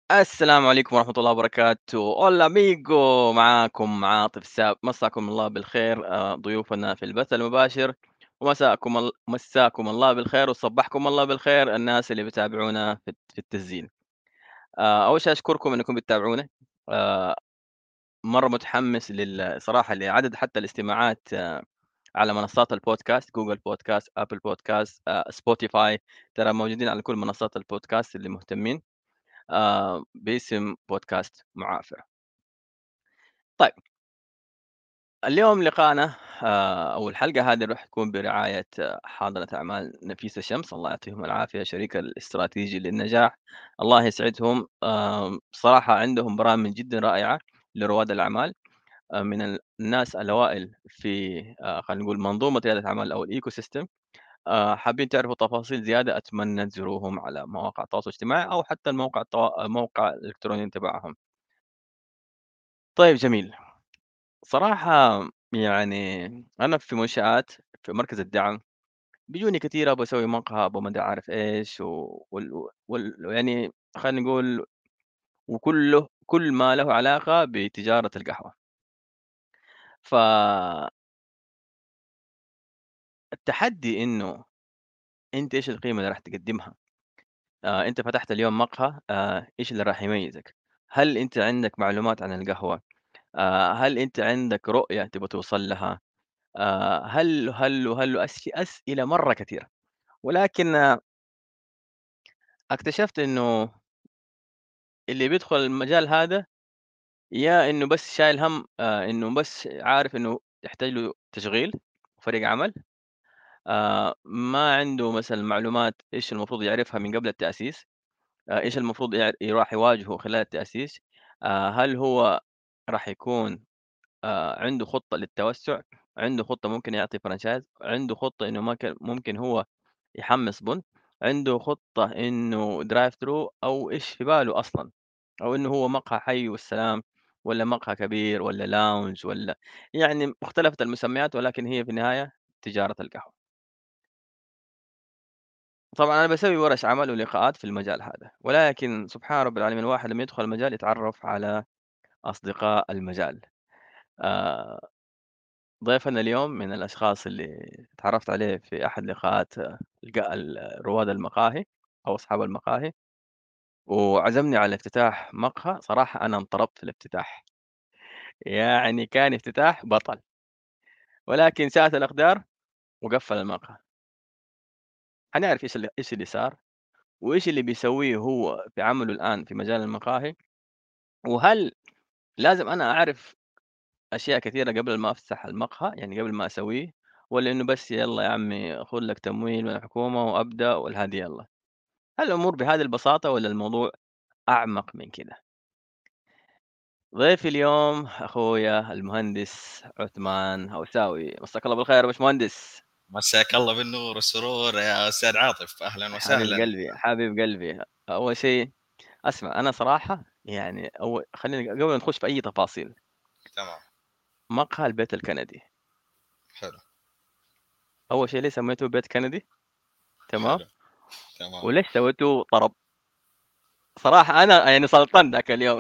السلام عليكم ورحمة الله وبركاته. Hola amigo، معاكم عاطف الساب، مساكم الله بالخير ضيوفنا في البث المباشر، مساكم الله بالخير وصبحكم الله بالخير الناس اللي بتابعونا في التسجيل. أول شيء أشكركم إنكم بتتابعونا. آآ مرة متحمس صراحة لعدد حتى الاستماعات على منصات البودكاست، جوجل بودكاست، أبل بودكاست، سبوتيفاي، ترى موجودين على كل منصات البودكاست اللي مهتمين باسم بودكاست معافر. طيب، اليوم لقاءنا أو الحلقة هذه راح تكون برعاية حاضنة أعمال نفيسة شمس، الله يعطيهم العافية، شريك الاستراتيجي للنجاح، الله يسعدهم. صراحة عندهم برامج جدًا رائعة لرواد الأعمال، من الناس الأوائل في خلينا نقول منظومة ريادة الأعمال أو الecosystem. حابين تعرفوا تفاصيل زيادة أتمنى تزوروهم على مواقع التواصل الاجتماعي أو حتى الموقع الإلكتروني تبعهم. طيب جميل. صراحة يعني أنا في منشآت في مركز الدعم بيجوني كتير أبغى أسوي مقهى، أبغى ما أدري عارف إيش يعني خلينا نقول وكله كل ما له علاقة بتجارة القهوة. فالتحدي إنه أنت إيش القيمة اللي راح تقدمها. أنت فتحت اليوم مقهى، إيش اللي راح يميزك؟ هل أنت عندك معلومات عن القهوة؟ هل أنت عندك رؤية تبغى توصل لها؟ هل أسئلة مرة كثيرة. ولكن اكتشفت إنه اللي بيدخل المجال هذا يا إنه بس شايل هَم، إنه بس عارف إنه يحتاج له تشغيل وفريق عمل، ما عنده مثلًا معلومات إيش المفروض يعرفها من قبل التأسيس، إيش المفروض راح يواجهه خلال التأسيس، هل هو راح يكون عنده خطة للتوسُّع، عنده خطة ممكن يعطي franchise، عنده خطة إنه ممكن هو يحمّس بُن، عنده خطة إنه drive through أو إيش في باله أصلًا، أو إنه هو مقهى حي والسلام والّا مقهى كبير والّا lounge والّا يعني اختلفت المسميات ولكن هي في النهاية تجارة القهوة. طبعًا أنا باسوي ورش عمل ولقاءات في المجال هذا، ولكن سبحان رب العالمين الواحد لمّا يدخل المجال يتعرّف على أصدقاء المجال. آآ ضيفنا اليوم من الأشخاص اللي اتعرّفت عليه في أحد لقاءات رواد المقاهي أو أصحاب المقاهي، وعزمني على افتتاح مقهى. صراحة أنا انطربت في الافتتاح، يعني كان افتتاح بطل، ولكن شاءت الأقدار وقفّل المقهى. حنعرف إيش اللي صار، وإيش اللي بيسويه هو في عمله الآن في مجال المقاهي، وهل لازم أنا أعرف أشياء كثيرة قبل ما أفتح المقهى، يعني قبل ما أسويه، والّا إنه بس يالّا يا عمي خُذ لك تمويل من الحكومة وأبدأ والهادي يالّا؟ هل الأمور بهذه البساطة والّا الموضوع أعمق من كده؟ ضيفي اليوم أخويا المهندس عثمان هوساوي، مساك الله بالخير يا باشمهندس. مساك الله بالنور والسرور يا أستاذ عاطف، أهلًا حبيب وسهلًا. قلبي، حبيب قلبي. أول شيء اسمع، أنا صراحة يعني خلّيني قبل ما نخش في أي تفاصيل، تمام، مقهى البيت الكندي، حلو، أول شيء ليه سميته بيت كندي؟ تمام، حلو، تمام. وليش سويته طرب؟ صراحة أنا يعني سلطنت ذاك اليوم.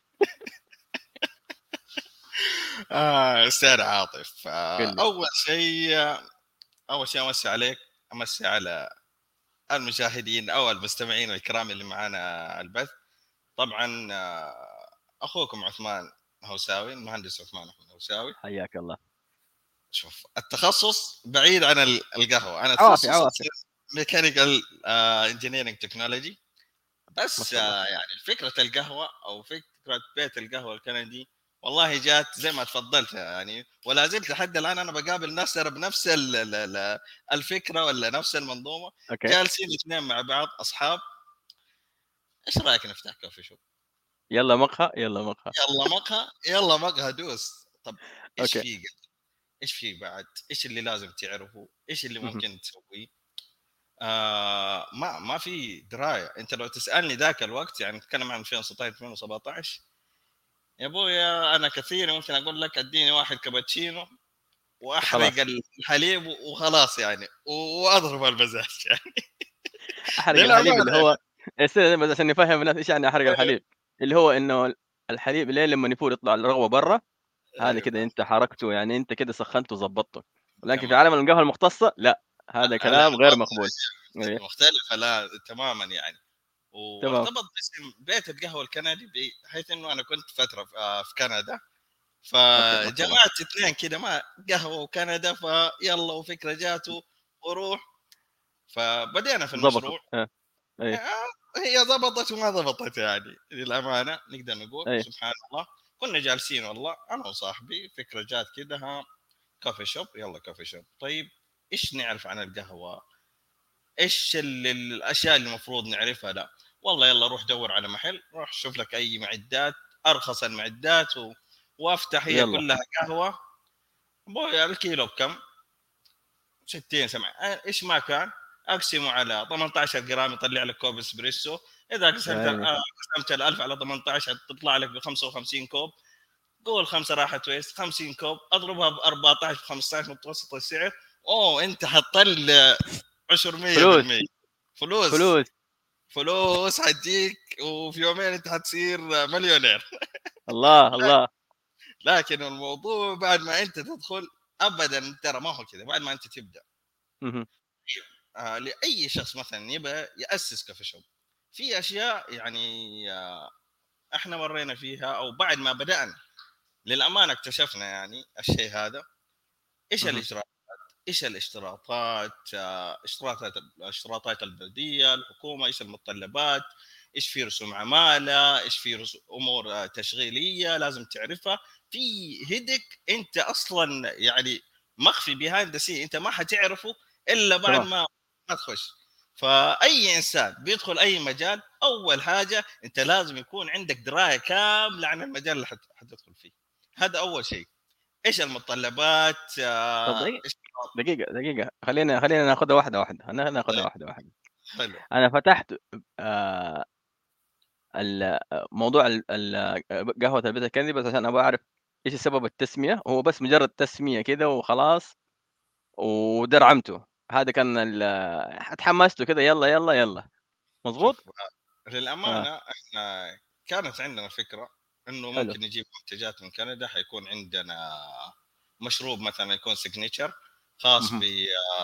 أستاذ عاطف، قُل لي. أول شيء أمسي عليك، أمسي على المشاهدين أو المستمعين الكرام اللي معانا على البث. طبعًا أخوكم عثمان هوساوي، المهندس عثمان أحمد هوساوي. حياك الله. شوف، التخصص بعيد عن القهوة، أنا عوافي، تخصصي عوافي. mechanical engineering technology. ما بس شاء الله. يعني فكرة القهوة أو فكرة بيت القهوة الكندي والله جات زي ما تفضلت يعني، ولا زلت لحد الآن أنا باقابل ناس ترى بنفس الفكرة ولا نفس المنظومة، أوكي. جالسين اثنين مع بعض أصحاب، إيش رأيك نفتح كوفي شوب؟ يالّا مقهى، يالّا مقهى. يالّا مقهى دوس. طب إيش أوكي. في إيش في بعد؟ إيش اللي لازم تعرفه؟ إيش اللي اهم. ممكن تسويه؟ ما في دراية. أنت لو تسألني ذاك الوقت يعني نتكلم عن 2016 2017 يا ابويا، انا كثير ممكن اقول لك اديني واحد كابتشينو واحرق وخلاص. الحليب وخلاص يعني، واضرب المزاج يعني. أحرق الحليب اللي للامانه هو استنى بس عشان نفهم الناس إيش يعني أحرق الحليب. اللي هو إنه الحليب لين لمّا يفور يطلع الرغوة برّا، هذا ايوه كده أنت حركته، يعني أنت كده سخّنته وضبّطته. ولكن في تمام. عالم القهوة المختصة لأ، هذا لا كلام غير الوضع مقبول. أيوه، مختلفه لا تماما يعني. تمام، وارتبط باسم بيت القهوه الكندي بحيث انه انا كنت فتره في كندا، أوكي، مرحبا، فجمعت اثنين كده ما قهوه وكندا فيلا وفكره جاته وروح، فبدينا في ضبطت، المشروع. أيوه، آه، هي ضبطت وما ضبطت يعني للامانه نقدر نقول أيوه، سبحان الله. كنا جالسين والله انا وصاحبي فكره جات كده، ها كافي شوب، يلا كافي شوب. طيب ايش نعرف عن القهوه؟ ايش الاشياء اللي المفروض نعرفها؟ لا والله يلا روح دور على محل، روح شوف لك اي معدات، ارخص المعدات وافتح هي ويالّا، كلها قهوه. بويا الكيلو بكم؟ 60 70 ايش ما كان، اقسمه على 18 جرام يطلع لك كوب اسبريسو. اذا يا قسمت عيني، قسمت ال1000 على 18 تطلع لك ب 55 كوب. قول خمسه راحت ويست 50 كوب، اضربها ب 14 ب 15 متوسط السعر. اوه انت حطل عشر فلوس، 100%. فلوس. فلوس، فلوس حتجيك وفي يومين انت حتصير مليونير. الله، الله، لكن الموضوع بعد ما انت تدخل ابدا ترى ما هو كذا. بعد ما انت تبدا اهم، لاي شخص مثلا يبغى ياسس كافي شوب، في اشياء يعني احنا مرينا فيها او بعد ما بدانا للامانه اكتشفنا يعني الشيء هذا. ايش اهم، الاجراءات؟ ايش الاشتراطات؟ اشتراطات البلديه الحكومه، ايش المتطلبات؟ ايش في رسوم عماله؟ ايش في امور تشغيليه لازم تعرفها؟ في هدك انت اصلا يعني مخفي بيهايند ذا سي، انت ما حتعرفه الا بعد تمام، ما تخش. فاي انسان بيدخل اي مجال اول حاجه انت لازم يكون عندك درايه كامله عن المجال اللي حتدخل فيه. هذا اول شيء. ايش المتطلبات؟ طب ايش دقيقة، دقيقة، خلّينا ناخدها واحدة، واحدة، ناخدها طيب واحدة، واحدة. حلو. أنا فتحت آآ موضوع قهوة البيت الكندي بس عشان أبغى أعرف إيش سبب التسمية، هو بس مجرد تسمية كده وخلاص ودرعمته، هذا كان اتحمست كده يالّا، يالّا، يالّا، مضبوط؟ شوف آه، للأمانة إحنا كانت عندنا فكرة إنه حلو، ممكن نجيب منتجات من كندا، حيكون عندنا مشروب مثلًا يكون signature خاص اهم،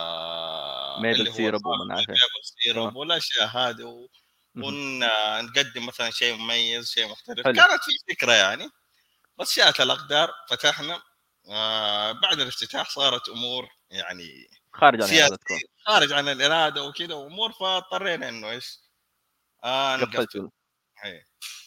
اللي maple هو syrup وما عارف إيه، الmaple تمام، syrup والأشياء هذه اهم، نقدم مثلًا شيء مميز، شيء مختلف. حلو، كانت في فكرة يعني، بس شاءت الأقدار فتحنا. بعد الافتتاح صارت أمور يعني خارج عن إرادتكم، سياسية خارج عن الإرادة وكذا وأمور، فاضطرينا إنه إيش نقفّل. قفّلتوا، إيه.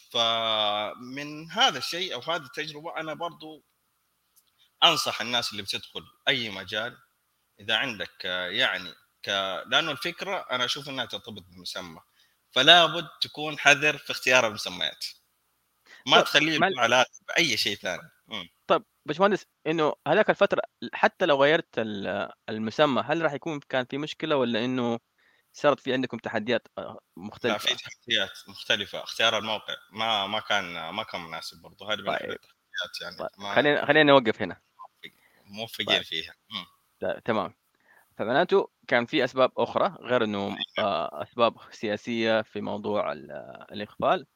فمن هذا الشيء أو هذه التجربة أنا برضو أنصح الناس اللي بتدخل أي مجال، إذا عندك يعني لأنه الفكرة أنا أشوف أنها ترتبط بالمسمى، فلا بد تكون حذر في اختيار المسميات، ما طب تخليه مع له علاقة بأي شيء ثاني. طب باشمهندس إنه هذاك الفترة حتى لو غيّرت المسمى، هل راح يكون كان في مشكلة والّا إنه صارت في عندكم تحديات لا في مختلفة؟ تحديات مختلفة، اختيار الموقع ما كان مناسب برضه، هذه من أحد طيب، التحديات يعني طيب ما خلّينا نوقّف هنا، موفقين طيب فيها. تمام. فمعناته كان في أسباب أخرى غير إنه أسباب سياسية في موضوع الإقبال.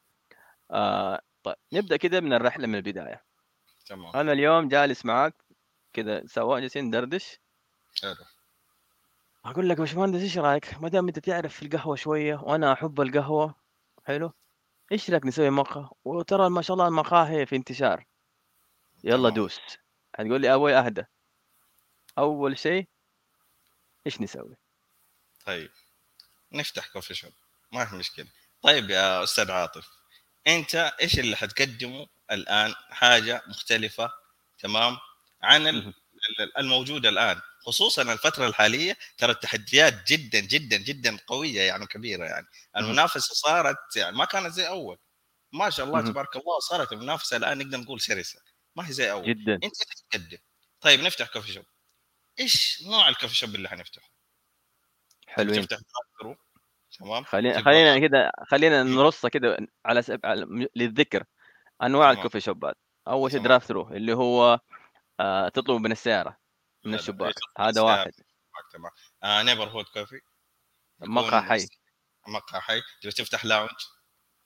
طيب نبدأ كده من الرحلة من البداية. تمام. أنا اليوم جالس معاك كده سوا جالسين ندردش، حلو. أقول لك يا باشمهندس إيش رأيك ما دام أنت تعرف في القهوة شوية وأنا أحب القهوة، حلو، إيش رأيك نسوي مقهى؟ وترى ما شاء الله المقاهي في انتشار، يلا تمام. دوس. هتقول لي أبوي أهدى، أول شيء إيش نسوي؟ طيب نفتح كوفي شوب، ما في مشكلة. طيب يا أستاذ عاطف، أنت إيش اللي حتقدمه الآن حاجة مختلفة تمام عن اهم، الموجود الآن؟ خصوصا الفترة الحالية ترى التحديات جدا جدا جدا قوية يعني كبيرة يعني. اهم، المنافسة صارت يعني ما كانت زي أول. ما شاء الله اهم، تبارك الله صارت المنافسة الآن نقدر نقول شرسة، ما هي زي أول. جدًا. أنت إيش تقدم؟ طيب نفتح كوفي شوب، إيش نوع الكوفي شوب اللي حنفتحه؟ تبي حلوين. تفتح درايف ثرو؟ تمام. تبغى خلّينا نرصها كده على للذكر، أنواع تمام. الكوفي شوبات. أول شيء تمام. drive thru اللي هو تطلبه من السيارة، من حلو ايش الشباك، تطلب هذا السعر؟ واحد. تمام. نيبر هود كوفي مقهى بيكون حي، مقهى حي. تبي تفتح لاونج؟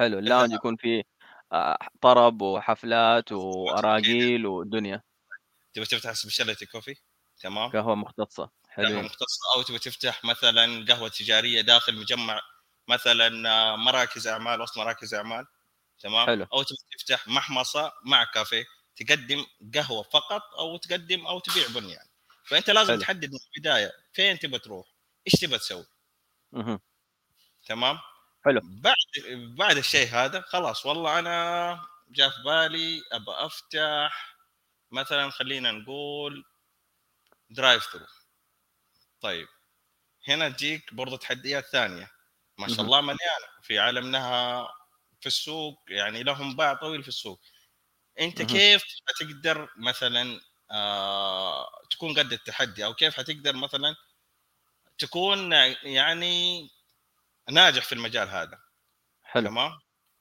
حلو، إذا الlounge يكون فيه طرب وحفلات أكيد وأراجيل ودنيا، تبي تفتح specialty coffee، تمام، قهوة مختصة، قهوة حلوين، مختصة، أو تبي تفتح مثلًا قهوة تجارية داخل مجمع مثلًا مراكز أعمال، وسط مراكز أعمال، تمام، حلو، أو تبي تفتح محمصة مع كافيه، تقدّم قهوة فقط أو تقدّم أو تبيع بُن يعني. فأنت لازم حلو، تحدد من البداية فين تبى تروح، إيش تبى تسوي، اهم، تمام. حلو، بعد الشيء هذا خلاص والله أنا جا في بالي أبى أفتح مثلًا خلّينا نقول drive thru. طيب هنا تجيك برضه تحديات ثانية، ما شاء اهم، الله مليانة في عالمنا في السوق، يعني لهم باع طويل في السوق. أنت اهم، كيف حتقدر مثلًا تكون قد التحدي، أو كيف حتقدر مثلًا تكون يعني ناجح في المجال هذا، حلو، تمام؟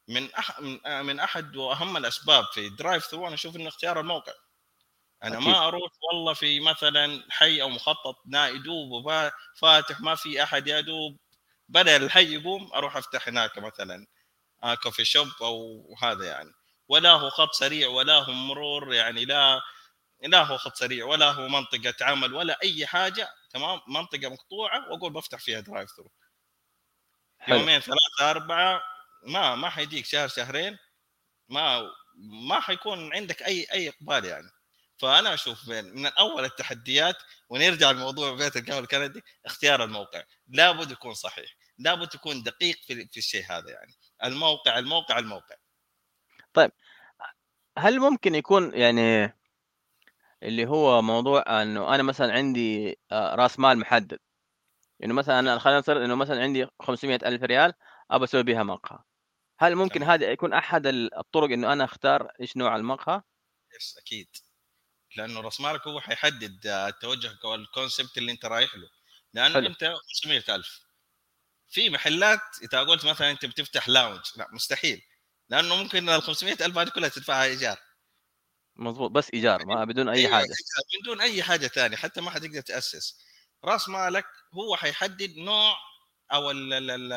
من أحد وأهم الأسباب في drive thru أنا أشوف إنه اختيار الموقع. أنا أكيد، ما أروح والله في مثلًا حي أو مخطط يدوب فاتح ما في أحد، يا دوب بدأ الحي يقوم أروح أفتح هناك مثلًا coffee shop أو هذا يعني، ولا هو خط سريع ولا هو مرور يعني، لا هو خط سريع ولا هو منطقة عمل ولا أي حاجة، تمام، منطقة مقطوعة وأقول بافتح فيها drive thru. حلو، يومين 3 4 ما حيديك شهر شهرين، ما ما حيكون عندك أي إقبال يعني. فأنا أشوف من أول التحديات، ونرجع لموضوع بيت القهوة الكندي، اختيار الموقع لابد يكون صحيح، لابد تكون دقيق في الشيء هذا يعني. الموقع، الموقع، الموقع. طيب هل ممكن يكون يعني اللي هو موضوع إنه أنا مثلًا عندي رأس مال محدد، إنه مثلًا أنا خلينا نفترض إنه مثلًا عندي 500,000 ريال أبى أسوي بيها مقهى، هل ممكن تمام، هذا يكون أحد الطرق إنه أنا أختار إيش نوع المقهى؟ يس أكيد، لأنه رأس مالك هو حيحدد توجهك أو الconcept اللي أنت رايح له. لأنه حلو، أنت 500,000 في محلات، إذا قلت مثلًا أنت بتفتح lounge لأ مستحيل، لأنه ممكن ال500,000 هذه كلها تدفعها إيجار. مضبوط، بس إيجار ما بدون أي أيوه حاجة، إيجار من دون أي حاجة تانية، حتى ما حتقدر تأسس. رأس مالك هو حيحدد نوع أو ال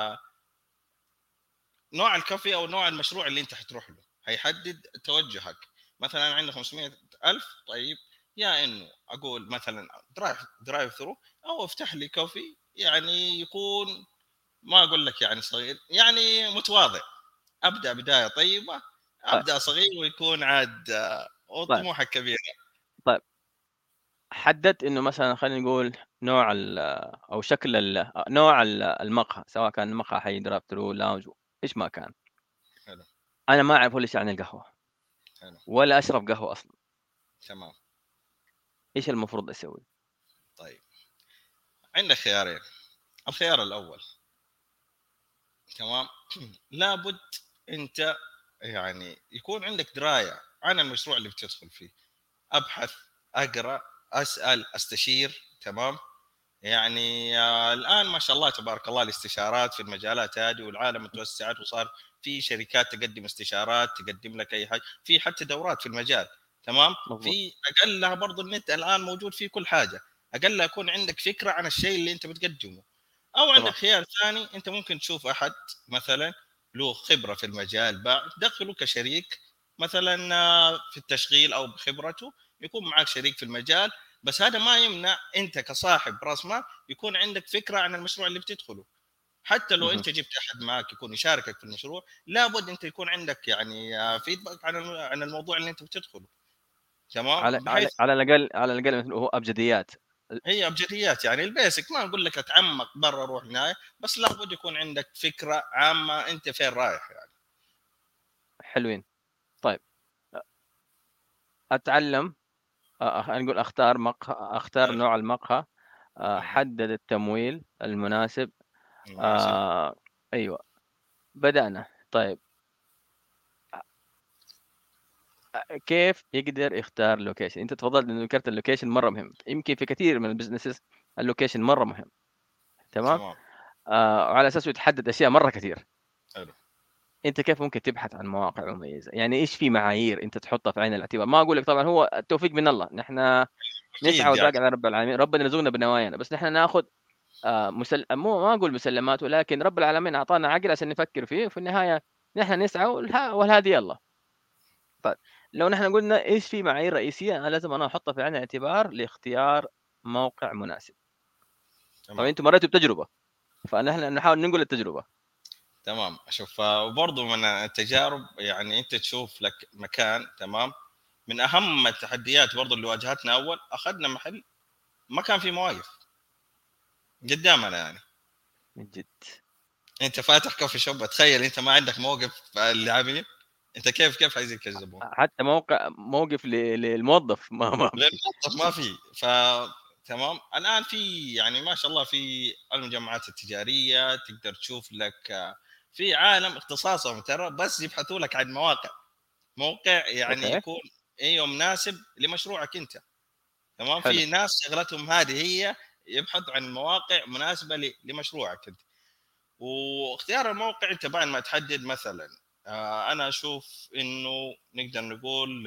نوع الكافي أو نوع المشروع اللي أنت حتروح له، حيحدد توجهك. مثلًا عندي 500,000، طيب يا إنه أقول مثلًا drive thru، أو افتح لي كوفي يعني يكون، ما أقول لك يعني صغير، يعني متواضع، أبدأ بداية طيبة، طيب، أبدأ صغير ويكون عاد طيب، وطموحك كبير. طيب حددت إنه مثلًا خلينا نقول نوع أو شكل نوع المقهى، سواء كان مقهى حي drive through lounge إيش ما كان، حلو، أنا ما أعرف ولا شيء عن القهوة، حلو، ولا أشرب قهوة أصلًا، تمام. إيش المفروض أسوي؟ طيب عندك خيارين. الخيار الأول، تمام، لابد أنت يعني يكون عندك دراية عن المشروع اللي بتدخل فيه، أبحث، أقرأ، أسأل، أستشير، تمام. يعني الآن ما شاء الله تبارك الله الاستشارات في المجالات هذه، والعالم توسعت وصار في شركات تقدم استشارات، تقدم لك أي حاجة، في حتى دورات في المجال، تمام. مضبوط، في أقلها برضو النت الآن موجود فيه كل حاجة، أقلها يكون عندك فكرة عن الشيء اللي أنت بتقدمه. أو عندك تمام، خيار ثاني، أنت ممكن تشوف أحد مثلا له خبرة في المجال، تدخله كشريك مثلا في التشغيل أو بخبرته يكون معك شريك في المجال. بس هذا ما يمنع أنت كصاحب رأس مال يكون عندك فكرة عن المشروع اللي بتدخله. حتى لو اهم، أنت جبت أحد معك يكون يشاركك في المشروع، لابد أنت يكون عندك يعني فيدباك عن الموضوع اللي أنت بتدخله، على تمام، على بحيث على الأقل على الأقل مثل هو أبجديات، هي ابجديات يعني البيسك. ما نقول لك اتعمق برا روح هناك، بس لابد يكون عندك فكره عامه انت فين رايح يعني. حلوين، طيب أتعلم خلينا نقول أختار أختار حلو. نوع المقهى، اها. أحدد التمويل المناسب، مناسب. آآ أيوه، بدأنا، طيب كيف يقدر يختار location؟ أنت تفضلت إنه ذكرت الlocation مرّة مهم، يمكن في كثير من الbusinesses الlocation مرّة مهم، تمام؟ تمام. وعلى أساسه يتحدد أشياء مرّة كتير، حلو. أنت كيف ممكن تبحث عن مواقع مميزة؟ يعني إيش في معايير أنت تحطها في عين الاعتبار؟ ما أقول لك طبعًا هو التوفيق من الله، نحن نسعى اكيد يعني. والباقي على رب العالمين، ربنا يرزقنا بنوايانا، بس نحن ناخذ مو ما أقول مسلمات، ولكن رب العالمين أعطانا عقل عشان نفكر فيه، وفي النهاية نحن نسعى والهادي الله. طيب، لو نحن قلنا إيش في معايير رئيسية أنا لازم أحطها في عين الاعتبار لاختيار موقع مناسب. طبعًا تمام. أنتم مريتوا بتجربة، فنحن نحاول ننقل التجربة. تمام. اشوف وبرضه من التجارب، يعني انت تشوف لك مكان. تمام. من اهم التحديات برضه اللي واجهتنا، اول اخذنا محل ما كان فيه مواقف قدامنا يعني. من جد. انت فاتح كوفي شوب، تخيل انت ما عندك موقف للعميل، انت كيف حيجيك الزبون؟ حتى موقف للموظف ما في. للاسف ما في. تمام. الان في يعني ما شاء الله في المجمعات التجاريه تقدر تشوف لك في عالم اختصاصهم ترى بس يبحثوا لك عن مواقع، موقع يعني أوكي، يكون ايوه مناسب لمشروعك انت. تمام. حلو. في ناس شغلتهم هذه هي يبحث عن مواقع مناسبه لمشروعك انت. واختيار الموقع انت بعد ما تحدد مثلا، انا اشوف انه نقدر نقول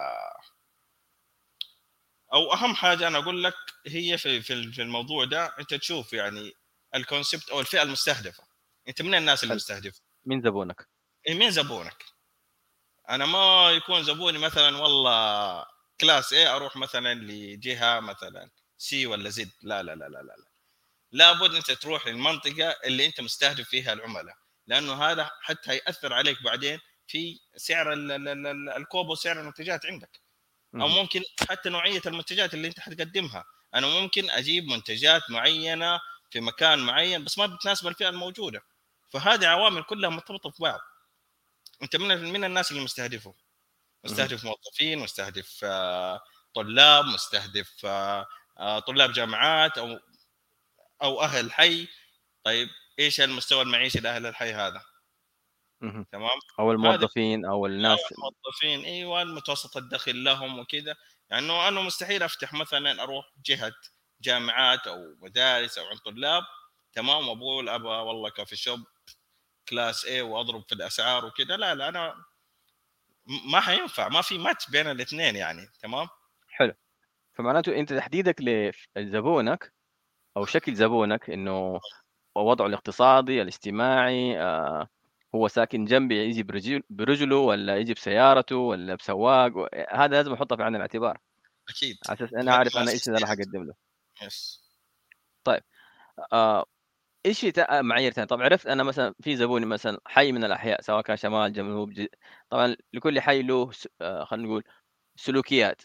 او اهم حاجه انا اقول لك هي في الموضوع ده، انت تشوف يعني الكونسبت او الفئه المستهدفه، انت من الناس حلو، المستهدف. مين زبونك؟ مين زبونك؟ انا ما يكون زبوني مثلا والله كلاس ايه اروح مثلا لجهه مثلا سي ولا زد، لا لا لا لا لا، لابد انت تروح للمنطقه اللي انت مستهدف فيها العملاء، لانه هذا حتى ياثر عليك بعدين في سعر الكوب وسعر المنتجات عندك، او اهم، ممكن حتى نوعيه المنتجات اللي انت حتقدمها. انا ممكن اجيب منتجات معينه في مكان معين بس ما بتناسب الفئه الموجوده، فهذه عوامل كلها مرتبطه في بعض. انت من الناس اللي مستهدفه، اهم، مستهدف موظفين، مستهدف طلاب، مستهدف طلاب جامعات او اهل حي. طيب ايش المستوى المعيشي لاهل الحي هذا؟ اهم. تمام. أو هذه الموظفين أو او الناس. الموظفين، ايوه المتوسط الدخل لهم وكذا. يعني انا مستحيل افتح مثلا اروح جهه جامعات او مدارس او عند طلاب، تمام، وابغى والله كافي شوب كلاس اي واضرب في الاسعار وكذا، لا لا، انا ما حينفع، ما في ماتش بين الاثنين يعني. تمام. حلو، فمعناته أنت تحديدك لزبونك أو شكل زبونك إنه وضعه الاقتصادي، الاجتماعي، هو ساكن جنبي ييجي برجله والّا ييجي بسيارته والّا بسواق هذا لازم أحطه في عين الاعتبار، اكيد. على أساس أنا هذه أعرف من أنا إيش اللي راح الاساسيات. أقدّم له. يس. طيب، آآ إيش في معايير تانية؟ طب عرفت أنا مثلًا في زبوني مثلًا حي من الأحياء سواء كان شمال، جنوب، طبعًا لكل حي له خلّينا نقول سلوكيات،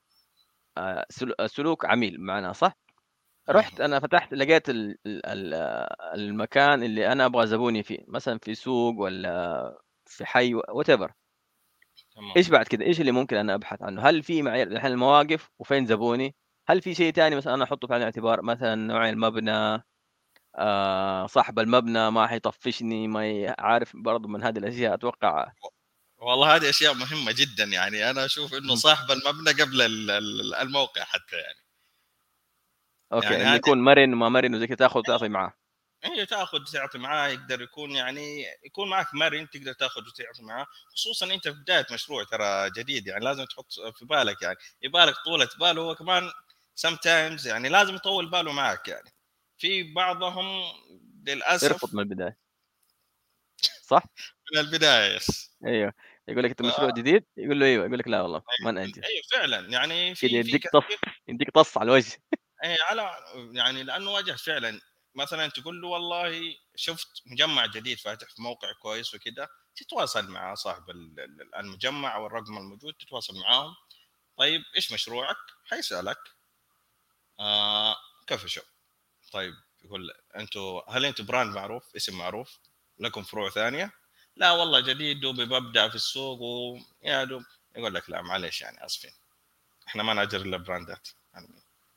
سلوك عميل بمعنى أصح. رُحت أنا فتحت لقيت المكان اللي أنا أبغى زبوني فيه، مثلًا في سوق والّا في حي whatever. تمام. إيش بعد كده، إيش اللي ممكن أنا أبحث عنه؟ هل في معايير الحين المواقف وفين زبوني؟ هل في شيء تاني مثلًا أنا أحطه في عين الاعتبار، مثلًا نوع المبنى، صاحب المبنى ما حيطفشني، ما عارف برضه من هذه الأشياء أتوقع. والله هذه اشياء مهمه جدا، يعني انا اشوف انه اهم، صاحب المبنى قبل الموقع حتى يعني. أوكي، يعني إنه هذه يكون مرن وما مرن وزي كده تاخذ وتعطي معاه. هي تاخذ تعطي معاه، يقدر يكون يعني يكون معك مرن تقدر تاخذ وتعطي معاه، خصوصا انت في بدايه مشروع ترى جديد، يعني لازم تحط في بالك، يعني يبالك طولة باله هو كمان sometimes، يعني لازم يطول باله معك يعني. في بعضهم ارفض للاسف من البداية، صح؟ من البدايه. يس. أيوه، يقول لك أنت ف... مشروع جديد؟ يقول له أيوه، يقول لك لا والله ما نأجل، ايوه فعلا، يعني كده في يديك طَف، كثير. يديك طَص على الوجه. على يعني لانه واجهت فعلا، مثلا تقول له والله شفت مجمع جديد فاتح في موقع كويس وكذا، تتواصل مع صاحب المجمع او الرقم الموجود، تتواصل معاهم. طيب ايش مشروعك؟ حيسالك آه كيف شو. طيب يقول هل انتم براند معروف، اسم معروف، لكم فروع ثانيه؟ لا والله جديد دوبي ببدا في السوق ويا دوب. يقول لك لا معلش يعني اسفين، احنا ما ناجر الا براندات يعني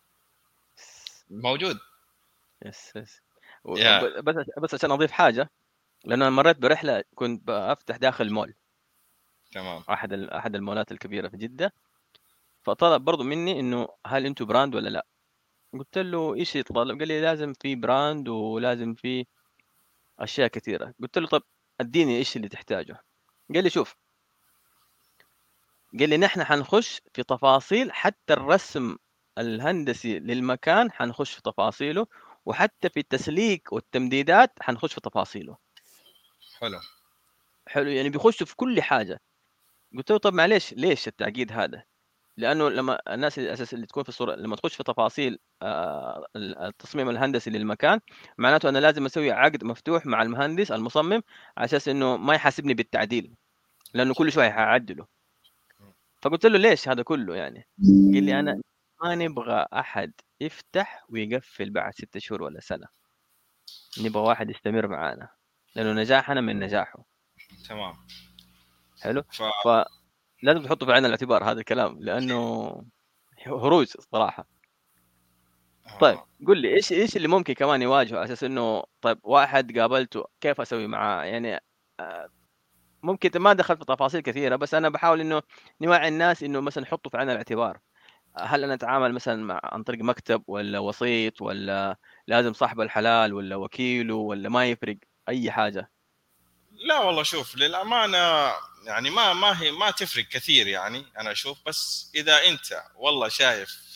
موجود. يس، يس. يا بس عشان أضيف حاجة، لأنه أنا مرّيت برحلة كنت بافتح داخل مول، تمام. أحد المولات الكبيرة في جدة، فطلب برضه منّي إنه هل أنتم براند والّا لأ؟ قُلت له: "إيش يتطلب؟" قال لي: "لازم في براند ولازم في أشياء كثيرة." قُلت له: "طَب ادّيني إيش اللي تحتاجه؟" قال لي: "شوف." قال لي: "نحن حنخش في تفاصيل حتى الرسم الهندسي للمكان حنخش في تفاصيله، وحتى في التسليك والتمديدات حنخش في تفاصيله. حلو. حلو، يعني بيخشوا في كل حاجة. قُلت له: "طَب معلش ليش التعقيد هذا؟" لأنه لمّا الناس الأساس اللي تكون في الصورة لمّا تخش في تفاصيل التصميم الهندسي للمكان، معناته أنا لازم أسوي عقد مفتوح مع المهندس المصمم، على أساس إنه ما يحاسبني بالتعديل، لأنه كل شوية حاعدّله. فقُلت له: "ليش هذا كله يعني؟" قال لي: "أنا ما نبغى أحد يفتح ويقفّل بعد 6 شهور والّا سنة، نبغى واحد يستمر معانا، لأنه نجاحنا من نجاحه." تمام. حلو؟ ف فلازم تحطه في عين الاعتبار هذا الكلام، لأنه هروج الصراحة. طيب آه. قُل لي إيش اللي ممكن كمان يواجهه على أساس إنه طيب واحد قابلته كيف أسوي معاه؟ يعني آآ ممكن ما دخلت في تفاصيل كثيرة، بس أنا باحاول إنه نوعّي الناس إنه مثلًا يحطّوا في عين الاعتبار. هل أنا أتعامل مثلًا عن طريق مكتب والّا وسيط والّا لازم صاحب الحلال والّا وكيله والّا ما يفرق أي حاجة؟ لا والله شوف للأمانة، يعني ما تفرق كثير يعني أنا أشوف، بس إذا أنت والله شايف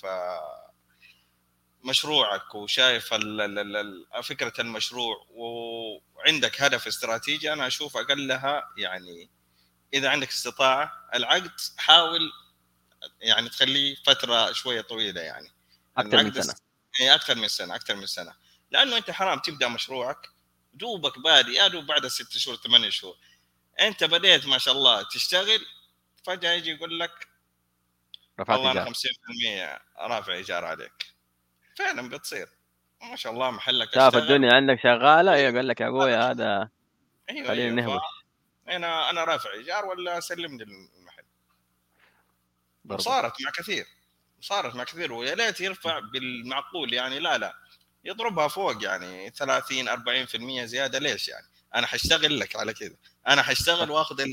مشروعك وشايف فكرة المشروع وعندك هدف استراتيجي، أنا أشوف أقلها يعني إذا عندك استطاعة العقد حاول يعني تخليه فترة شوية طويلة يعني. أكتر من العقد سنة. إيه، أكثر من سنة، لأنه أنت حرام تبدأ مشروعك دوبك بادي يا دوب بعد 6 شهور 8 شهور أنت بديت ما شاء الله تشتغل، فجأة يجي يقول لك رفعت والله أنا إيجار. 50% رافع إيجار عليك. فعلا بتصير ما شاء الله محلك شاف اشتغل. الدنيا عندك شغالة، ايوه أيوه قال لك يا أبويا هذا ايوه خلّينا ايوه نهوش. فانا رافع ايجار ولا سلمني المحل. برضه. صارت مع كثير ويا ليت يرفع بالمعقول يعني، لا يضربها فوق يعني 30 40% زياده. ليش يعني؟ انا حاشتغل لك على كذا، انا حاشتغل صح. واخذ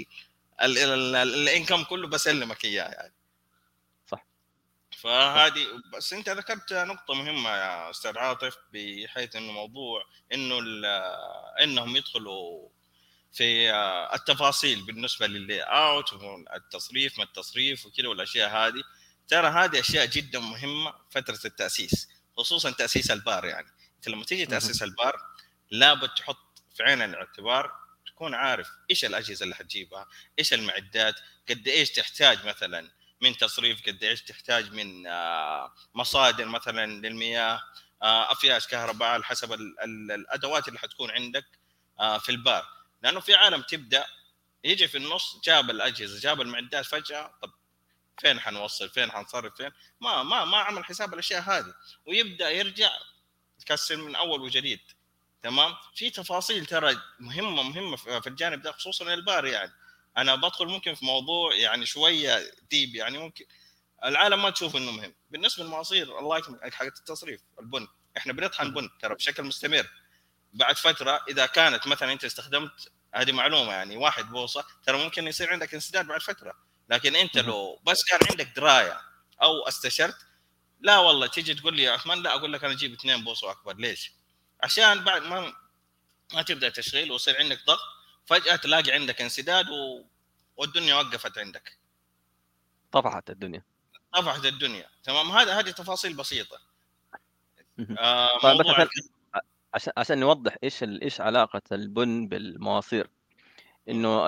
الانكم كله بسلمك اياه يعني. صح. صح. فهذه بس انت ذكرت نقطه مهمه يا استاذ عاطف، بحيث انه موضوع انه انهم يدخلوا في التفاصيل بالنسبه لللاي اوت والتصريف ما التصريف وكذا والاشياء هذه. ترى هذه اشياء جدا مهمه فتره التاسيس، خصوصا تاسيس البار. يعني انت لما تيجي اهم. تاسس البار لابد تحط في عين الاعتبار، تكون عارف ايش الاجهزه اللي حتجيبها، ايش المعدات، قد ايش تحتاج مثلا من تصريف، قد ايش تحتاج من مصادر مثلا للمياه، افياش كهرباء على حسب الادوات اللي حتكون عندك في البار. لانه في عالم تبدا يجي في النص جاب الاجهزه جاب المعدات فجاه، طب فين حنوصل، فين حنصرف، فين ما عمل حساب الاشياء هذه، ويبدا يرجع يكسر من اول وجديد. تمام. في تفاصيل ترى مهمه في الجانب ده خصوصا البار يعني. انا بدخل ممكن في موضوع يعني شويه ديب يعني، ممكن العالم ما تشوف انه مهم بالنسبه للمواصير. الله يكرمك حق التصريف البن، احنا بنطحن اهم. بن ترى بشكل مستمر. بعد فتره اذا كانت مثلا انت استخدمت، هذه معلومه يعني، 1 بوصه ترى ممكن يصير عندك انسداد بعد فتره. لكن انت اهم. لو بس كان عندك درايه او استشرت، لا والله تيجي تقول لي يا عثمان لا، اقول لك انا اجيب 2 بوصه اكبر. ليش؟ عشان بعد ما تبدا تشغيل ويصير عندك ضغط، فجاه تلاقي عندك انسداد والدنيا وقفت عندك، طفحت الدنيا. طفحت الدنيا. تمام. هذه تفاصيل بسيطه. اهم. طيب بس موضوع عشان عشان نوضّح إيش علاقة البُن بالمواسير، إنه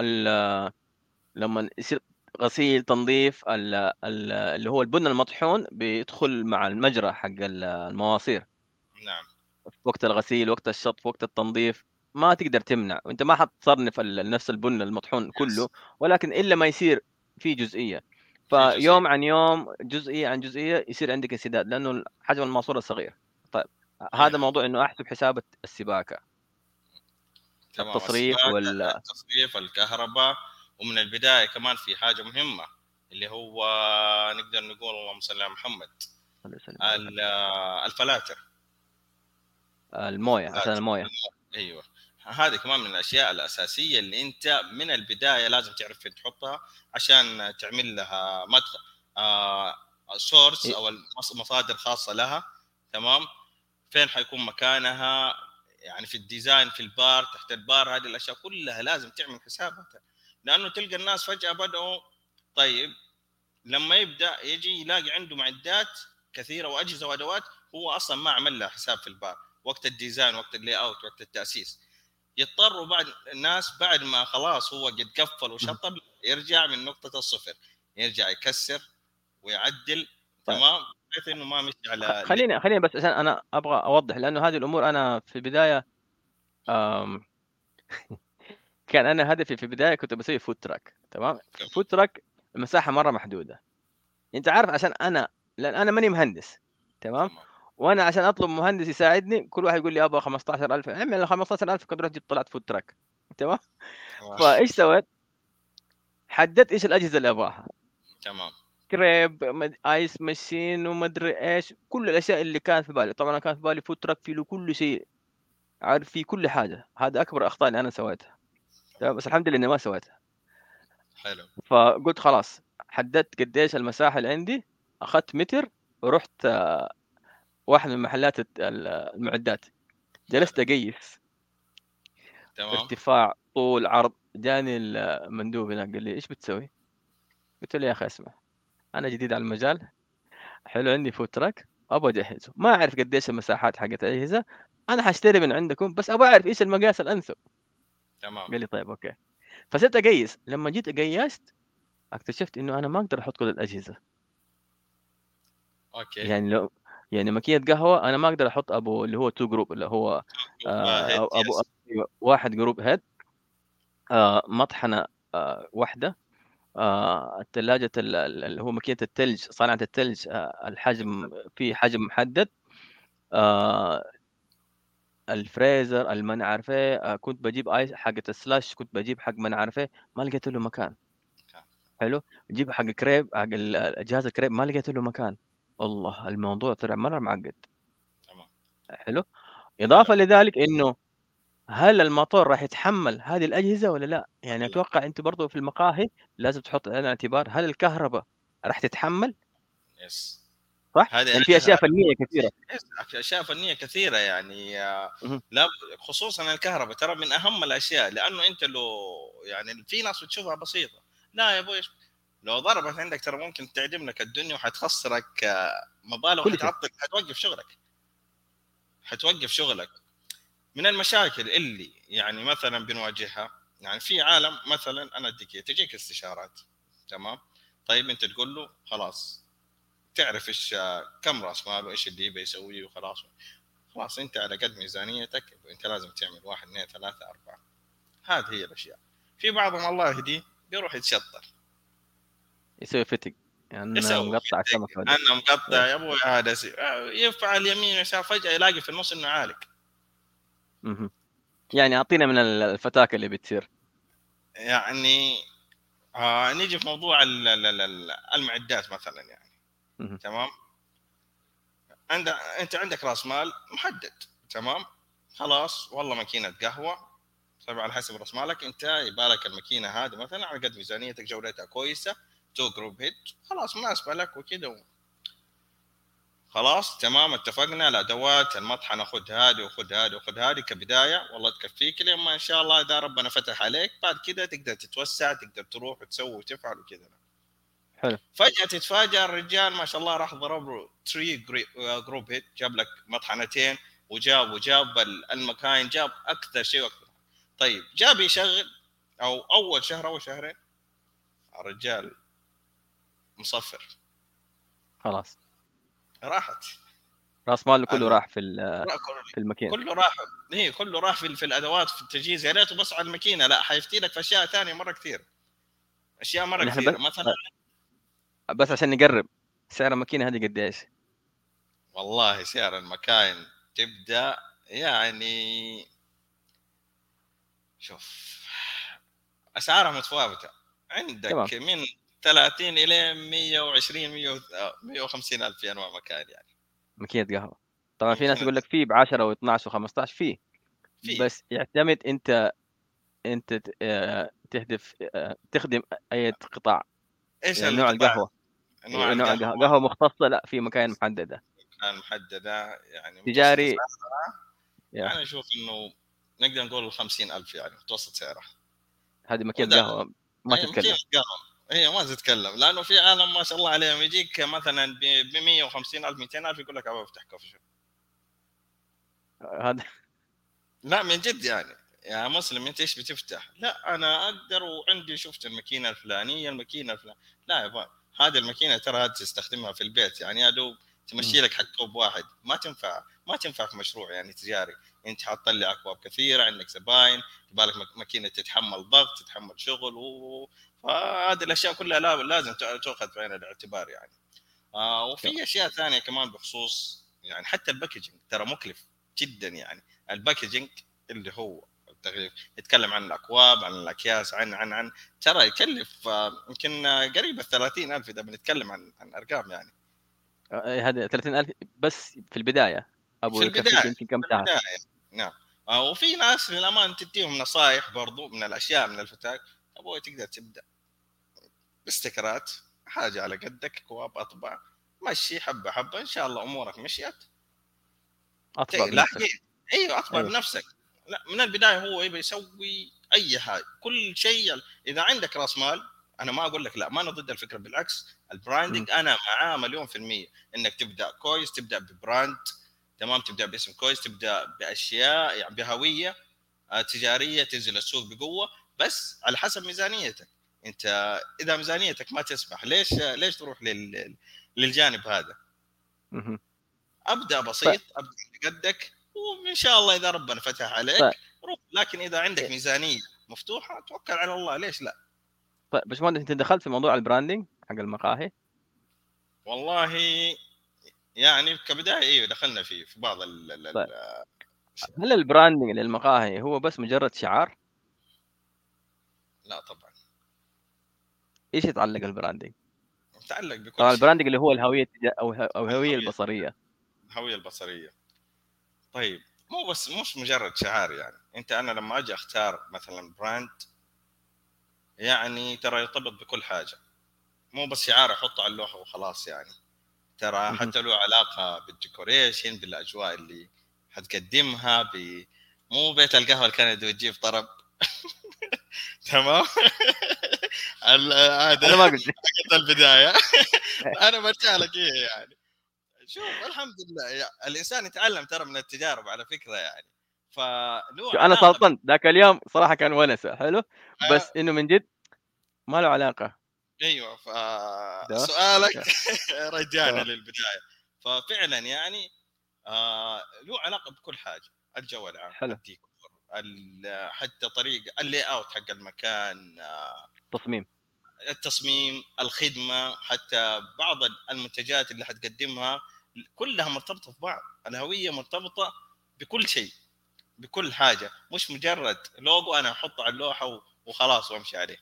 لمّا يصير غسيل، تنضيف اللي هو البُن المطحون بيدخل مع المجرى حق المواسير، نعم. في وقت الغسيل، وقت الشطف، وقت التنضيف، ما تقدر تمنع، وأنت ما حتصرّف نفس البُن المطحون كلّه، يس. ولكن إلا ما يصير في جزئية، في جزئيه. فيوم عن يوم، جزئية عن جزئية يصير عندك انسداد، لأنه حجم الماسورة صغير. طيب اي هذا نعم. موضوع إنه أحسب حساب السباكة، تمام. التصريف السباكه، التصريف، الكهرباء. ومن البدايه كمان في حاجه مهمه اللي هو نقدر نقول اللهم صل على محمد، الله يسلمك ويبارك عليك. الفلاتر. الموية، عشان فلاتر الموية. ايوه. هذه كمان من الاشياء الاساسيه اللي انت من البدايه لازم تعرف فين تحطها عشان تعمل لها مدخل، سورس ي او مصادر خاصه لها. تمام. فين حيكون مكانها يعني في الديزاين، في البار، تحت البار، هذه الاشياء كلها لازم تعمل حسابها. لانه تلقى الناس فجاه بدأوا، طيب لما يبدا يجي يلاقي عنده معدات كثيره واجهزه وادوات هو اصلا ما عمل لها حساب في البار، وقت الديزاين، وقت اللي اوت، وقت التاسيس. يضطروا بعد الناس بعد ما خلاص هو قد قفل اهم. وشطب يرجع من نقطة الصفر، يرجع يكسر ويعدل. طيب تمام، بحيث انه ما مشي على خلّيني بس عشان أنا أبغى أوضّح، لأنه هذه الأمور أنا في البداية آمم، كان أنا هدفي في البداية كنت باسوي food truck تمام، food truck المساحة مرّة محدودة، أنت عارف عشان لأن أنا ماني مهندس تمام، تمام. وأنا عشان أطلب مهندس يساعدني كل واحد يقول لي أبغى 15,000 يا عمي ال15,000 كنت رُحت جبت طلعت food truck تمام، تمام. فإيش سويت، حددت إيش الأجهزة اللي أبغاها، تمام. كريب ice machine وما أدري إيش، كل الأشياء اللي كانت في بالي، طبعًا أنا كان في بالي food truck فيه له كل شيء، عارف فيه كل حاجة، هذا أكبر أخطاء اللي أنا سويتها، تمام، بس الحمد لله إني ما سويتها. حلو. فقُلت خلاص حددت قديش المساحة اللي عندي، أخدت متر ورُحت واحد من محلات المعدات، حلو. جلست أقيّس تمام. ارتفاع، طول، عرض، جاني المندوب هناك قال لي: "إيش بتسوي؟" قُلت له: "يا أخي اسمع، أنا جديد على المجال، حلو عندي food truck أبغى أجهّزه، ما أعرف قديش المساحات حقة الأجهزة، أنا حاشتري من عندكم بس أبغى أعرف إيش المقاس الأنسب." تمام. قال لي: "طيب أوكي." فصرت أقيّس، لمّا جيت قيّست اكتشفت إنه أنا ما أقدر أحط كل الأجهزة. اوكي. يعني يعني ماكينة قهوة أنا ما أقدر أحط أبو اللي هو 2 group اللي هو هيد. أبو يس. أيوه 1 group head مطحنة واحدة التلاجة اللي هو ماكينة التلج صانعة التلج الحجم في حجم محدد آآ الفريزر ما أنا عارف إيه كنت باجيب حقة الslush كنت باجيب حق ما أنا عارف إيه ما لقيت له مكان حلو، باجيب حق كريب حق جهاز الكريب ما لقيت له مكان، الله الموضوع طلع مرة معقد تمام. حلو، حلو. إضافة لذلك إنه هل الموتور راح يتحمّل هذه الأجهزة والّا لأ؟ يعني لا. أتوقع أنتم برضه في المقاهي لازم تحُط عين الاعتبار، هل الكهربا راح تتحمّل، يس. صح؟ هذه يعني في هذه أشياء هذا فنية كثيرة. يس. اشياء فنيه كثيره يعني اهم، لا، خصوصا الكهرباء ترى من اهم الاشياء، لانه انت لو يعني في ناس بتشوفها بسيطه، لا يا ابوي لو ضربت عندك ترى ممكن تعدم لك الدنيا وحتخسرك مبالغ، كل شيء. وحتعطل، حتوقف شغلك، حتوقف شغلك. من المشاكل اللي يعني مثلا بنواجهها، يعني في عالم مثلا انا اديك تجيك استشارات، تمام، طيب انت تقول له خلاص تعرف ايش كم راس ماله، ايش اللي يبي يسويه وخلاص، خلاص انت على قد ميزانيتك انت لازم تعمل واحد اثنين ثلاثة أربعة. هذه هي الأشياء. في بعضهم الله يهديه بيروح يتشطر، يسوي fitting أنا يسوي مقطّع فيديو السمكة والّا أنا مقطع إيه؟ يا أبوي هذا يفعل يمين يسار، فجأة يلاقي في النص إنه عالق. اهم، يعني أعطينا من الفتاكة اللي بتصير. يعني نيجي في موضوع المعدات مثلا يعني. اهم، تمام. أنت عندك رأس مال محدد، تمام، خلاص والله ماكينة قهوة، طبعا على حسب راس مالك انت يبالك الماكينه هذه مثلا على قد ميزانيتك، جودتها كويسه، تو جروب هيد، خلاص مناسبه لك وكذا، خلاص تمام اتفقنا. الادوات المطحنه خذ هذه وخذ هذه وخذ هذه كبدايه، والله تكفيك لما ان شاء الله اذا ربنا فتح عليك بعد كذا تقدر تتوسع، تقدر تروح وتسوي وتفعل وكذا. حلو، فجاه تتفاجأ الرجال ما شاء الله راح ضرب له 3 جروب هيد، جاب لك مطحنتين وجاب المكاين، جاب اكثر شيء واكثر. طيب جاب يشغل، او اول شهر اول شهرين الرجال مصفر، خلاص راحت. رأس ماله كلّه ال- راح في الماكينة. كله راح، هي كله راح في الادوات في التجهيز، يا ريته بس على الماكينه، لا حيفتي لك في اشياء ثانيه مره كثير، اشياء مره نحن كثيره مثلا. بس عشان نقرّب، سعر الماكينة هذه قد إيش؟ والله سعر المكاين تبدا يعني، شوف اسعارها متفاوته، تمام، عندك من 30 الى 120 150 الف في انواع مكاين يعني. ماكينة قهوة. طبعًا في ناس ماكينه يقول لك في ب10 و12 و15 في، في بس يعتمد أنت تهدف تخدم أية قطاع، ايش يعني نوع القطاع، القهوة انواع نوع القهوه قهوة مختصة لأ، في مكاين محددة، المحدده يعني متوسط تجاري اسعارها. يا انا اشوف انه نقدر نقول 50,000 يعني متوسط سعرها. هذه ماكينة وده قهوة ما هي ماكينة تتكلم، قهوة، هي ما تتكلم، لانه في عالم ما شاء الله عليهم يجيك مثلا ب 150,000 200,000 يقول لك ابغى افتح كوفي شوب. هذا لا من جد يعني، يا مسلم انت ايش بتفتح؟ لا انا اقدر وعندي، شفت الماكينه الفلانيه، الماكينه الفلانيه. لا يا با، هذه الماكينه ترى هذه تستخدمها في البيت يعني، يا دوب إمم، تمشي لك حق كوب واحد، ما تنفع في مشروع يعني تجاري. انت حتطلع اكواب كثيره، عندك زباين، يبالك ماكينه تتحمل ضغط، تتحمل شغل فهذه الاشياء كلها لازم تؤخذ في عين الاعتبار يعني. ي وفي اشياء ثانيه كمان بخصوص يعني، حتى الباكجينج ترى مكلف جدا يعني. الباكجينج اللي هو التغليف، يتكلم عن الاكواب، عن الاكياس، عن ترى يكلف يمكن قريب ال 30,000 اذا بنتكلم عن ارقام يعني. هذا 30,000 بس في البداية، في أبو يكفّيك البدايه، يمكن كم في شهر. البدايه نعم. وفي ناس للامانه تديهم نصائح برضو من الاشياء، من الفتاك، ابوي تقدر تبدا باستكرات، حاجه على قدك، اكواب، اطبع، مشي حبه حبه، ان شاء الله امورك مشيت. أطبع بنفسك. لاحقين. ايوه اطبع أيوه. بنفسك. لا من البدايه هو يبي يسوي اي حاجه، كل شيء. اذا عندك راس مال، انا ما اقول لك لا، ما انا ضد الفكره، بالعكس إمم، البراندنج انا معاه مليون في الميه. انك تبدا كويس، تبدا ببراند تمام، تبدا باسم كويس، تبدا باشياء يعني بهويه تجاريه، تنزل السوق بقوه، بس على حسب ميزانيتك انت. اذا ميزانيتك ما تسمح، ليش تروح للجانب هذا؟ اهم. ابدا طيب بسيط، ابدا بقدك، وان شاء الله اذا ربنا فتح طيب عليك روح. لكن اذا عندك آآ ميزانيه مفتوحه توكل على الله، ليش لا؟ طيب باشمهندس، أنت دخلت في موضوع الbranding حق المقاهي؟ والله يعني كبدايه ايوه دخلنا فيه في بعض طيب الاشياء. هل الbranding للمقاهي هو بس مجرد شعار؟ لا طبعا، إيش يتعلق الbranding؟ متعلق بكل طبعًا شيء. الbranding اللي هو الهوية أو الهوية الهويه، البصرية. الهويه البصريه. طيب مو بس مش مجرد شعار يعني. انا لما اجي اختار مثلا براند، يعني ترى يرتبط بكل حاجه، مو بس شعار احطه على اللوحه وخلاص يعني. ترى اهم. حتى له علاقة بالديكوريشن، بالأجواء اللي حتقدمها مو بيت القهوة الكندي وتجيب طرب تمام. هذا أنا ما قُلت حقت البداية. أنا برجع لك إيه يعني. شوف الحمد لله الإنسان يتعلم ترى من التجارب على فكرة يعني، فله أنا علاقة سلطنت ذاك اليوم صراحة، كان ونسة حلو، آه، بس إنه من جد ما له علاقة. أيوه ده فسؤالك ك رجعنا تمام. للبداية. ففعلا يعني له علاقه بكل حاجه، الجو العام، حلو. الديكور، حتى طريقه اللاي اوت حق المكان، تصميم. التصميم، الخدمه، حتى بعض المنتجات اللي حتقدمها كلها مرتبطه في بعض. الهويه مرتبطه بكل شيء، بكل حاجه، مش مجرد لوجو انا احطه على اللوحه وخلاص وامشي عليه.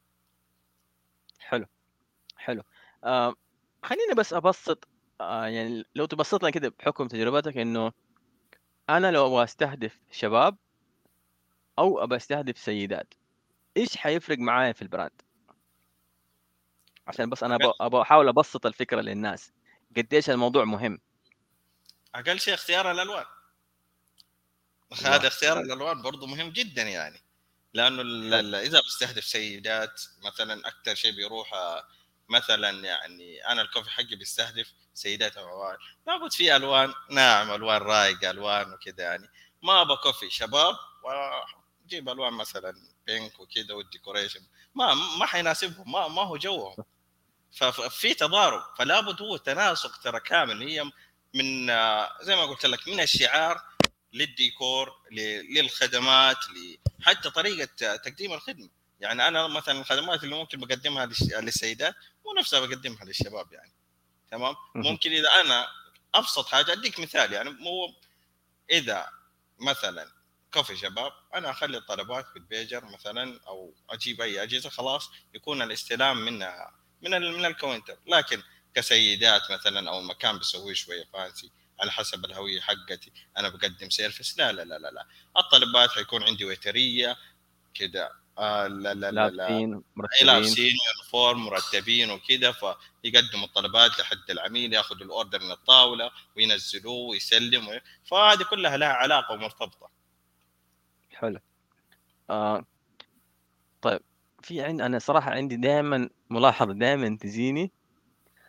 حلو. حلو. آآ خلّيني بس أبسّط، يعني لو تبسّط لنا كده بحكم تجربتك، إنه أنا لو أبغى أستهدف شباب أو أبى أستهدف سيدات، إيش حيفرق معايا في الbrand؟ عشان بس أنا اقل أبغى أحاول أبسّط الفكرة للناس، قديش الموضوع مهم. اقل شيء اختيار الالوان. هذا أيوه. اختيار الالوان برضو مهم جدا يعني. لانه حلو. اذا بستهدف سيدات مثلا، اكثر شيء بيروح مثلا يعني، انا الكوفي حقي بيستهدف سيدات او عوائل، لابد في الوان ناعمه، الوان رايقه، الوان وكذا يعني. ما ابى كوفي شباب وجيب الوان مثلا بينك وكذا والديكوريشن ما حيناسبهم، ما هو جوهم. ففي تضارب، فلا بد هو تناسق ترى كامل. هي من زي ما قلت لك، من الشعار للديكور للخدمات، حتى طريقه تقديم الخدمه. يعني انا مثلا الخدمات اللي ممكن بقدمها للسيدات مو نفسها بقدمها للشباب يعني. تمام. اهم. ممكن اذا انا ابسط حاجه اديك مثال يعني، مو اذا مثلا كوفي شباب، انا اخلي الطلبات بالبيجر مثلا، او اجيب اي اجهزه خلاص يكون الاستلام منها من الكاونتر. لكن كسيدات مثلا، او المكان بسويه شويه فانسي على حسب الهويه حقتي، انا بقدم سيرفيس، لا، الطلبات حيكون عندي ويتريه كذا، لا لا لا لا، لابسين، اي مرتبين. لابسين يونيفورم مرتبين وكذا، فيقدموا الطلبات لحد العميل، ياخذ الاوردر من الطاوله وينزلوه ويسلم. فهذه كلها لها علاقه ومرتبطه. حلو. آآ طيب، أنا صراحة عندي دايمًا ملاحظة دايمًا تجيني،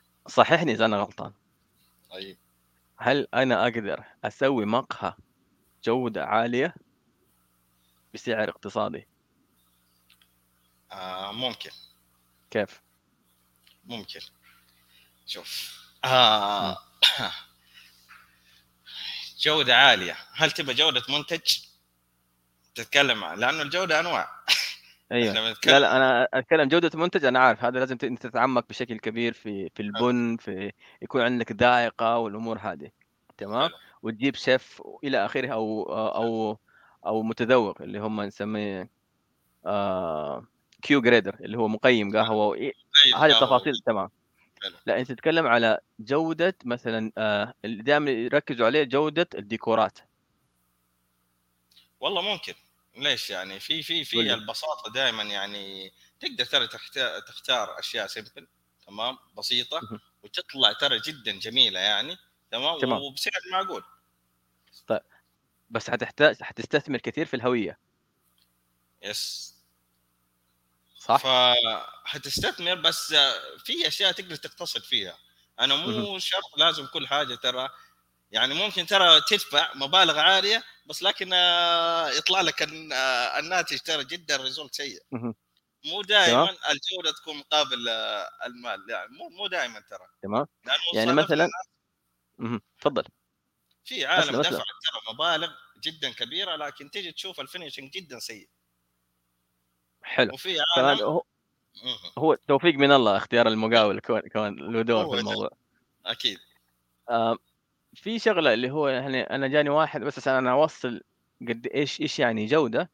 صحّحني إذا أنا غلطان. طيب هل أنا أقدر أسوي مقهى جودة عالية بسعر اقتصادي. ممكن. كيف؟ ممكن. شوف إمم. جودة عالية، هل تبى جودة منتج تتكلم لأنه الجودة أنواع. أيوه. إحنا لا، بنتكلم. لا، أنا أتكلم جودة منتج. أنا عارف هذا لازم أنت تتعمق بشكل كبير في حلو. البُن، يكون عندك ذائقة والأمور هذه، تمام، حلو. وتجيب شيف إلى آخره، أو متذوق اللي هم نسميه آآ Q grader اللي هو مقيّم قهوة زي هذه القهوة. التفاصيل تمام. حلو. لأ، أنت تتكلم على جودة مثلًا اللي دايمًا يركّزوا عليه جودة الديكورات. والله ممكن. ليش يعني قُل في لي. البساطة دائما يعني تقدر ترى تختار أشياء سيمبل، تمام، بسيطة، اهم. وتطلع ترى جدا جميلة يعني، تمام، تمام. وبسعر معقول. طيب، بس حتستثمر كثير في الهوية، يس. صح؟ فحتستثمر، بس في اشياء تقدر تقتصد فيها. انا اهم. مو شرط لازم كل حاجه ترى، يعني ممكن ترى تدفع مبالغ عاليه بس لكن يطلع لك الناتج ترى جدا ريزولت سيء. اهم. مو تمام. دائما الجوده تكون مقابل المال، يعني مو دائما ترى، تمام. لانه يعني صادفنا مثلًا ناس اهم، اتفضل. في عالم أسلم، أسلم. دفع ترى مبالغ جدا كبيره لكن تيجي تشوف الفينشنج جدا سيء. حلو. وفي طبعًا عالم. مهم. هو توفيق من الله اختيار حلو. المقاول، كون له دور في هو ده. الموضوع. اكيد. آآ في شغلة اللي هو يعني أنا جاني واحد بس عشان أنا أوصّل قد إيش يعني جودة.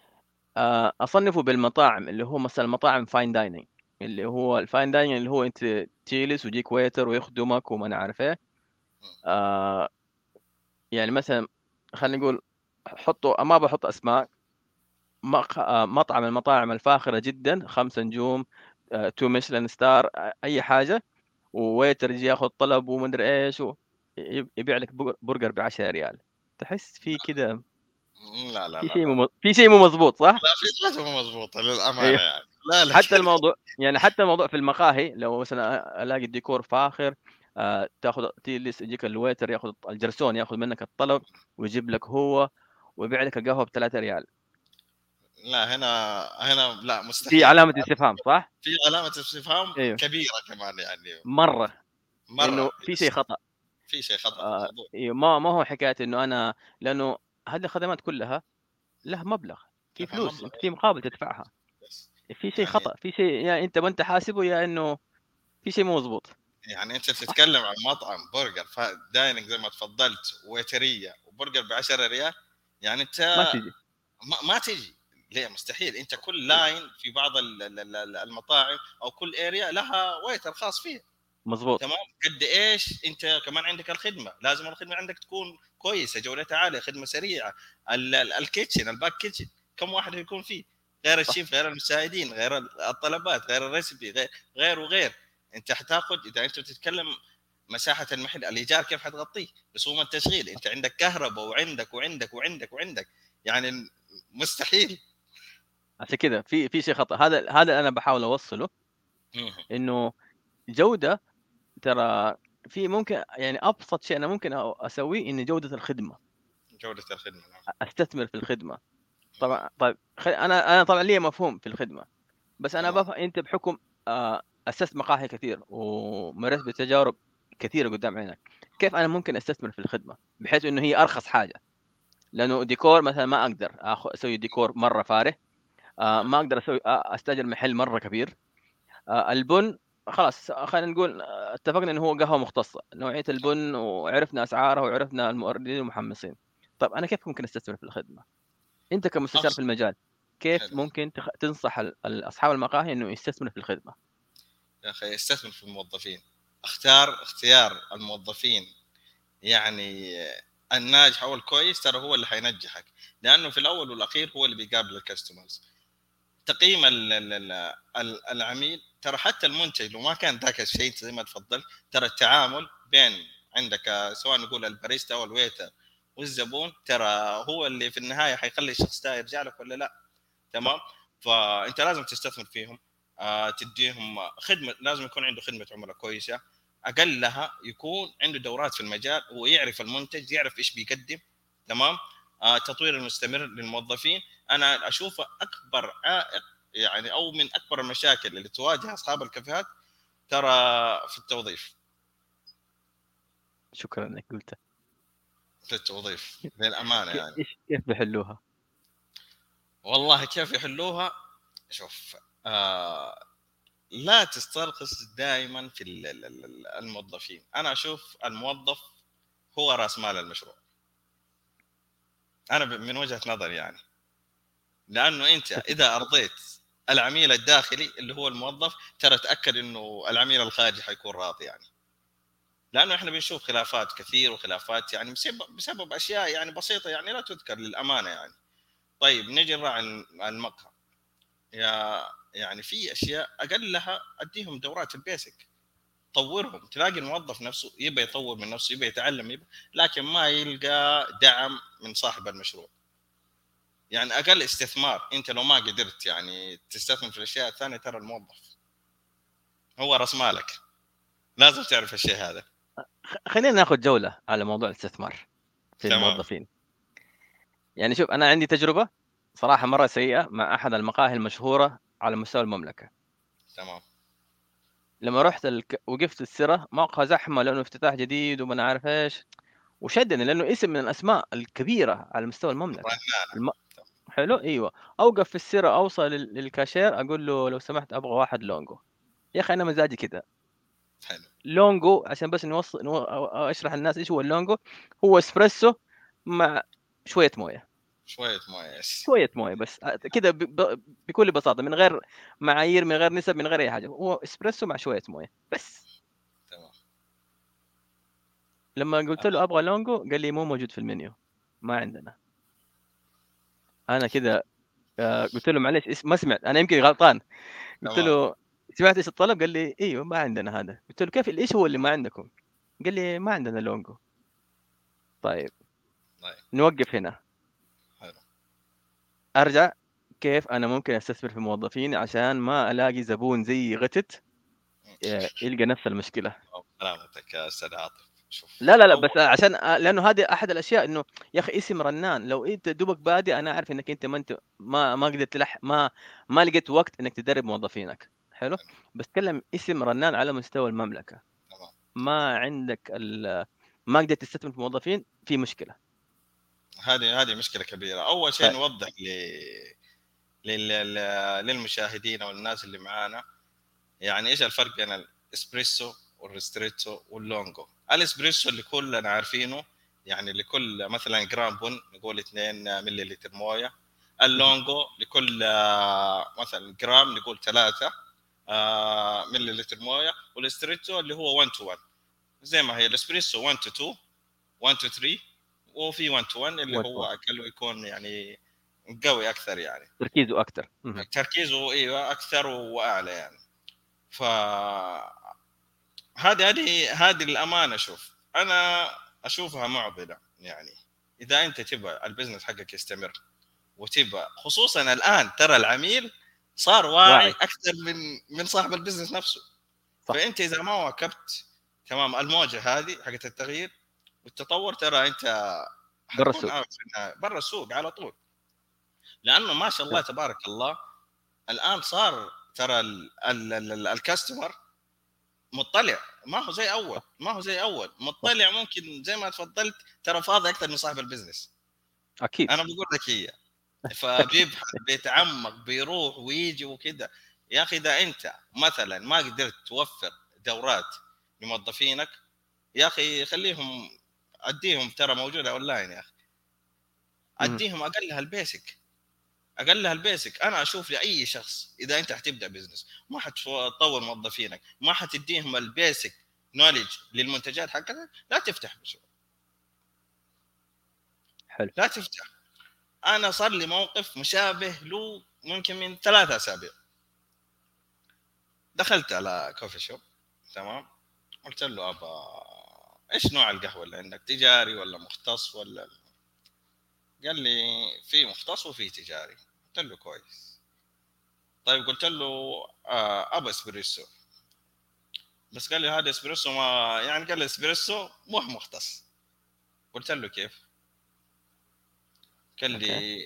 أصنّفه بالمطاعم، اللي هو مثلًا مطاعم fine dining، اللي هو الfine dining اللي هو أنت تجلس ويجيك waiter ويخدمك وما أنا عارف إيه. آآ يعني مثلًا خلّينا نقول حطّوا، ما باحط أسماء، مطعم من المطاعم الفاخرة جدًا 5 نجوم، 2 Michelin star، أي حاجة، وwaiter ييجي ياخذ طلب وما أدري إيش، يبيع لك برجر ب10 ريال. تحس في كده، لا لا في لا شيء لا. في شيء مو مضبوط، صح؟ لا في حاجة مو مضبوطة للأمانة أيوه. يعني. لا لا حتى كده. الموضوع يعني حتى الموضوع في المقاهي لو مثلًا ألاقي الديكور فاخر، تاخذ تجلس يجيك الwaiter ياخذ الجرسون ياخذ منك الطلب ويجيب لك هو ويبيع لك القهوة ب3 ريال. لا هنا لا في مستحيل. علامة استفهام، صح؟ في علامة استفهام أيوه. كبيرة كمان يعني. مرّة. مرة. إنه في شيء يس. خطأ. في شيء خطأ في الموضوع. أيوه، ما هو حكاية إنه أنا، لأنه هذه الخدمات كلها لها مبلغ، في لها فلوس، مبلغ. أنت في مقابل تدفعها. يس. في شيء يعني خطأ، في شيء يا أنت ما أنت حاسبه، يا إنه في شيء مو مضبوط. يعني أنت صح. تتكلم عن مطعم برجر دايننج زي ما تفضلت، ويترية وبرجر ب10 ريال، يعني أنت ما تيجي. ما تجي. ليه مستحيل؟ أنت كل لاين في بعض المطاعم أو كل اريا لها ويتر خاص فيها. مضبوط. تمام. قد ايش انت كمان عندك الخدمه، لازم الخدمه عندك تكون كويسه، جودتها عاليه، خدمه سريعه. الكيتشن، الباك كيتشن، كم واحد يكون فيه، غير صح. الشيف، غير المساعدين، غير الطلبات، غير الريسبي، غير وغير. انت حتاخذ، اذا انت بتتكلم مساحه المحل، الايجار كيف حتغطيه، رسوم التشغيل، انت عندك كهرباء وعندك يعني مستحيل. عشان كذا في شيء خطأ. هذا اللي أنا باحاول أوصّله، مهم. إنه جودة، ترى في ممكن يعني أبسط شيء أنا ممكن أسويه إن جودة الخدمة، جوده الخدمه، نعم. أستثمر في الخدمة. مهم. طبعًا طيب أنا طبعًا ليّا مفهوم في الخدمة، بس أنا تمام. أنت بحكم أسست مقاهي كتير ومرّيت بتجارب كثيرة قدّام عينك، كيف أنا ممكن أستثمر في الخدمة بحيث إنه هي أرخص حاجة؟ لأنه ديكور مثلًا ما أقدر أسوي ديكور مرّة فارح، حلو. ما أقدر أسوي أستأجر محل مرّة كبير. البُن خلاص خلينا نقول اتفقنا إنه هو قهوة مختصة، نوعية البُن وعرفنا أسعارها وعرفنا الموردين والمحمّصين. طَب أنا كيف ممكن أستثمر في الخدمة؟ أنت كمستشار في أبسط. المجال، كيف حلو. ممكن تنصح أصحاب المقاهي إنه يستثمروا في الخدمة؟ يا اخي استثمر في الموظفين. اختيار الموظفين يعني الناجح او الكويس ترى هو اللي حينجحك، لانه في الاول والاخير هو اللي بيقابل الكاستمرز. تقييم العميل، ترى حتى المنتج لو ما كان ذاك الشيء زي ما تفضلت، ترى التعامل بين عندك سواء نقول الباريستا او الويتر والزبون، ترى هو اللي في النهايه حيخلي الشخص ده يرجع لك ولا لا. تمام. صح. فانت لازم تستثمر فيهم، تديهم خدمه، لازم يكون عنده خدمه عملاء كويسه، اقلها يكون عنده دورات في المجال، هو يعرف المنتج، يعرف ايش بيقدم. تمام. التطوير المستمر للموظفين انا اشوفه اكبر عائق، يعني او من اكبر المشاكل اللي تواجه اصحاب الكافيهات ترى في التوظيف. شكرًا إنك قُلتها. في التوظيف للامانه يعني. كيف بيحلّوها؟ والله كيف يحلوها؟ شوف، آه لا تسترخص دائما في الموظفين. انا اشوف الموظف هو راس مال المشروع، انا من وجهة نظري يعني. لانه انت اذا ارضيت العميل الداخلي اللي هو الموظف، ترى تاكد انه العميل الخارجي حيكون راضي يعني. لانه احنا بنشوف خلافات كثير، وخلافات يعني بسبب اشياء يعني بسيطه يعني لا تذكر للامانه يعني. طيب نجي نراعي المقهى. يعني في اشياء اقلها اديهم دورات البيسك، طورهم. تلاقي الموظف نفسه يبى يطور من نفسه، يبى يتعلم، لكن ما يلقى دعم من صاحب المشروع. يعني اقل استثمار، انت لو ما قدرت يعني تستثمر في الاشياء الثانيه، ترى الموظف هو راس مالك، لازم تعرف الشيء هذا. خلّينا ناخُد جولة على موضوع الاستثمار في تمام. الموظفين. يعني شوف، أنا عندي تجربة صراحة مرّة سيئة مع أحد المقاهي المشهورة على مستوى المملكة. تمام. لمّا رُحت وقفت السِرَة، مقهى زحمة لإنه افتتاح جديد وما أنا عارف إيش، وشدّني لإنه اسم من الأسماء الكبيرة على مستوى المملكة. رنانه. الم حلو، أيوه. أوقف في السِرَة، أوصل للكاشير أقول له: "لو سمحت أبغى واحد لونجو." يا أخي أنا مزاجي كده. حلو. لونجو عشان بس أشرح للناس إيش هو اللونجو. هو إسبريسو مع شوية موية. شويه مويه يس. شوية موية بس، كده بكل بساطة، من غير معايير، من غير نسب، من غير أي حاجة، هو إسبريسو مع شوية موية بس. تمام. لمّا قُلت له أبغى لونجو قال لي: "مو موجود في المنيو، ما عندنا." أنا كده قُلت له: "معلش ما سمعت، أنا يمكن غلطان." قُلت تمام. له: "سمعت إيش الطلب؟" قال لي: "أيوه ما عندنا هذا." قُلت له: "كيف إيش هو اللي ما عندكم؟" قال لي: "ما عندنا لونجو." طيب طيب. نوقّف هنا. حلو. أرجع، كيف أنا ممكن أستثمر في موظفيني عشان ما ألاقي زبون زيي غتت يلقى نفس المشكلة؟ سلامتك يا استاذ عاطف. شوف لا، لا، لا، اول. بس عشان لأنه هذه أحد الأشياء، إنه يا أخي اسم رنان، لو أنت دوبك بادئ أنا أعرف إنك أنت ما قدرت ما لقيت وقت إنك تدرب موظفينك، حلو. بس اتكلم اسم رنان على مستوى المملكة، تمام. ما عندك ما قدرت تستثمر في موظفين، في مشكلة. هذه مشكله كبيره. اول شيء طيب. نوضح للمشاهدين او الناس اللي معانا يعني ايش الفرق بين الاسبريسو والريستريتو واللونجو. الاسبريسو اللي كلنا عارفينه، يعني لكل مثلا جرام بن نقول 2 ملي لتر مويه. اهم. اللونجو لكل مثلا جرام نقول 3 ملي لتر مويه. والاستريتو اللي هو 1 تو 1، زي ما هي الاسبريسو 1 تو 2، 1 تو 3، وفي 1 تو 1 اللي هو 1 to 1 اكله يكون يعني قوي اكثر يعني. تركيزه أكتر. اهم. تركيزه ايوه اكثر واعلى يعني. ف هذه الامانه. شوف انا اشوفها معضله يعني. اذا انت تبغى البزنس حقك يستمر، وتبغى خصوصا الان ترى العميل صار واعي واعي. اكثر من صاحب البزنس نفسه. صح. فانت اذا ما واكبت تمام الموجه هذه حقت التغيير والتطور، ترى انت برّا حتكون السوق. اوت في النهايه برا السوق على طول. لانه ما شاء الله تمام. تبارك الله الان صار ترى الكاستمر مطلع. صح. ما هو زي اول صح. مطلع. ممكن زي ما تفضلت ترى فاضي اكثر من صاحب البزنس. أكيد. انا بقول لك هي. فبيبحث بيتعمق بيروح ويجي وكذا. يا اخي اذا انت مثلا ما قدرت توفر دورات لموظفينك، يا اخي خليهم، اديهم ترى موجوده اونلاين يا اخي. اهم. اديهم اقلها البيسك. اقلها البيسك. انا اشوف لاي شخص اذا انت حتبدا بزنس ما حتطور موظفينك، ما حتديهم البيسك نوليدج للمنتجات حقتك، لا تفتح مشروع. حلو. لا تفتح. انا صار لي موقف مشابه له ممكن من 3 اسابيع. دخلت على كوفي شوب. تمام. قلت له ابا ايش نوع القهوه اللي عندك، تجاري ولا مختص ولا؟ قال لي في مختص وفي تجاري. قلت له كويس. طيب قلت له ابا اسبريسو. بس قال لي هذا اسبريسو ما يعني، قال لي اسبريسو مو مختص. قلت له كيف؟ قال أوكي. لي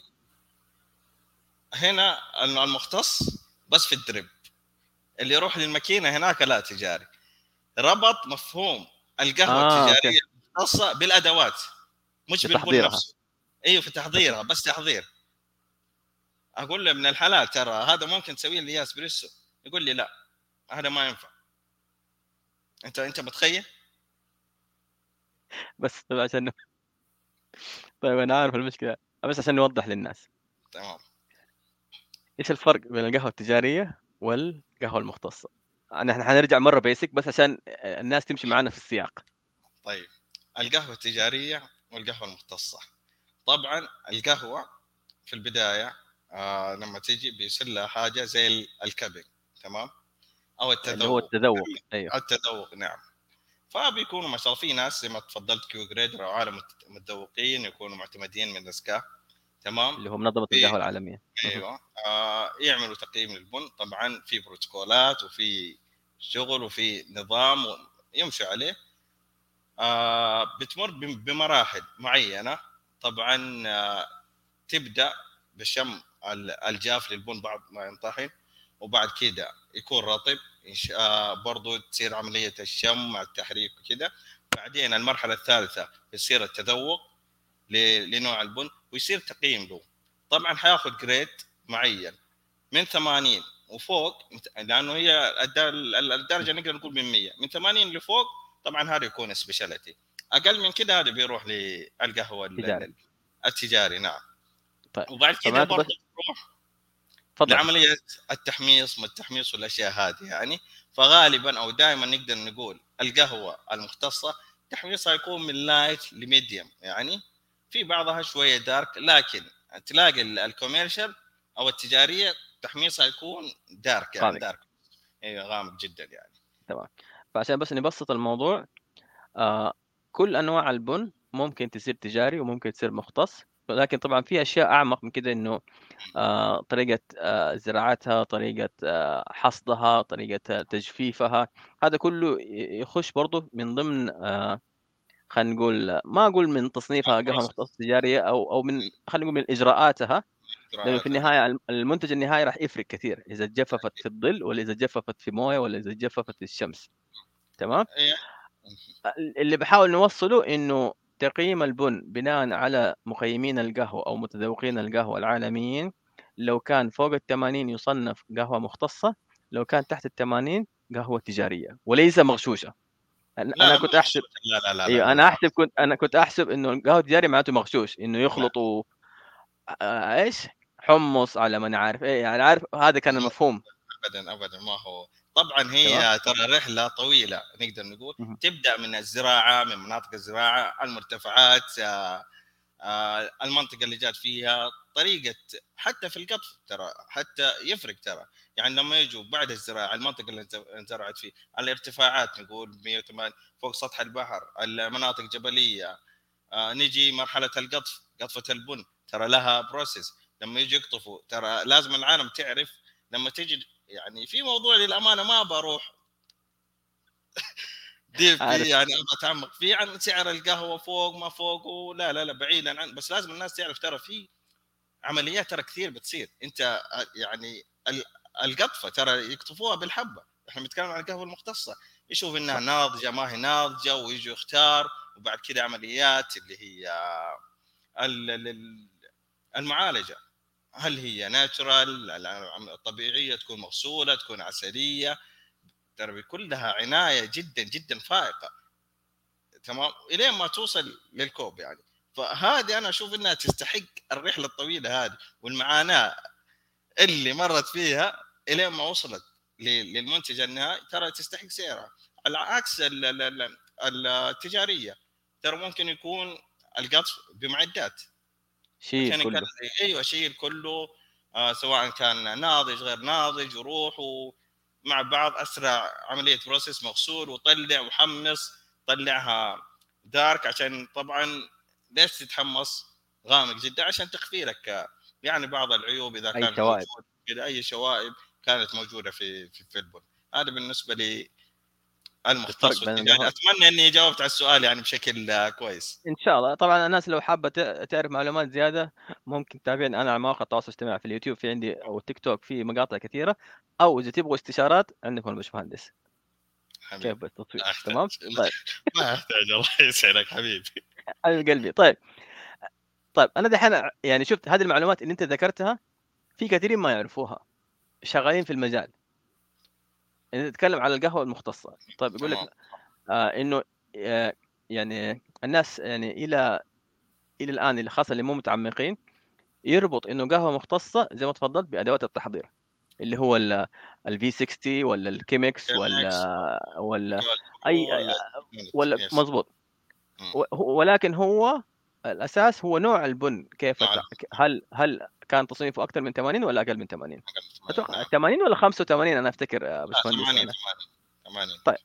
هنا المختص بس في الدرب، اللي يروح للماكينه هناك لا تجاري. ربط مفهوم القهوه أوكي، التجاريه المختصه بالادوات، مش في بالبن تحضيرها. نفسه. ايوه في أوكي. تحضيرها، بس تحضير. اقول له من الحلال ترى هذا ممكن تسويه لي اسبريسو، يقول لي لا هذا ما ينفع. انت متخيل؟ بس طيب عشان طيب أنا عارف المشكلة، بس عشان نوضح للناس، تمام. إيش الفرق بين القهوة التجارية والقهوة المختصة؟ نحن حنرجع مرة basic بس عشان الناس تمشي معانا في السياق. طيب القهوه التجاريه والقهوه المختصه، طبعا القهوه في البدايه لما تيجي بيصير لها حاجه زي الكبك، تمام، او اللي هو التذوق. التذوق، أيوه. التذوق نعم. فبيكونوا ما شاء الله في ناس زي ما تفضلت كيو جريدر او عالم متذوقين يكونوا معتمدين من نسكا، تمام. اللي هو منظمة في القهوة العالمية. اهم. ايوه يعملوا تقييم للبن، طبعا في بروتوكولات وفي شغل وفي نظام يمشوا عليه. بتمر بمراحل معينه. طبعا تبدا بشم الجاف للبن بعد ما ينطحن، وبعد كده يكون رطب. برضو تصير عمليه الشم مع التحريك وكده. بعدين المرحله الثالثه يصير التذوق لنوع البن ويصير تقييم له. طبعا حياخذ جريد معين من 80 وفوق، لانه هي الدرجه نقدر نقول من 100، من 80 لفوق طبعا هذا يكون سبيشاليتي. اقل من كده هذا بيروح للقهوه تجاري. التجاري نعم. طيب، وبعد كده فمعناته برضه بس تروح تفضل. لعمليه التحميص، ما التحميص والاشياء هذه يعني. فغالبا او دائما نقدر نقول القهوه المختصه تحميصها يكون من لايت لميديوم يعني، في بعضها شويه دارك، لكن تلاقي الكوميرشال او التجاريه تحميصها يكون دارك يعني غامق. دارك. ايوه غامق جدا يعني. تمام. فعشان بس نبسط الموضوع، آه كل أنواع البن ممكن تصير تجاري وممكن تصير مختص، ولكن طبعا في أشياء أعمق من كده، إنه طريقة زراعتها، طريقة حصدها، طريقة تجفيفها، هذا كله يخش برضه من ضمن خلينا نقول، ما أقول من تصنيفها قهوة بروسس. مختصة تجارية، أو من خلينا نقول من إجراءاتها، لأنه في قراءاتها نعم. النهاية المنتج النهائي راح يفرق كثير إذا اتجففت في الظل، ولا إذا اتجففت في موية، ولا إذا اتجففت في الشمس. تمام. إيه. اللي بحاول نوصله إنه تقييم البن بناء على مقيمين القهوة أو متذوقين القهوة العالميين، لو كان فوق ال80 يصنف قهوة مختصة، لو كان تحت ال80 قهوة تجارية وليس مغشوشة. لا أنا لا مو كنت أحسب، مغشوش. لا لا لا لا أيوه، لا لا. أنا كنت أحسب إنه القهوة التجاري معناته مغشوش، إنه لا يخلطوا إيش، حمص على ما أنا عارف إيه، يعني عارف هذا كان المفهوم. ابدا ابدا ما هو. طبعا تمام. هي ترى رحله طويله نقدر نقول. اهم. تبدا من الزراعه، من مناطق الزراعه، المرتفعات، المنطقه اللي جات فيها، طريقه حتى في القطف ترى حتى يفرق ترى. يعني لما يجوا بعد الزراعه المنطقه اللي انزرعت فيه، الارتفاعات نقول 108 فوق سطح البحر، المناطق جبليه، نجي مرحله القطف، قطفه البن ترى لها بروسيس. لما يجي يقطفوا ترى لازم العالم تعرف. لما تجي يعني في موضوع للامانه ما بروح ديب عارف. فيه يعني، ابغى اتعمق فيه عن سعر القهوه فوق ما فوق، لا لا لا بعيدا عن، بس لازم الناس تعرف ترى في عمليات ترى كثير بتصير. انت يعني القطفه ترى يقطفوها بالحبه. احنا بنتكلم عن القهوه المختصه، يشوف انها صح. ناضجه ما هي ناضجه ويجي يختار. وبعد كذا عمليات اللي هي المعالجه، هل هي ناتشرال طبيعيه، تكون مغسوله، تكون عسليه، ترى كلها عنايه جدا جدا فائقه، تمام، الين ما توصل للكوب يعني. فهذه انا اشوف انها تستحق الرحله الطويله هذه والمعاناه اللي مرت فيها الين ما وصلت للمنتج النهائي، ترى تستحق سعرها. على عكس التجاريه، ترى ممكن يكون القطف بمعدات شيل ميكانيكال. كله. ايوه شيء كله، سواء كان ناضج غير ناضج، وروحوا مع بعض اسرع عمليه بروسيس، مغسول وطلع وحمص، طلعها دارك عشان طبعا ليش تتحمص غامق جدا عشان تخفي لك يعني بعض العيوب اذا أي كانت شوائب. موجوده كذا، اي شوائب كانت موجوده في البن. هذا بالنسبه لي الفرق المختص بين والتجاري. القهوة اتمنى اني جاوبت على السؤال يعني بشكل كويس. إن شاء الله. طبعًا الناس لو حابة تعرف معلومات زيادة ممكن تتابعني أنا على مواقع التواصل الاجتماعي، في اليوتيوب في عندي أو التيك توك في مقاطع كثيرة، أو إذا تبغوا استشارات عندكم الباشمهندس كيف حبيبي بالتصوير، لا احتاج. تمام؟ طيب ما احتاج، الله يسعدك حبيبي. حبيب قلبي. طيب أنا دحين يعني شُفت هذه المعلومات اللي أنت ذكرتها في كثيرين ما يعرفوها، شغالين في المجال. أنت تتكلم على القهوة المختصة، طيب يقول لك تمام. إنه آآ يعني الناس يعني إلى الآن اللي خاصة اللي مو متعمقين يربط إنه قهوة مختصة زي ما تفضلت بأدوات التحضير، اللي هو الV60 والّا الChemex كيمكس والّا أي ولا والّا يس. مضبوط. ولكن هو الأساس هو نوع البُن كيف نوع هل كان تصنيفه أكتر من 80 والّا أقل من 80؟ أقل من 80 أتوقع نعم. 80 والّا 85 أنا أفتكر يا لا باشمهندس 80 أنا. 80 80. طيب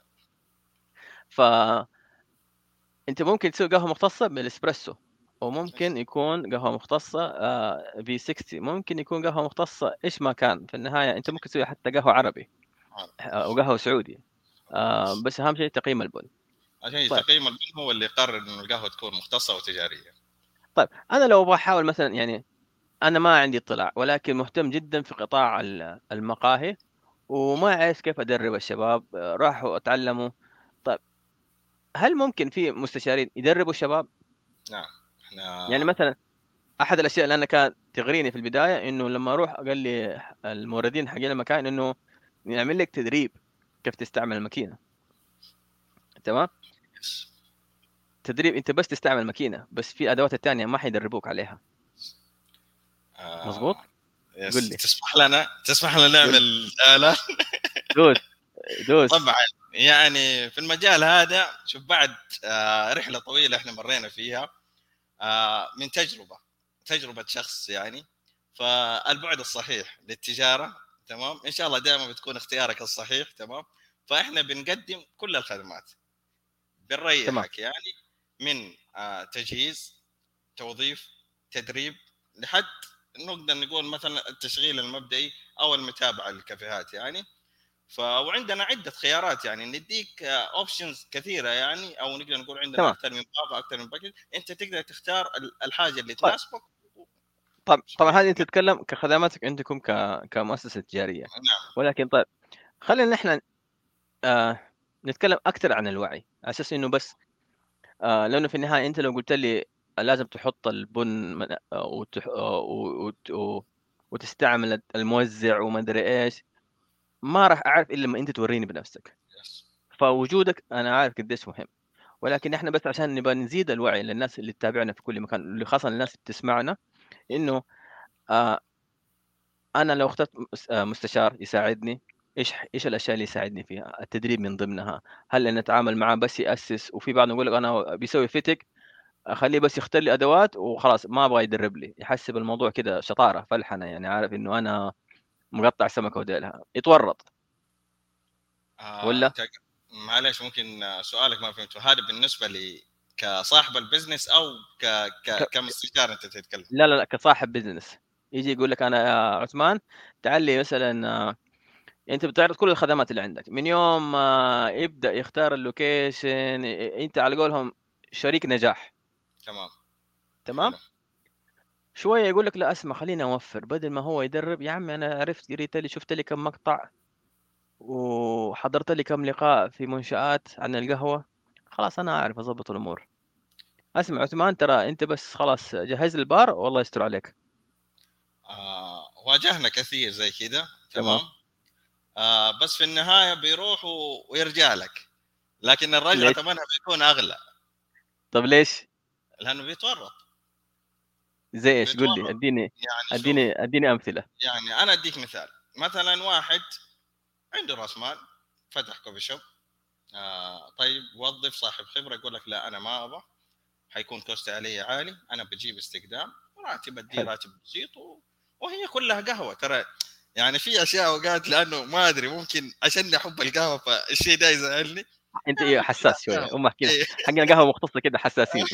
فأنت ممكن تسوي قهوة مختصة بالإسبريسو، وممكن يكون قهوة مختصة V60 ممكن يكون قهوة مختصة إيش ما كان، في النهاية أنت ممكن تسوي حتى قهوة عربي أو قهوة سعودي، بس أهم شيء تقييم البُن. عشان طيب، تقييم البن هو اللي يقرر انه القهوه تكون مختصه وتجاريه. طيب أنا لو أبغى أحاول مثلًا يعني أنا ما عندي اطلاع، ولكن مهتم جدًا في قطاع المقاهي، وما عارف كيف أدرّب الشباب، راحوا اتعلموا. طيب هل ممكن في مستشارين يدربوا الشباب؟ نعم. احنا يعني مثلًا أحد الأشياء اللي أنا كانت تغريني في البداية إنه لمّا أروح قال لي الموردين حقين المكان إنه نعمل لك تدريب كيف تستعمل الماكينة، تمام؟ تدريب أنت بس تستعمل الماكينة، بس في الأدوات التانية ما حيدربوك عليها، مضبوط؟ آه قُل يس، لي. تسمح لنا قُل لي. نعمل آلة. دوس، دوس. طبعا يعني في المجال هذا شوف بعد رحله طويله احنا مرينا فيها من تجربه شخص يعني. فالبعد الصحيح للتجاره تمام ان شاء الله دائما بتكون اختيارك الصحيح تمام. فاحنا بنقدم كل الخدمات، تمام، بنريحك يعني من تجهيز، توظيف، تدريب، لحد نقدر نقول مثلا التشغيل المبدئي او المتابعه للكافيهات يعني. وعندنا عده خيارات يعني نديك اوبشنز كثيره يعني، او نقدر نقول عندنا تمام. اكثر من باب اكثر من باكج، انت تقدر تختار الحاجه اللي طيب تناسبك. طبعًا صحيح. هذه أنت تتكلم كخدماتك عندكم كمؤسسة تجارية، نعم. ولكن طيب خلّينا نحن آآ نتكلم أكتر عن الوعي، على أساس إنه بس لأنه في النهاية أنت لو قُلت لي لازم تحط البُن من وتح و وت و وتستعمل الموزع وما أدري إيش، ما راح أعرف إلا لمّا أنت تورّيني بنفسك، يس. فوجودك أنا عارف قديش مهم، ولكن إحنا بس عشان نبغى نزيد الوعي للناس اللي تتابعنا في كل مكان، خاصةً الناس اللي بتسمعنا، إنه آآ أنا لو اخترت مستشار يساعدني، إيش الأشياء اللي يساعدني فيها؟ التدريب من ضمنها، هل إني أتعامل معاه بس يأسس، وفي بعضهم يقول لك أنا بيسوي فِتِك أخلّيه بس يختار لي أدوات وخلاص ما أبغى يدرّب لي، يحسّب الموضوع كده شطارة، فلحنة يعني عارف إنه أنا مقطّع سمكة وديلها، يتورّط والّا؟ انت معلش ممكن سؤالك ما فهمته، هذا بالنسبه لي كصاحب البزنس او ك كمستشار انت تتكلم؟ لا، كصاحب business ييجي يقول لك أنا يا عثمان تعال لي مثلًا أنت بتعرض كل الخدمات اللي عندك، من يوم ما يبدأ يختار الlocation أنت على قولهم شريك نجاح، تمام. تمام؟ حلو. شوية يقول لك لأ اسمع خلّيني أوفّر، بدل ما هو يدرّب يا عمي أنا عرفت قريت لي شُفت لي كم مقطع وحضرت لي كم لقاء في منشآت عن القهوة، خلاص أنا أعرف أضبّط الأمور. اسمع عثمان ترى أنت بس خلاص جهّز لي البار والله يستر عليك. واجهنا كثير زي كذا تمام. تمام. بس في النهايه بيروح ويرجع لك، لكن الرجعه ليش؟ ثمنها بيكون اغلى طب ليش؟ لانه بيتورط. زي إيش؟ قُل لي بيتورط ادّيني يعني شوف، ادّيني أمثلة. يعني انا اديك مثال. مثلا واحد عنده راس مال، فتح كوفي شوب، طيب وظف صاحب خبره، يقول لك لا انا ما ابغى، حيكون كوست علي عالي، انا بجيب استخدام، راتب اديه حلو. راتب بسيط وهي كلها قهوه ترى. يعني في اشياء اوقات لانه ما ادري ممكن عشان احب القهوه فالشيء ده يزعلني. أنت يا إيه عمي كلها حساس شوية، قهوه. هم كده إيه. حقنا قهوة مختصة كده حساسين.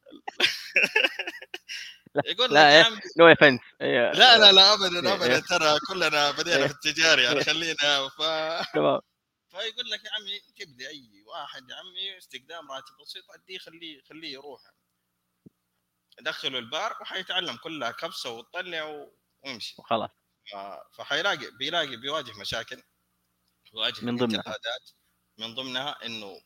لا، يقول لك لا يا إيه عمي no offense لا ابدا إيه، ابدا، ترى كلنا بدينا في إيه، التجار يعني إيه، خلينا تمام. فيقول لك يا عمي تبدي اي واحد يا عمي استقدام راتب بسيط اديه، خليه يروح، دخله البار وحيتعلم كلها كبسه وتطلع ويمشي. وخلاص. بيواجه مشاكل، بيواجه من ضمنها. انتقادات. من ضمنها انه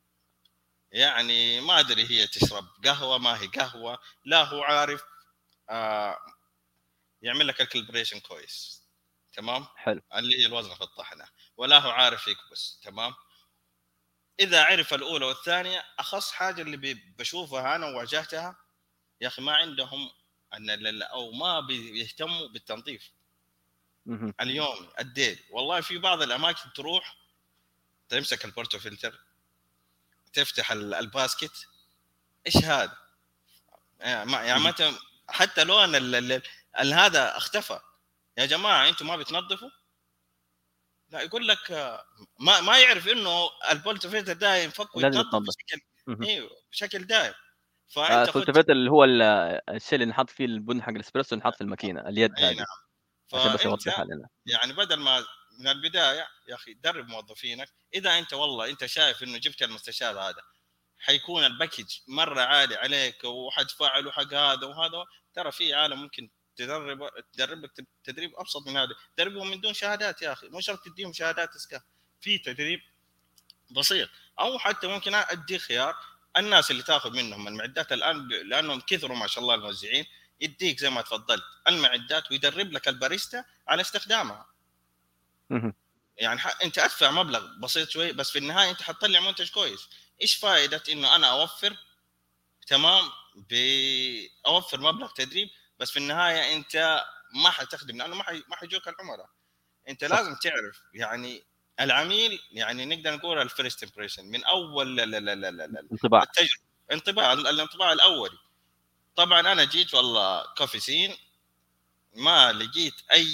يعني ما ادري هي تشرب قهوه ما هي قهوه، لا هو عارف آه يعمل لك الكالبريشن كويس، تمام، حلو. اللي هي الوزن في الطحنه، ولا هو عارف يكبس، تمام. اذا عرف الاولى والثانيه، اخص حاجه اللي بشوفها انا وواجهتها، يا اخي ما عندهم او ما بيهتموا بالتنظيف اهم. اليومي الديلي. والله في بعض الاماكن تروح تمسك البورتو فلتر، تفتح الباسكت، ايش هذا يعني اهم. متى حتى لون هذا اختفى. يا جماعه انتم ما بتنظفوا؟ لا يقول لك ما يعرف انه البولت فلتر ده ينفك لازم ويتنظف يتنضف. بشكل، اهم. ايوه بشكل دائم. فانت خد، الكولتيفيتر اللي هو الشيء اللي نحط فيه البن حق الإسبريسو، نحط في الماكينة، اليد اي هذه، نعم. عشان بس فانت أوضحها لنا. يعني بدل ما من البدايه يا اخي درب موظفينك. اذا انت والله انت شايف انه جبت المستشار هذا حيكون الباكج مره عالي عليك وحتفعل وحق هذا وهذا، ترى في عالم ممكن تدربك تدريب ابسط من هذا، تدربهم من دون شهادات يا اخي، مو شرط تديهم شهادات اسكا، في تدريب بسيط. او حتى ممكن ادي خيار الناس اللي تاخذ منهم المعدات الان لانهم كثروا ما شاء الله الموزعين، يديك زي ما تفضلت المعدات ويدرب لك الباريستا على استخدامها. اهم. يعني انت ادفع مبلغ بسيط شوي، بس في النهايه انت حتطلع منتج كويس. ايش فائده انه انا اوفر، تمام، اوفر مبلغ تدريب، بس في النهايه انت ما حتخدم، لانه ما حيجوك العملاء. انت صح. لازم تعرف يعني العميل، يعني نقدر نقول الفيرست امبريشن من اول انطباع. التجربه، الانطباع الاولي. طبعا انا جيت والله كوفي سين ما لقيت اي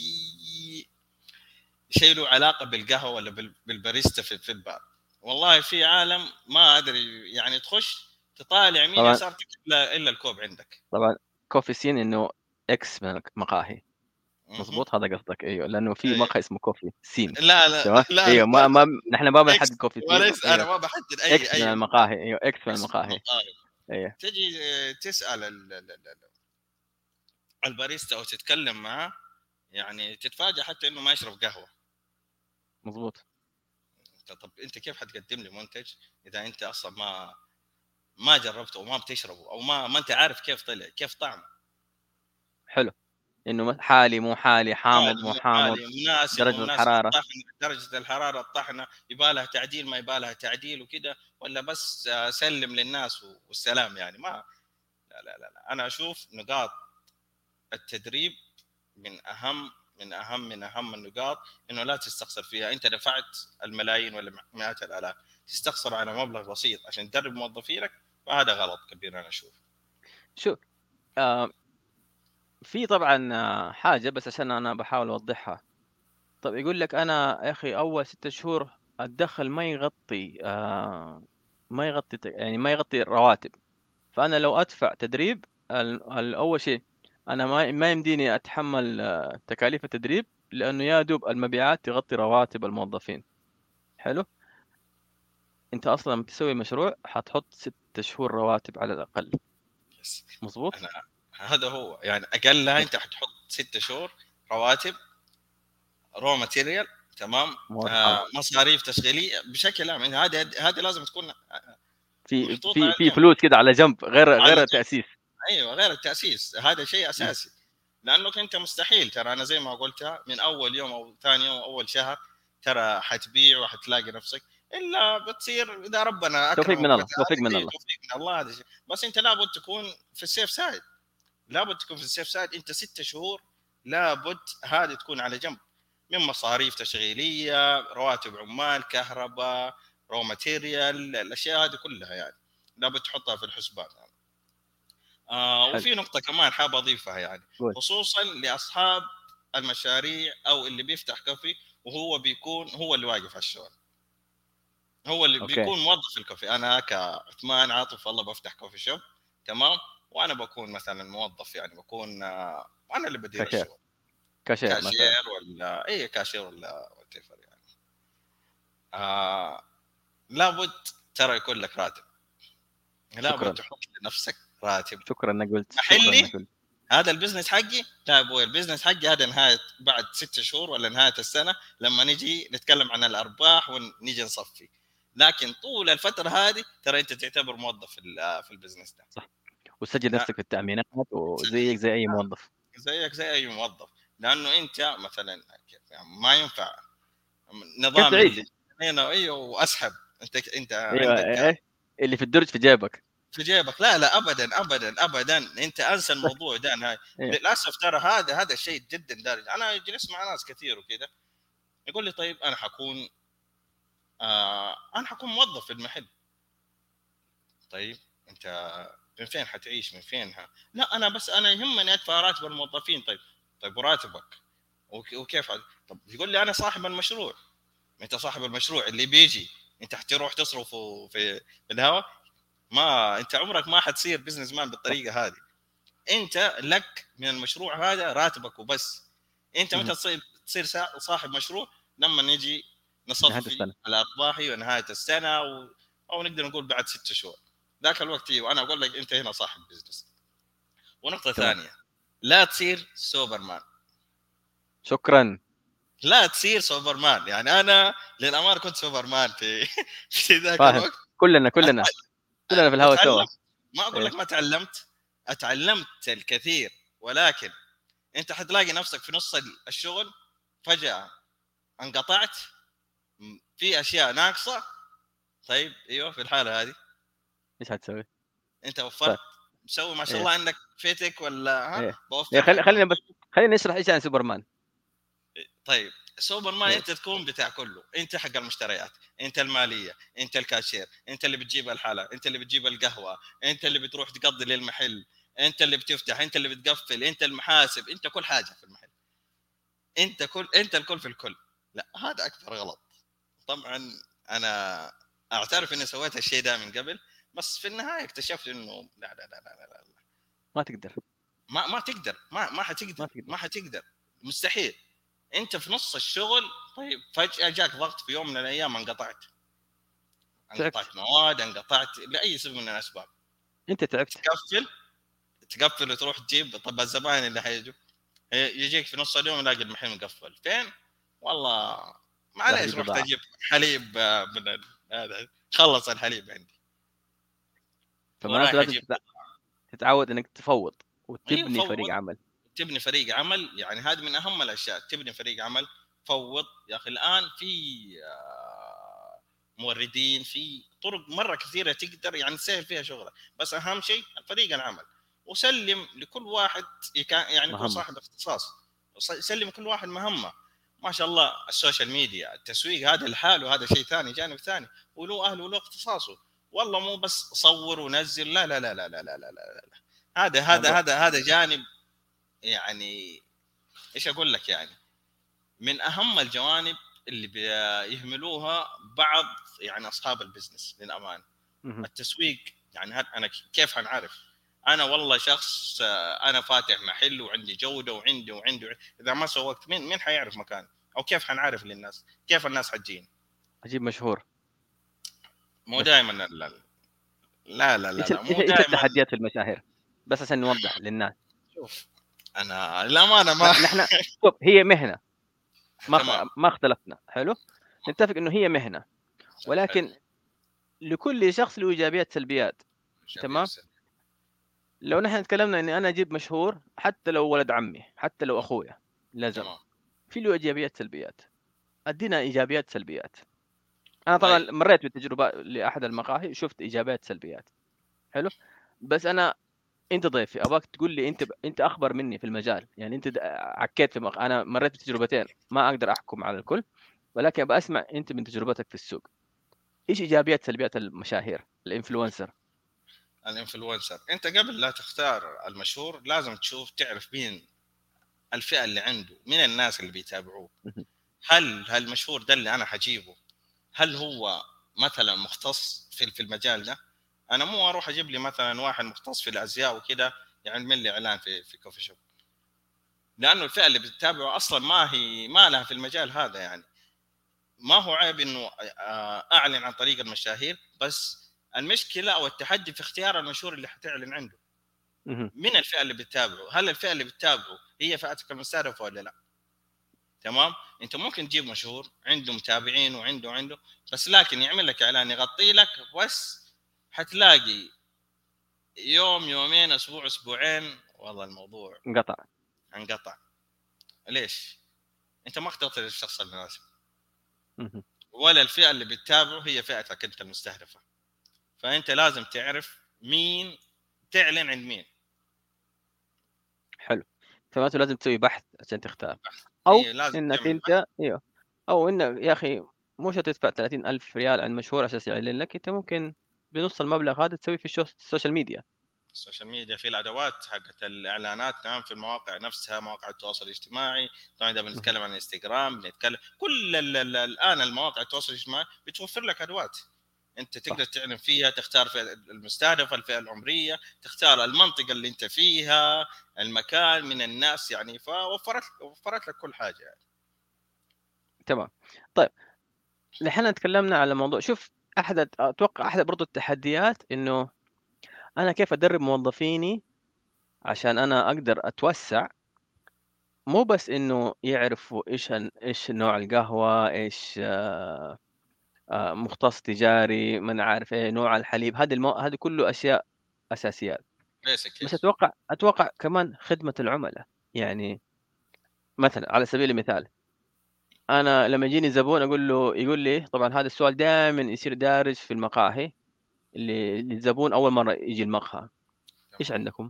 شيء له علاقه بالقهوه ولا بالباريستا في البار. والله في عالم ما ادري يعني تخش تطالع يمين طبعًا. يسار الا الكوب عندك. طبعًا coffee scene إنه X من المقاهي. اها. مضبوط، هذا قصدك، أيوه، لأنه في أي. مقهى اسمه coffee scene. لا لا تمام. لا أيوه، لا ما نحن ما اكس، بنحدد coffee scene. وليس انا أيوه، ما بحدد X من اي مقال، المقاهي، أيوه X من اكس من المقاهي. المقال. أيوه. تجي تسال الباريستا او تتكلم معه، يعني تتفاجئ حتى انه ما يشرب قهوه. مضبوط. طب انت كيف حتقدم لي منتج اذا انت اصلا ما جربته وما بتشربه، او ما انت عارف كيف طلع كيف طعمه؟ حلو. إنه حالي مو حالي، حامض عالي مو مو حامض، عالي، مناسب مو درجة مناسب، الحرارة. الطحن درجه الحراره الطحنه يبالها تعديل ما يبالها تعديل وكذا، ولا بس سلم للناس والسلام يعني ما. لا انا اشوف نقاط التدريب من اهم النقاط، انه لا تستخسر فيها. انت دفعت الملايين ولا مئات الالاف، تستخسر على مبلغ بسيط عشان تدرب موظفينك، فهذا غلط كبير انا اشوف. شوف، آآ في طبعًا حاجة بس عشان أنا باحاول أوضّحها. طَب يقول لك أنا يا أخي أول 6 شهور الدخل ما يغطي يعني ما يغطي الرواتب. فأنا لو أدفع تدريب أول شيء، أنا ما يمديني أتحمّل تكاليف التدريب، لأنه يا دوب المبيعات تغطي رواتب الموظفين. حلو. أنت أصلًا لمّا تسوي مشروع حتحط 6 شهور رواتب على الأقل. يس. مضبوط؟ انا هذا هو يعني اقلها ي انت حتحط 6 شهور رواتب، رو ماتيريال، تمام، مواد خام. مصاريف تشغيليه بشكل عام. يعني هذه لازم تكون في محطوطه في على في جنب، فلوس كده على جنب على غير جنب. التأسيس. ايوه غير التاسيس، هذا شيء إمم. اساسي. لانك انت مستحيل، ترى انا زي ما قلتها من اول يوم او ثاني يوم او اول شهر ترى حتبيع وحتلاقي نفسك، الا بتصير اذا ربنا توفيق اكرمك من الله، بفتح توفيق هذه من دي الله. توفيق من الله. هذا شيء، بس انت لابد تكون في السيف سايد، لابد تكون في السيف سايد. انت 6 شهور لابد هذه تكون على جنب، من مصاريف تشغيليه، رواتب عمال، كهرباء، رو ماتيريال، الاشياء هذه كلها يعني لابد تحطها في الحسبان. حلو. وفي نقطة كمان حاب أضيفها يعني، قُل. خصوصا لأصحاب المشاريع أو اللي بيفتح كافي وهو بيكون هو اللي واقف على الشغل، هو اللي أوكي. بيكون موظف في الكافي. أنا كعثمان عاطف والله بفتح كوفي شوب، تمام، وأنا بكون مثلا موظف، يعني بكون أنا اللي بدير كاشير. الشغل، كاشير مثلًا. كاشير ولا أي كاشير ولا whatever يعني. آه لابد ترى يكون لك راتب، لابد شكرًا، تحط لنفسك راتب شكرًا إنك قُلت، شكرًا محلي. إنك قُلت. هذا البزنس حقي، لا يا ابوي البزنس حقي هذا نهايه بعد 6 شهور ولا نهايه السنه لما نجي نتكلم عن الارباح ونيجي نصفي. لكن طول الفتره هذه ترى انت تعتبر موظف في البزنس ده. صح، وتسجّل ها، نفسك في التأمينات تسجل وزيك زي أي موظف. زيك زي اي موظف. لانه انت مثلا يعني ما ينفع كيف نظام تعيش؟ اللي هنا ايوه واسحب. انت أيوه عندك إيه، اللي في الدرج في جيبك. في جيبك. لا لا ابدا ابدا ابدا، انت انسى صح، الموضوع ده نهائي. أيوه، للاسف ترى هذا الشيء جدا دارج. انا جلست مع ناس كثير وكذا يقول لي طيب انا حكون موظف في المحل. طيب انت من فين حتعيش؟ من فين لا انا بس انا يهمني ادفع راتب الموظفين. طيب طيب وراتبك وكيف طب يقول لي انا صاحب المشروع. انت صاحب المشروع اللي بيجي انت حتروح تصرفه في الهواء؟ ما انت عمرك ما حتصير بزنس مان صح، بالطريقه هذه. انت لك من المشروع هذا راتبك وبس. انت اهم، متى تصير صاحب مشروع؟ لما نجي نهاية نصفي السنة. الارباح ونهايه السنه او نقدر نقول بعد 6 شهور. ذاك الوقت وانا اقول لك انت هنا صاحب بزنس. ونقطه تمام، ثانيه، لا تصير سوبرمان. شكرًا، لا تصير سوبرمان. يعني انا للامانه كنت سوبرمان في في ذاك فاهم، الوقت. كلنا، كلنا، كلنا في الهوا سوا. اتعلمت، ما اقول لك إيه، ما تعلمت، اتعلمت الكثير. ولكن انت حتلاقي نفسك في نص الشغل فجاه انقطعت، في اشياء ناقصه. طيب ايوه في الحاله هذه إيش حتسوي؟ انت طيب، وفرت، مسوي ما شاء إيه، الله عندك فيتك ولا إيه، إيه، بوفر حق خلّينا بس خلّينا نشرح إيش يعني سوبرمان. طيب سوبر مان إيه، انت تكون بتاع كله. انت حق المشتريات، انت الماليه، انت الكاشير، انت اللي بتجيب الحلا، انت اللي بتجيب القهوه، انت اللي بتروح تقضي للمحل، انت اللي بتفتح، انت اللي بتقفل، انت المحاسب، انت كل حاجه في المحل. انت الكل في الكل. لا هذا اكبر غلط. طبعا انا اعترف اني سويت الشيء ده من قبل، بس في النهايه اكتشفت انه لا لا لا لا لا, لا. ما تقدر، ما تقدر، ما حتقدر، ما تقدر، ما حتقدر، مستحيل. انت في نص الشغل طيب فجاه جاك ضغط في يوم من الايام انقطعت، تعبت، انقطعت مواد، انقطعت لاي سبب من الاسباب. أنت تعبت، تقفل، تقفل وتروح تجيب. طب الزباين اللي حيجوا يجيك في نص اليوم يلاقي المحل مقفل. فين؟ والله راح أجيب معليش رحت بضاعة. اجيب حليب من هذا خلص الحليب عندي فمعناته ورايح لازم اجيب. تتعود إنك تفوّض ايوه وتبني فوض، فريق عمل. تبني فريق عمل. يعني هذه من اهم الاشياء، تبني فريق عمل. فوض يا اخي. الان في موردين، في طرق مره كثيره تقدر يعني تسهل فيها شغلك. بس اهم شيء فريق العمل. وسلم لكل واحد يعني يكون مهمة، صاحب اختصاص. سلم كل واحد مهمه. ما شاء الله السوشيال ميديا التسويق هذا لحاله هذا شيء ثاني، جانب ثاني، وله اهله وله اختصاصه. والله مو بس صور ونزل، لا لا لا لا لا لا لا, لا. هذا هذا جانب يعني ايش اقول لك يعني من اهم الجوانب اللي بيهملوها بعض يعني اصحاب البزنس للامانه. اهم، التسويق يعني انا كيف حنعرف؟ انا والله شخص انا فاتح محل وعندي جوده وعندي اذا ما سوقت مين حيعرف مكاني؟ او كيف حنعرف للناس؟ كيف الناس حتجيني؟ أجيب مشهور. مو بس دائما لا مو إيش دائما. التحديات في المشاهير؟ بس عشان نوضّح للناس. شوف انا للامانه ما نحن شوف هي مهنة، تمام. ما اختلفنا، حلو؟ نتفق إنه هي مهنة، حلو. ولكن لكل شخص له إيجابيات، سلبيات، شبيه تمام؟ السنة. لو نحن تكلمنا إني أنا أجيب مشهور، حتى لو ولد عمي، حتى لو أخويا، لازم تمام. في له إيجابيات، سلبيات. أدينا إيجابيات، سلبيات. أنا طبعًا طيب مرّيت بتجربة لأحد المقاهي وشُفت إيجابيات، سلبيات، حلو؟ بس أنت ضيفي، أبغاك تقول لي أنت أخبر مني في المجال، يعني أنت عكيت في أنا مرّيت بتجربتين، ما أقدر أحكم على الكل، ولكن أبغى أسمع أنت من تجربتك في السوق، إيش إيجابيات، سلبيات المشاهير، الinfluencer؟ الانفلونسر، انت قبل لا تختار المشهور لازم تشوف تعرف مين الفئه اللي عنده، مين الناس اللي بيتابعوه. اهم، هل المشهور ده اللي انا حجيبه هل هو مثلا مختص في المجال ده؟ انا مو اروح اجيب لي مثلا واحد مختص في الازياء وكده يعمل لي اعلان في كوفي شوب، لانه الفئه اللي بتتابعه اصلا ما لها في المجال هذا يعني. ما هو عيب انه اعلن عن طريق المشاهير، بس المشكله او التحدي في اختيار المشهور اللي حتعلن عنده. اهم، من الفئه اللي بتتابعه، هل الفئه اللي بتتابعه هي فئتك المستهدفه ولا لا؟ تمام. انت ممكن تجيب مشهور عنده متابعين وعنده بس لكن يعمل لك اعلان يغطي لك بس، حتلاقي يوم يومين اسبوع اسبوعين والله الموضوع انقطع. انقطع. ليش؟ انت ما اخترت الشخص المناسب، اهم، ولا الفئه اللي بتتابعه هي فئتك انت المستهدفه. فانت لازم تعرف مين تعلن عن مين. حلو. فمعناته لازم تسوي بحث عشان تختار، أو هي لازم إنك تعمل بحث. أنت أيوه، أو إنك يا أخي مش هتدفع 30,000 ريال عند مشهور عشان يعلن لك، أنت ممكن بنُص المبلغ هذا تسويه في السوشيال ميديا. السوشيال ميديا في الادوات حقت الاعلانات، نعم، في المواقع نفسها، مواقع التواصل الاجتماعي. طبعا اذا اهم، بنتكلم عن الانستغرام بنتكلم كل الان المواقع التواصل الاجتماعي بتوفر لك ادوات انت صح، تقدر تعلن فيها، تختار فئة المستهدفه، الفئه العمريه، تختار المنطقه اللي انت فيها، المكان من الناس يعني، وفرت لك كل حاجه يعني. تمام. طيب نحن اتكلمنا على موضوع، شوف أتوقع أحد برضه التحديات إنه أنا كيف أدرّب موظفيني عشان أنا أقدر أتوسّع، مو بس إنه يعرفوا إيش نوع القهوة، إيش مختص تجاري، ما أنا عارف إيه، نوع الحليب، هذه كُلّه أشياء أساسيات. بيسك بس يس. أتوقع كمان خدمة العملا. يعني مثلًا على سبيل المثال، أنا لمّا يجيني زبون يقول لي طبعًا هذا السؤال دايمًا يصير دارج في المقاهي، اللي الزبون أول مرّة ييجي المقهى، إيش تمام. عندكم؟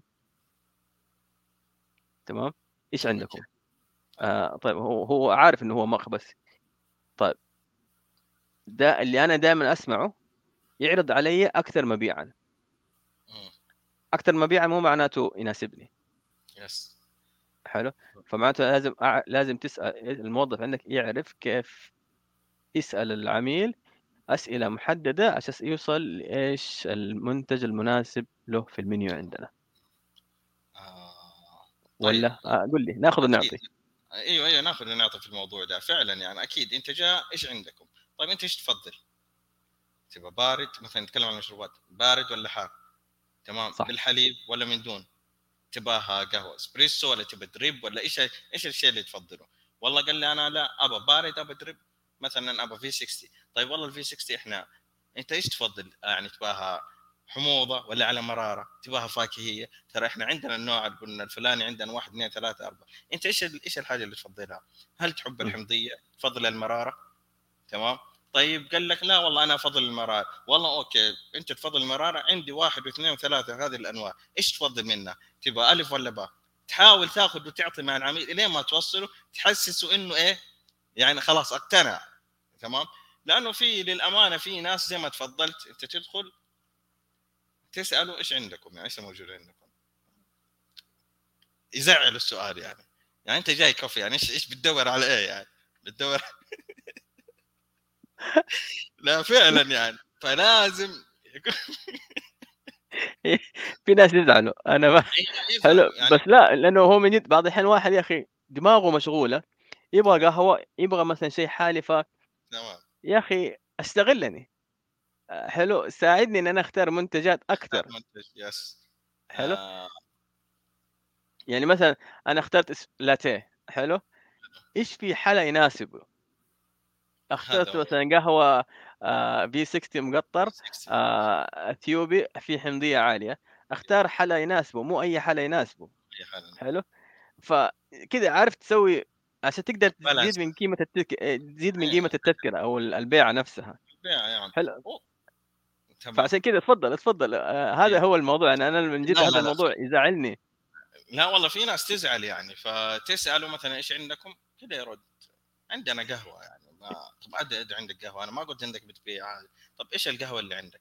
تمام، إيش اوكي. عندكم؟ طيب. طيب هو عارف إنه هو مقهى بس. طيب ده اللي أنا دايمًا أسمعه، يعرض عليَّ أكثر مبيعًا. مم. أكتر مبيعًا مو معناته يناسبني. يس. حلو. فمعناته لازم تسأل الموظف عندك، يعرف كيف يسأل العميل أسئلة محددة عشان يوصل لإيش المنتج المناسب له في المنيو عندنا. طيب. والّا قُل لي ناخذ اكيد. ونعطي. ايوه ناخذ ونعطي في الموضوع ده فعلا يعني. اكيد انت جاء ايش عندكم؟ طيب انت ايش تفضل؟ تبغى بارد مثلا، نتكلم عن المشروبات، بارد ولا حار؟ تمام. صح. بالحليب ولا من دون؟ تباها قهوه اسبريسو ولا تبى دريب ولا ايش الشيء اللي تفضله؟ والله قال لي انا لا ابى بارد ابى دريب، مثلا ابى في 60. طيب والله الفي 60 احنا، انت ايش تفضل يعني؟ تباها حموضه ولا على مراره؟ تباها فاكهيه؟ ترى احنا عندنا النوع قلنا الفلاني عندنا 1 2 3 4. انت ايش الحاجه اللي تفضلها؟ هل تحب اهم، الحمضيه؟ تفضل المراره؟ تمام. طيب قال لك لا والله انا افضل المرار، والله اوكي انت تفضل المراره، عندي واحد واثنين وثلاثه هذه الانواع، ايش تفضل منها؟ تبغى الف ولا باء؟ تحاول تاخذ وتعطي مع العميل الين ما توصله تحسسه انه ايه، يعني خلاص اقتنع. تمام. لانه في للامانه في ناس زي ما تفضلت انت تدخل تساله ايش عندكم، يعني ايش موجود عندكم، يزعل السؤال يعني. يعني انت جاي كوفي يعني ايش بتدور على ايه يعني؟ بتدور لا فعلا يعني، فلازم يكون في ناس يزعلوا، أنا ما حلو، يفهموا يعني. بس لأ، لأنه هو من جد بعض الأحيان الواحد يا أخي دماغه مشغولة، يبغى قهوة، يبغى مثلًا شيء حالي، تمام. يا أخي استغلني. حلو، ساعدني إن أنا أختار منتجات اختار أكتر. منتج يس. حلو. آه. يعني مثلًا أنا اخترت لاتيه حلو، إيش في حلا يناسبه؟ هذا اخترت هو مثلًا قهوة V60 مقطّر، 60. أثيوبي في حمضية عالية، أختار حلا يناسبه، مو أي حلا يناسبه. اي حالا. حلو. فكده عارف تسوي عشان تقدر بالانس. تزيد من قيمة ايه التذكرة أو البيعة نفسها. البيع يعني. حلو. أوه. تمام. فعشان كده اتفضل، هذا إيه. هو الموضوع. يعني أنا من جد لا هذا لا لا الموضوع يزعلني. لا والله في ناس تزعل يعني، فتساله مثلا ايش عندكم كذا يرد عندنا قهوه يعني. ما طب عاد عندك قهوه، انا ما قلت عندك بتبيع عادي. طب ايش القهوه اللي عندك؟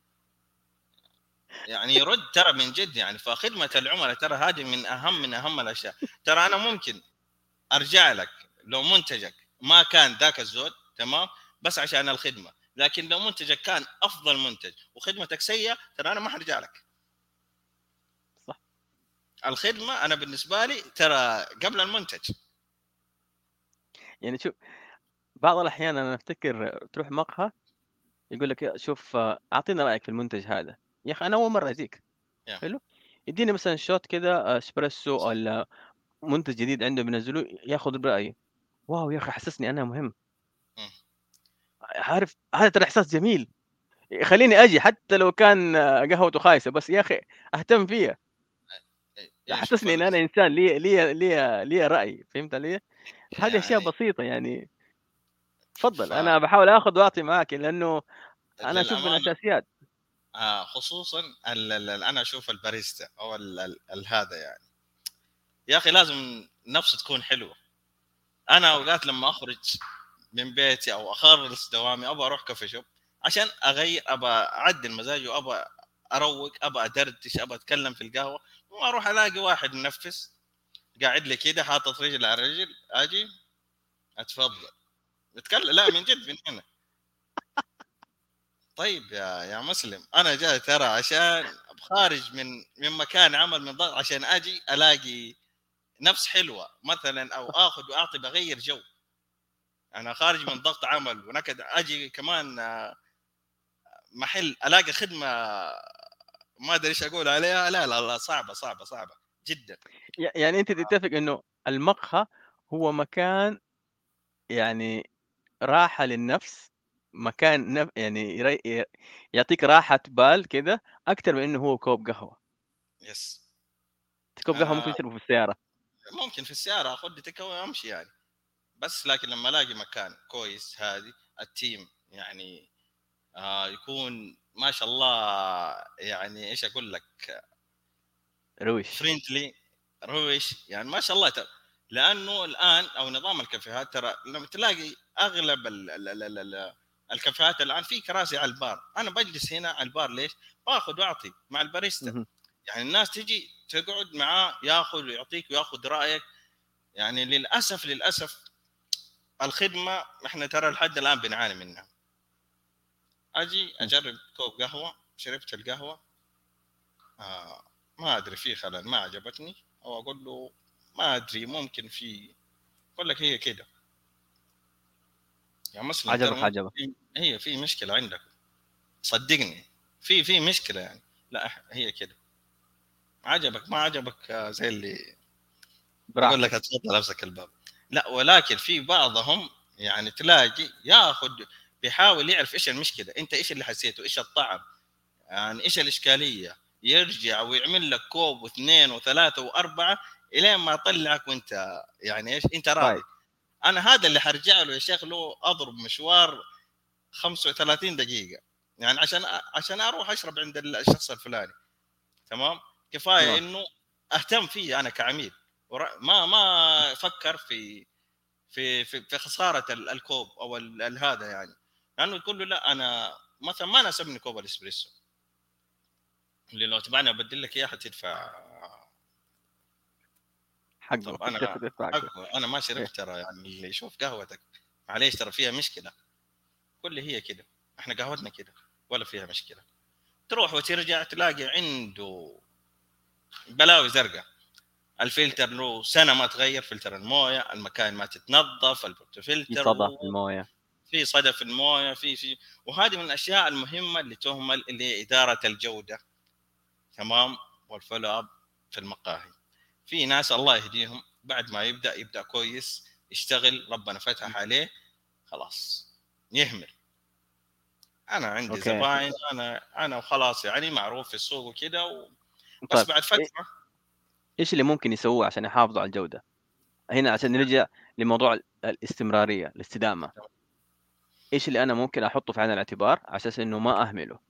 يعني يرد ترى من جد يعني. فخدمه العملاء ترى هذه من اهم الاشياء. ترى انا ممكن ارجع لك لو منتجك ما كان ذاك الزود تمام بس عشان الخدمه، لكن لو منتجك كان افضل منتج وخدمتك سيئه ترى انا ما حرجع لك. صح. الخدمه انا بالنسبه لي ترى قبل المنتج. يعني شوف، بعض الأحيان أنا أفتكر تروح مقهى يقول لك شوف أعطينا رأيك في المنتج هذا، يا أخي أنا أول مرة أجيك، يا حلو، يديني مثلًا shot كده إسبريسو والّا منتج جديد عندهم بينزّلوه ياخذ برأيي، واو يا أخي حسسني أنا مهم، مم. عارف هذا ترى إحساس جميل، يخلّيني آجي حتى لو كان قهوته خايسة، بس يا أخي أهتم فيها، شوف حسسني إن أنا إنسان ليّا رأي، فهمت علي؟ هذه أشياء يعني بسيطة يعني. شوف اتفضل، أنا باحاول آخُذ وأعطي معاك، لأنه أنا أشوف من للامانه الأساسيات. خصوصا انا اشوف الباريستا او هذا يعني يا اخي لازم نفسه تكون حلوه. انا صح، اوقات لما اخرج من بيتي او اخلص دوامي ابغى اروح كافي شوب عشان اغير، ابى اعدل مزاجي وابى اروق، ابى ادردش، ابى اتكلم في القهوه، واروح الاقي واحد منفس قاعد لي كده حاطط رجل على رجل، اجي اتفضل اتكلم، لا من جد من هنا. طيب يا مسلم، انا جاي ترى عشان خارج من مكان عمل من ضغط عشان اجي الاقي نفس حلوه مثلا، او اخذ واعطي بغير جو. انا خارج من ضغط عمل ونكد، اجي كمان محل الاقي خدمه ما ادري ايش اقول عليها. لا لا لا، صعبه صعبه صعبه جدا. يعني أنت تتّفق إنه المقهى هو مكان يعني راحة للنفس، مكان يعني يعطيك راحة بال كده أكتر من إنه هو كوب قهوة، يس. كوب قهوة ممكن انا تشربه في السيارة. ممكن في السياره اخذ لي تكوي وامشي يعني، بس لكن لما الاقي مكان كويس هذه التيم يعني يكون ما شاء الله، يعني ايش اقول لك، روش. فريندلي، روش يعني ما شاء الله ترى. لانه الان او نظام الكافيهات ترى لما تلاقي اغلب الكافيهات الان في كراسي على البار، انا بجلس هنا على البار ليش؟ باخذ واعطي مع الباريستا. اهم. يعني الناس تجي تقعد معاه ياخذ ويعطيك وياخذ رايك. يعني للاسف للاسف الخدمه احنا ترى لحد الان بنعاني منها. اجي إمم. اجرب كوب قهوه، شربت القهوه آه ما ادري في خلل ما عجبتني، او اقول له ما ادري ممكن في، اقول لك هي كده يا مسلم، ترى عجبك، ممكن عجبك. هي في مشكله عندك، صدقني في مشكله يعني. لا هي كده، عجبك ما عجبك زي اللي يقول لك براحتك. اتفضل امسك الباب. لا ولكن في بعضهم يعني تلاقي ياخذ بيحاول يعرف ايش المشكله، انت ايش اللي حسيته، ايش الطعم، يعني ايش الاشكاليه، يرجع ويعمل لك كوب واثنين وثلاثه واربعه الين ما يطلعك وانت يعني ايش انت راضي. رايق. انا هذا اللي حرجع له يا شيخ، له اضرب مشوار 35 دقيقه يعني عشان اروح اشرب عند الشخص الفلاني. تمام، كفايه تمام. انه اهتم فيه انا كعميل، ما فكر في خساره الكوب او هذا يعني. لانه تقول له لا انا مثلا ما ناسبني كوب الاسبريسو اللي لو تبعني ابدل لك اياه حتدفع. حقه طب انا تدفع حقه. حقه، انا ما إيه. شربت ترى، يعني اللي يشوف قهوتك معليش ترى فيها مشكله، كل هي كده، احنا قهوتنا كده ولا فيها مشكله. تروح وترجع تلاقي عنده بلاوي زرقاء، الفلتر له سنه ما تغير، فلتر المويه، المكان ما تتنظف، في الفلتر صدى في الموية. في صدى في المويه وهذه من الاشياء المهمه اللي تهمل، اللي هي اداره الجوده. تمام، والفولو اب في المقاهي. في ناس الله يهديهم بعد ما يبدا كويس يشتغل، ربنا فتح عليه، خلاص يهمل. انا عندي أوكي. زباين، انا وخلاص يعني معروف في السوق وكده بس طيب بعد فتره. إيش اللي ممكن يسووه عشان يحافظوا على الجودة؟ هنا عشان نرجع لموضوع الاستمرارية، الاستدامة، إيش اللي أنا ممكن أحطه في عين الاعتبار على أساس إنه ما أهمله؟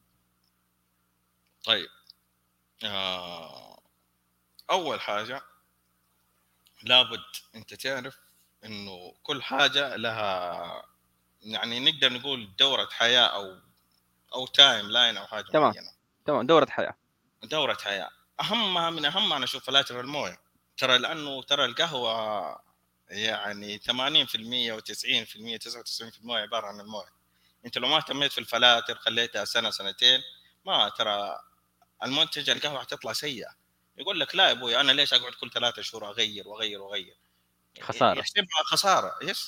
طيب آه اول حاجه لابد انت تعرف انه كل حاجه لها يعني نقدر نقول دوره حياه او تايم لاين او حاجه تمام، معينه. تمام، دورة حياة. دورة حياة أهمها من أهمها أنا أشوف فلاتر الموية. ترى لأنه ترى القهوة يعني 80% و90% 99% عبارة عن الموية. أنت لو ما اهتميت في الفلاتر خليتها سنة سنتين، ما ترى المنتج القهوة حتطلع سيئة. يقول لك لا يا أبوي أنا ليش أقعد كل 3 شهور أغير وأغير وأغير، خسارة. يحسبها خسارة. يس،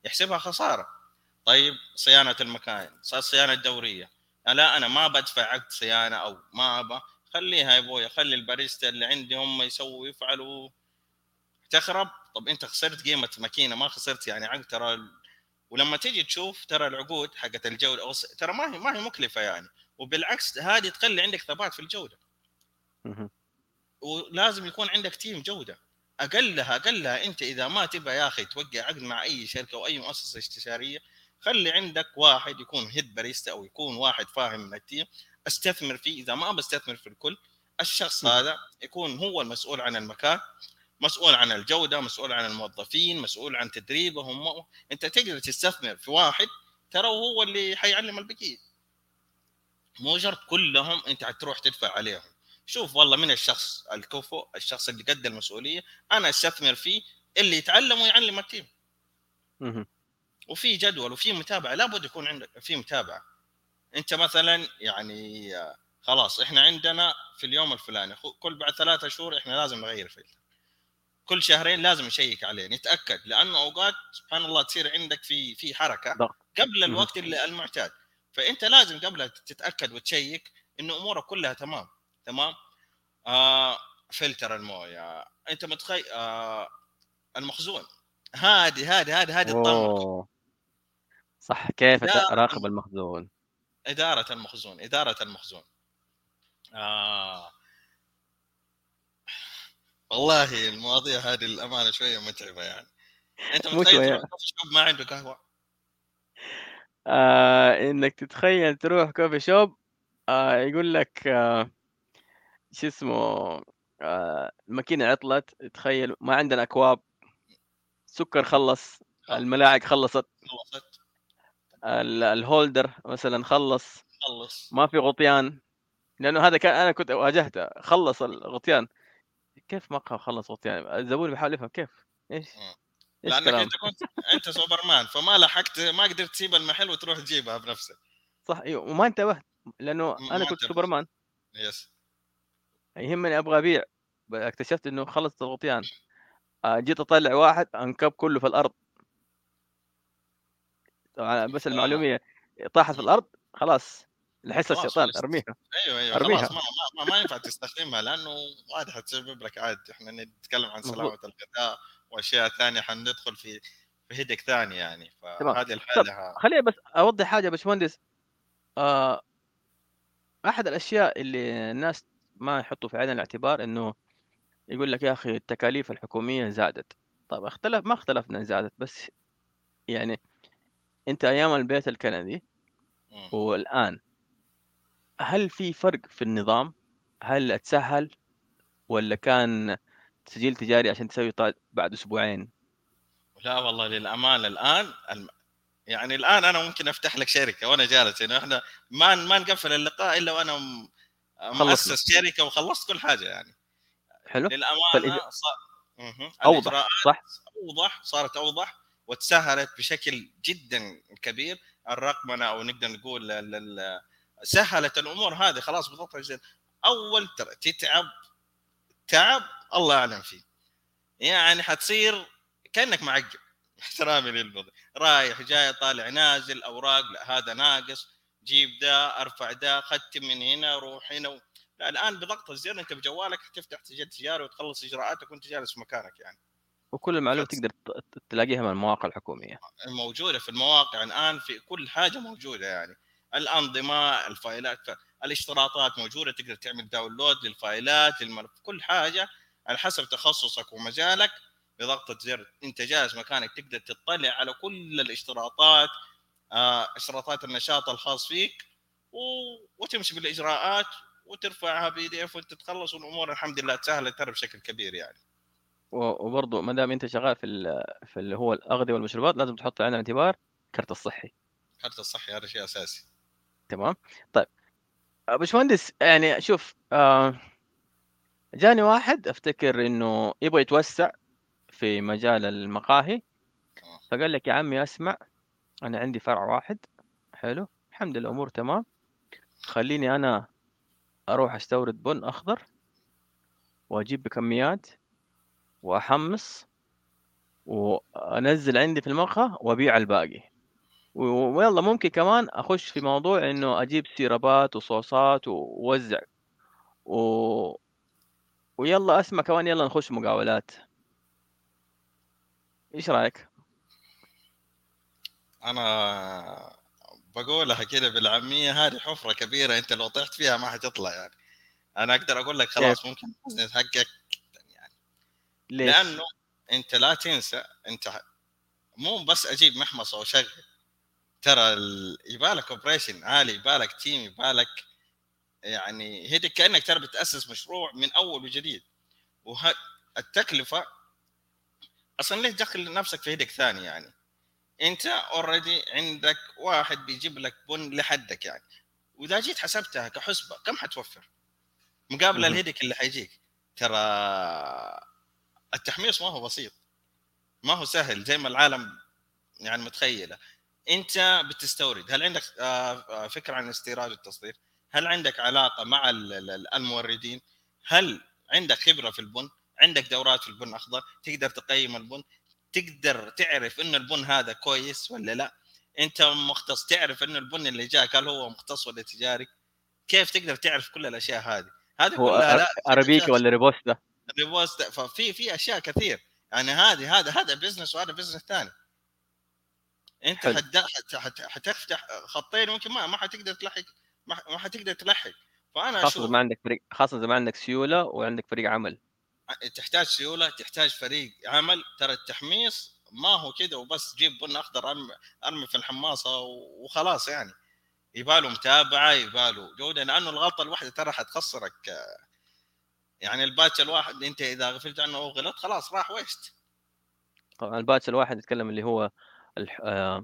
يحسبها خساره. طيب صيانه المكاين، الصيانه الدوريه، لا انا ما بدفع عقد صيانه او ما ابى، خليها يا ابويا، خلي الباريستا اللي عندي هم يسووا يفعلوا. تخرب، طب انت خسرت قيمه ماكينه، ما خسرت يعني عقد ترى. ولما تيجي تشوف ترى العقود حقت الجوده ترى ما هي مكلفه يعني، وبالعكس هذه تخلي عندك ثبات في الجوده. اهم، ولازم يكون عندك تيم جوده. اقلها انت اذا ما تبغى يا اخي توقع عقد مع اي شركه او اي مؤسسه استشاريه، خلي عندك واحد يكون هيد باريستا او يكون واحد فاهم من التيم، استثمر فيه. اذا ما بستثمر في الكل، الشخص اهم، هذا يكون هو المسؤول عن المكان، مسؤول عن الجوده، مسؤول عن الموظفين، مسؤول عن تدريبهم. انت تقدر تستثمر في واحد، ترى هو اللي حيعلم البقيه. مو شرط كلهم انت حتروح تدفع عليهم. شوف والله من الشخص الكفؤ، الشخص اللي قد المسؤوليه، انا استثمر فيه، اللي يتعلم ويعلم التيم. اهم، وفي جدول وفي متابعه، لابد يكون عندك في متابعه. انت مثلا يعني خلاص احنا عندنا في اليوم الفلاني، كل بعد 3 شهور احنا لازم نغير فلتر، كل شهرين لازم نشيك عليه نتاكد، لانه اوقات سبحان الله تصير عندك في حركه ضغط، قبل اهم، الوقت المعتاد. فانت لازم قبلها تتاكد وتشيك انه امورك كلها تمام. تمام. آه فلتر المويه، انت متخيل المخزون، هذه الطامه الكبرى. أوه! صح، كيف اداره أراقب المخزون؟ اداره المخزون. آه والله المواضيع هذه الامانه شويه متعبه يعني. انت مو متخيل تروح شوية. كوفي شوب ما عنده قهوه؟ إنك تتخيل تروح coffee shop يقول لك شو اسمه الماكينة عطلت، تخيل ما عندنا أكواب، السكر خلص، خلص. الملاعق خلصت، خلصت. الholder مثلًا خلص، خلص. ما في غطيان، لأنه هذا كان أنا كنت واجهته، خلص الغطيان، كيف ما خلص غطيان؟ الزبون بيحاول يفهم كيف؟ مم. إيش لانك الكلام؟ انت كنت انت سوبرمان، فما لحقت، ما قدرت تسيب المحل وتروح تجيبها بنفسك. صح أيوه، وما انتبهت، لأنه أنا ما كنت انتبه. سوبرمان، يس. يهمني أبغى أبيع، اكتشفت إنه خلصت الغطيان، جيت أطلّع واحد انكب كله في الأرض، طبعًا بس ف... المعلومية طاحت في مم. الأرض خلاص، لحس خلاص الشيطان فلست. ارميها، ايوه ايوه خلاص، ارميها، ما ينفع تستخدمها، لانه واحد حتسبب لك عاد. احنا نتكلم عن مضبوط، سلامه الغذاء واشياء ثانيه، حندخل في هيدك ثاني يعني، تمام. فهذه طَب الحاله. خلّيني بس أوضّح حاجة يا باشمهندس، آآ أحد الأشياء اللي الناس ما يحطّوا في عين الاعتبار إنه يقول لك يا أخي التكاليف الحكومية زادت، طَب ما اختلفنا زادت، بس يعني أنت أيام البيت الكندي مم. والآن، هل في فرق في النظام؟ هل اتسهّل والّا كان تسجيل تجاري عشان تسوي بعد أسبوعين؟ لا والله للامانه الان يعني الان انا ممكن افتح لك شركه وانا جالس يعني. احنا ما نقفل اللقاء الا وانا خلّصنا، مؤسس شركه وخلصت كل حاجه يعني. حلو؟ للامانه أوضح، الاجراءات صح؟ صارت اوضح وتسهلت بشكل جدا كبير. الرقمنه او نقدر نقول سهلت الامور هذه خلاص بضغطه زر. اول ترى تتعب تعب الله اعلم فيه، يعني حتصير كانك معقد. احترامي للموضوع، رايح جاي طالع نازل اوراق، لا هذا ناقص، جيب ده، ارفع ده، ختم من هنا، روح هنا. لا الان بضغط الزر انت بجوالك تفتح تسجيل تجاري وتخلص اجراءاتك وانت جالس في مكانك يعني. وكل المعلومات تقدر تلاقيها من المواقع الحكومية. موجوده في المواقع الان، في كل حاجه موجوده يعني. الانظمه، الفايلات، الاشتراطات موجوده، تقدر تعمل داونلود للفايلات للملف، كل حاجه على حسب تخصصك ومجالك. بضغطه زر انت جالس مكانك تقدر تطلع على كل الاشتراطات، اشتراطات النشاط الخاص فيك، وتمشي بالاجراءات وترفعها بي دي اف وانت تخلص، والامور الحمد لله تسهلت ترى بشكل كبير يعني. وبرضه ما دام أنت شغال في اللي هو الأغذية والمشروبات، لازم تحط في عين الاعتبار الكارت الصحي، حتى الصحي هذا شيء اساسي. تمام؟ طيب باشمهندس يعني شوف جاني واحد أفتكر إنه يبغى يتوسّع في مجال المقاهي، فقال لك: "يا عمي اسمع، أنا عندي فرع واحد حلو، الحمد لله الأمور تمام، خلّيني أنا أروح أستورد بُن أخضر وأجيب بكميات وأحمّص وانزل عندي في المقهى وابيع الباقي. ويلا ممكن كمان اخش في موضوع انه اجيب سيرابات وصوصات ووزع و... ويلا اسمع كمان يلا نخش مقاولات. ايش رايك؟ انا بقولها كده بالعاميه، هذه حفره كبيره، انت لو طحت فيها ما حتطلع يعني. انا اقدر اقول لك كيف؟ خلاص ممكن البزنس حقك يعني. ليش؟ لانه انت لا تنسى، انت مو بس اجيب محمصه وشغل، ترى يبالك اوبريشن عالي، يبالك تيم، يبالك يعني هيك كانك ترى بتاسس مشروع من اول وجديد. والتكلفه اصلا ليش تدخل نفسك في هيدك ثاني يعني؟ انت اوريدي عندك واحد بيجيب لك بن لحدك يعني، واذا جيت حسبتها كحسبه كم حتوفر مقابل مهم. الهيدك اللي حيجيك؟ ترى التحميص ما هو بسيط، ما هو سهل زي ما العالم يعني متخيله. انت بتستورد، هل عندك فكره عن الاستيراد والتصدير؟ هل عندك علاقه مع الموردين؟ هل عندك خبره في البن؟ عندك دورات في البن اخضر تقدر تقيم البن؟ تقدر تعرف ان البن هذا كويس ولا لا؟ انت مختص تعرف ان البن اللي جاك هل هو مختص ولا تجاري؟ كيف تقدر تعرف كل الاشياء هذه هو كلها؟ لا في اشياء، ارابيكا ولا ريبوستا؟ ففي اشياء كثير يعني. هذا بزنس وهذا بزنس ثاني. انت حلو. حتفتح خطين ممكن ما حتقدر تلحق، ما حتقدر تلحق. فانا خاصة اشوف ما عندك فريق، خاصة زي ما عندك سيولة وعندك فريق عمل. تحتاج سيوله، تحتاج فريق عمل. ترى التحميص ما هو كده وبس جيب بن اخضر ارمي في الحماصه وخلاص يعني. يباله متابعه، يباله جوده، لانه الغلطه الواحده ترى حتخسرك يعني. الباتش الواحد انت اذا غفلت عنه او غلط خلاص راح ويست. طبعا الباتش الواحد يتكلم اللي هو الح...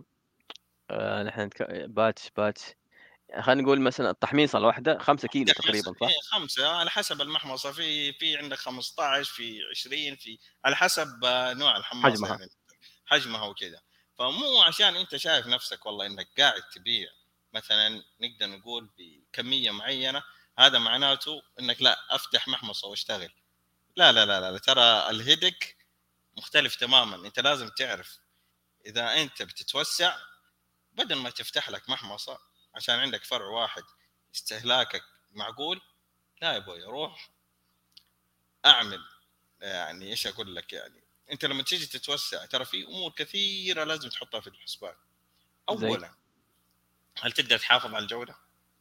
نحن باتش خلينا نقول مثلا التحميصة الواحدة 5 كيلو تحميص تقريبا، صح؟ خمسه على حسب المحمصه، في عندك 15، في 20، في على حسب نوع الحماصه حجمها. يعني، حجمها وكذا. فمو عشان انت شايف نفسك والله انك قاعد تبيع مثلا نقدر نقول بكميه معينه، هذا معناته انك لا افتح محمصه واشتغل. لا لا لا لا، ترى الهيدك مختلف تماما. انت لازم تعرف اذا انت بتتوسع، بدل ما تفتح لك محمصه عشان عندك فرع واحد استهلاكك معقول، لا يا ابوي روح اعمل. يعني ايش اقول لك يعني، انت لما تيجي تتوسع ترى في امور كثيره لازم تحطها في الحسبان. زي. اولا، هل تقدر تحافظ على الجوده؟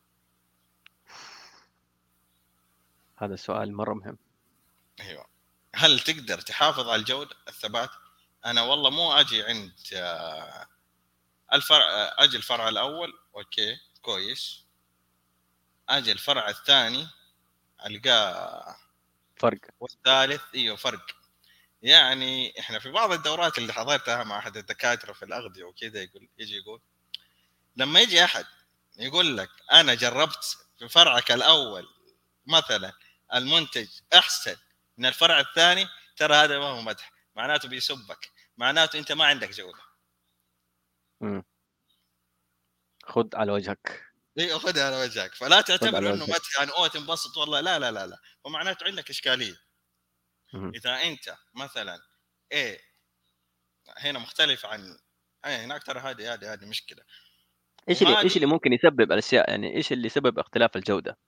هذا السؤال مرة مهم. ايوه. هل تقدر تحافظ على الجوده، الثبات؟ انا والله مو اجي عند الفرع، اجي الفرع الاول اوكي كويس، اجي الفرع الثاني القاه، فرق. والثالث ايوه فرق. يعني احنا في بعض الدورات اللي حضرتها مع احد الدكاتره في الاغذيه وكذا، يقول لما يجي احد يقول لك انا جربت في فرعك الاول مثلا المنتج احسن من الفرع الثاني، ترى هذا ما هو مدح، معناته بيسبك، معناته انت ما عندك جوده. مم. خد على وجهك. اي خذها على وجهك، فلا خد على تعتبر انه وجهك. مدح يعني اوه تنبسط والله، لا لا لا لا، ومعناته عندك اشكاليه. مم. اذا انت مثلا ايه هنا مختلف عن ايه هناك، ترى هذه مشكله. ايش وهذه اللي ممكن يسبب الاشياء، يعني ايش اللي سبب اختلاف الجودة؟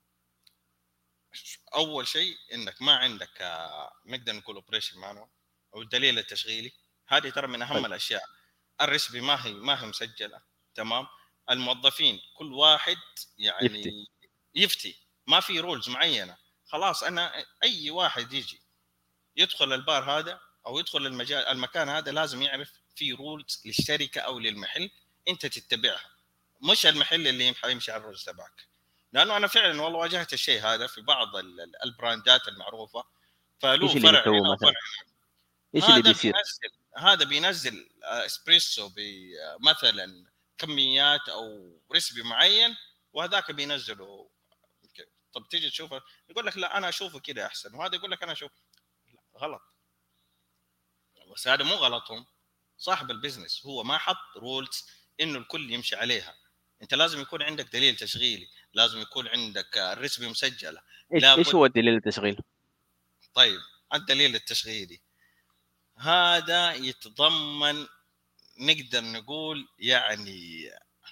اول شيء انك ما عندك نقدر نقول اوبريشن مانوال او الدليل التشغيلي. هذه ترى من اهم طيب. الاشياء. الريسبي ما هي مسجله، تمام. الموظفين كل واحد يفتي. يعني يفتي، ما في رولز معينه. خلاص انا اي واحد يجي يدخل البار هذا او يدخل المكان هذا لازم يعرف في رولز للشركه او للمحل انت تتبعها، مش المحل اللي يمشي على الرولز تبعك. لانه انا فعلا والله واجهت الشيء هذا في بعض البراندات المعروفه، فله ايش اللي فرع بيسووه هنا مثلا؟ وفرع. ايش اللي هذا بيصير؟ بينزل هذا بينزل اسبريسو بمثلا كميات او ريسبي معين، وهذاك بينزله كده. طب تيجي تشوفه يقول لك لا انا اشوفه كده احسن، وهذا يقول لك انا اشوف. لا غلط. بس هذا مو غلطهم، صاحب البزنس هو ما حط رولز انه الكل يمشي عليها. انت لازم يكون عندك دليل تشغيلي، لازم يكون عندك الرسبي مسجله، ايش لابد. هو الدليل التشغيل؟ طيب الدليل التشغيلي هذا يتضمن نقدر نقول يعني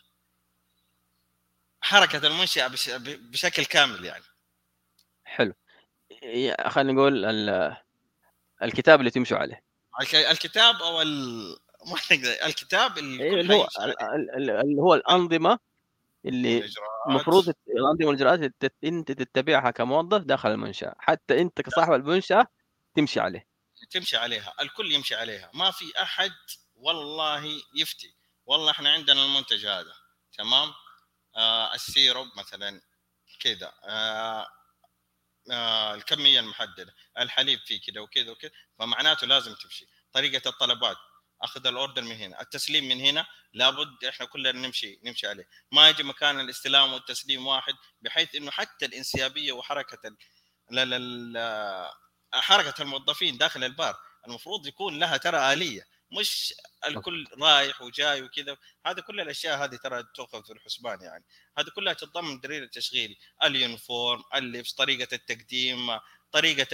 حركة المنشأة بشكل كامل يعني. حلو. خلينا نقول الكتاب اللي تمشوا عليه. الكتاب او ما نقدر، الكتاب اللي أيوه، الكل اللي هو حيمشي عليه. اللي هو الأنظمة اللي والاجراءات. المفروض الأنظمة والإجراءات اللي أنت تتبعها كموظف داخل المنشأة، حتى أنت كصاحب المنشأة تمشي عليه. تمشي عليها، الكل يمشي عليها، ما في احد والله يفتي والله احنا عندنا المنتج هذا تمام، السيروب مثلا كذا، الكميه المحدده، الحليب فيه كذا وكذا وكذا، فمعناته لازم تمشي طريقه الطلبات، اخذ الاوردر من هنا، التسليم من هنا، لابد احنا كلنا نمشي عليه، ما يجي مكان الاستلام والتسليم واحد، بحيث انه حتى الانسيابيه وحركه حركه الموظفين داخل البار المفروض يكون لها ترى آلية، مش الكل رايح وجاي وكذا. هذه كل الاشياء هذه ترى تؤخذ في الحسبان يعني. هذه كلها تتضمن دليل التشغيل، اليونيفورم، اللبس، طريقه التقديم، طريقه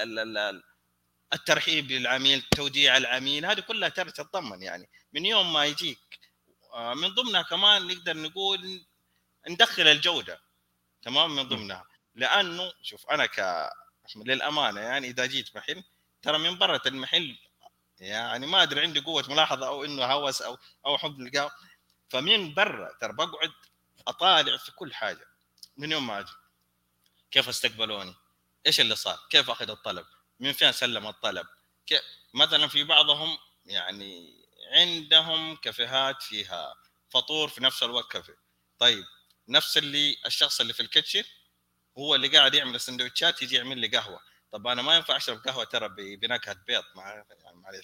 الترحيب للعميل، توديع العميل، هذه كلها ترى تتضمن يعني من يوم ما يجيك. من ضمنها كمان نقدر نقول ندخل الجوده تمام من إمم. ضمنها. لانه شوف انا للامانه يعني اذا جيت محل، ترى من برة المحل يعني ما ادري عندي قوه ملاحظه او انه هوس او حب القهوه، فمن برا ترى بقعد اطالع في كل حاجه من يوم ما اجي، كيف استقبلوني، ايش اللي صار، كيف اخذ الطلب، من فين سلم الطلب، كيف مثلا في بعضهم يعني عندهم كافيهات فيها فطور في نفس الوقت كافي، طيب نفس اللي الشخص اللي في الكيتشن هو اللي قاعد يعمل السندوتشات يجي يعمل لي قهوه، طب انا ما ينفع اشرب قهوه ترى بنكهه بيض مع يعني معليش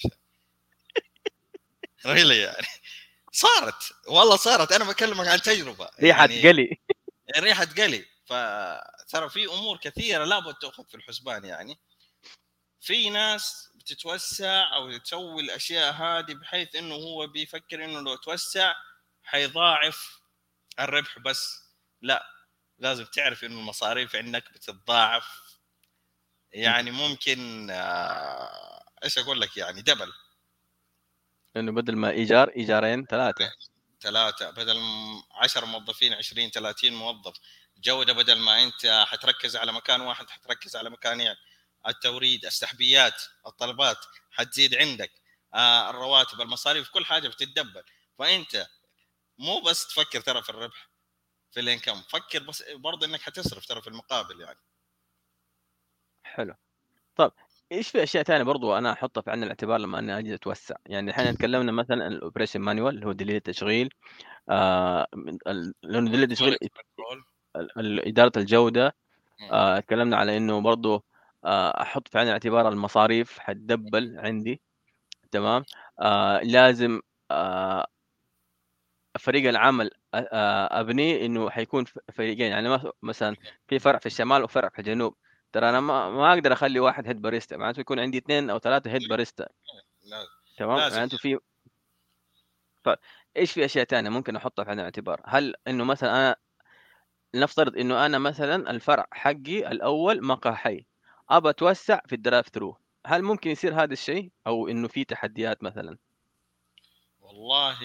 ريلي يعني. صارت والله صارت، انا بكلمك عن تجربه ريحة يعني، قلي. ريحه قلي. فترى في امور كثيره لابد تاخذ في الحسبان يعني. في ناس بتتوسع او تسوي الاشياء هذه بحيث انه هو بيفكر انه لو توسع حيضاعف الربح، بس لا، لازم تعرف انه المصاريف عندك بتتضاعف اهم. يعني ممكن ايش اقول لك يعني دبل. إنه بدل ما إيجار، إيجارين، 3. 3 بدل 10 موظفين 20 30 موظف، جودة بدل ما أنت حتركز على مكان واحد حتركز على مكانين، التوريد، السحبيات، الطلبات حتزيد عندك، الرواتب، المصاريف، كل حاجة بتتدبر. فأنت مو بس تفكر ترى في الربح في الانكم، فكر بس برضه انك حتصرف ترى في المقابل يعني. حلو. طَب إيش في أشياء تانية برضه أنا أحطها في عين الاعتبار لمّا أنا آجي أتوسّع؟ يعني إحنا اتكلّمنا مثلًا عن الoperation manual اللي هو دليل التشغيل، من لأنه دليل التشغيل الكواليتي كنترول. إدارة الجودة. اتكلّمنا على إنه برضه أحُط في عين الاعتبار المصاريف حتدبّل عندي. تمام. لازم آآ فريق العمل أبنيه إنه حيكون فريقين، يعني مثلًا في فرع في الشمال وفرع في الجنوب، ترى أنا ما أقدر أخلّي واحد head barista، معناته يكون عندي 2 أو 3 head barista. لازم تمام. لازم معناته إيش في أشياء تانية ممكن أحطها في عين الاعتبار؟ هل إنه مثلًا أنا لنفترض إنه أنا مثلًا الفرع حقي الأول مقهى حي، أبى أتوسّع في الdrive thru، هل ممكن يصير هذا الشيء أو إنه في تحديات مثلًا؟ والله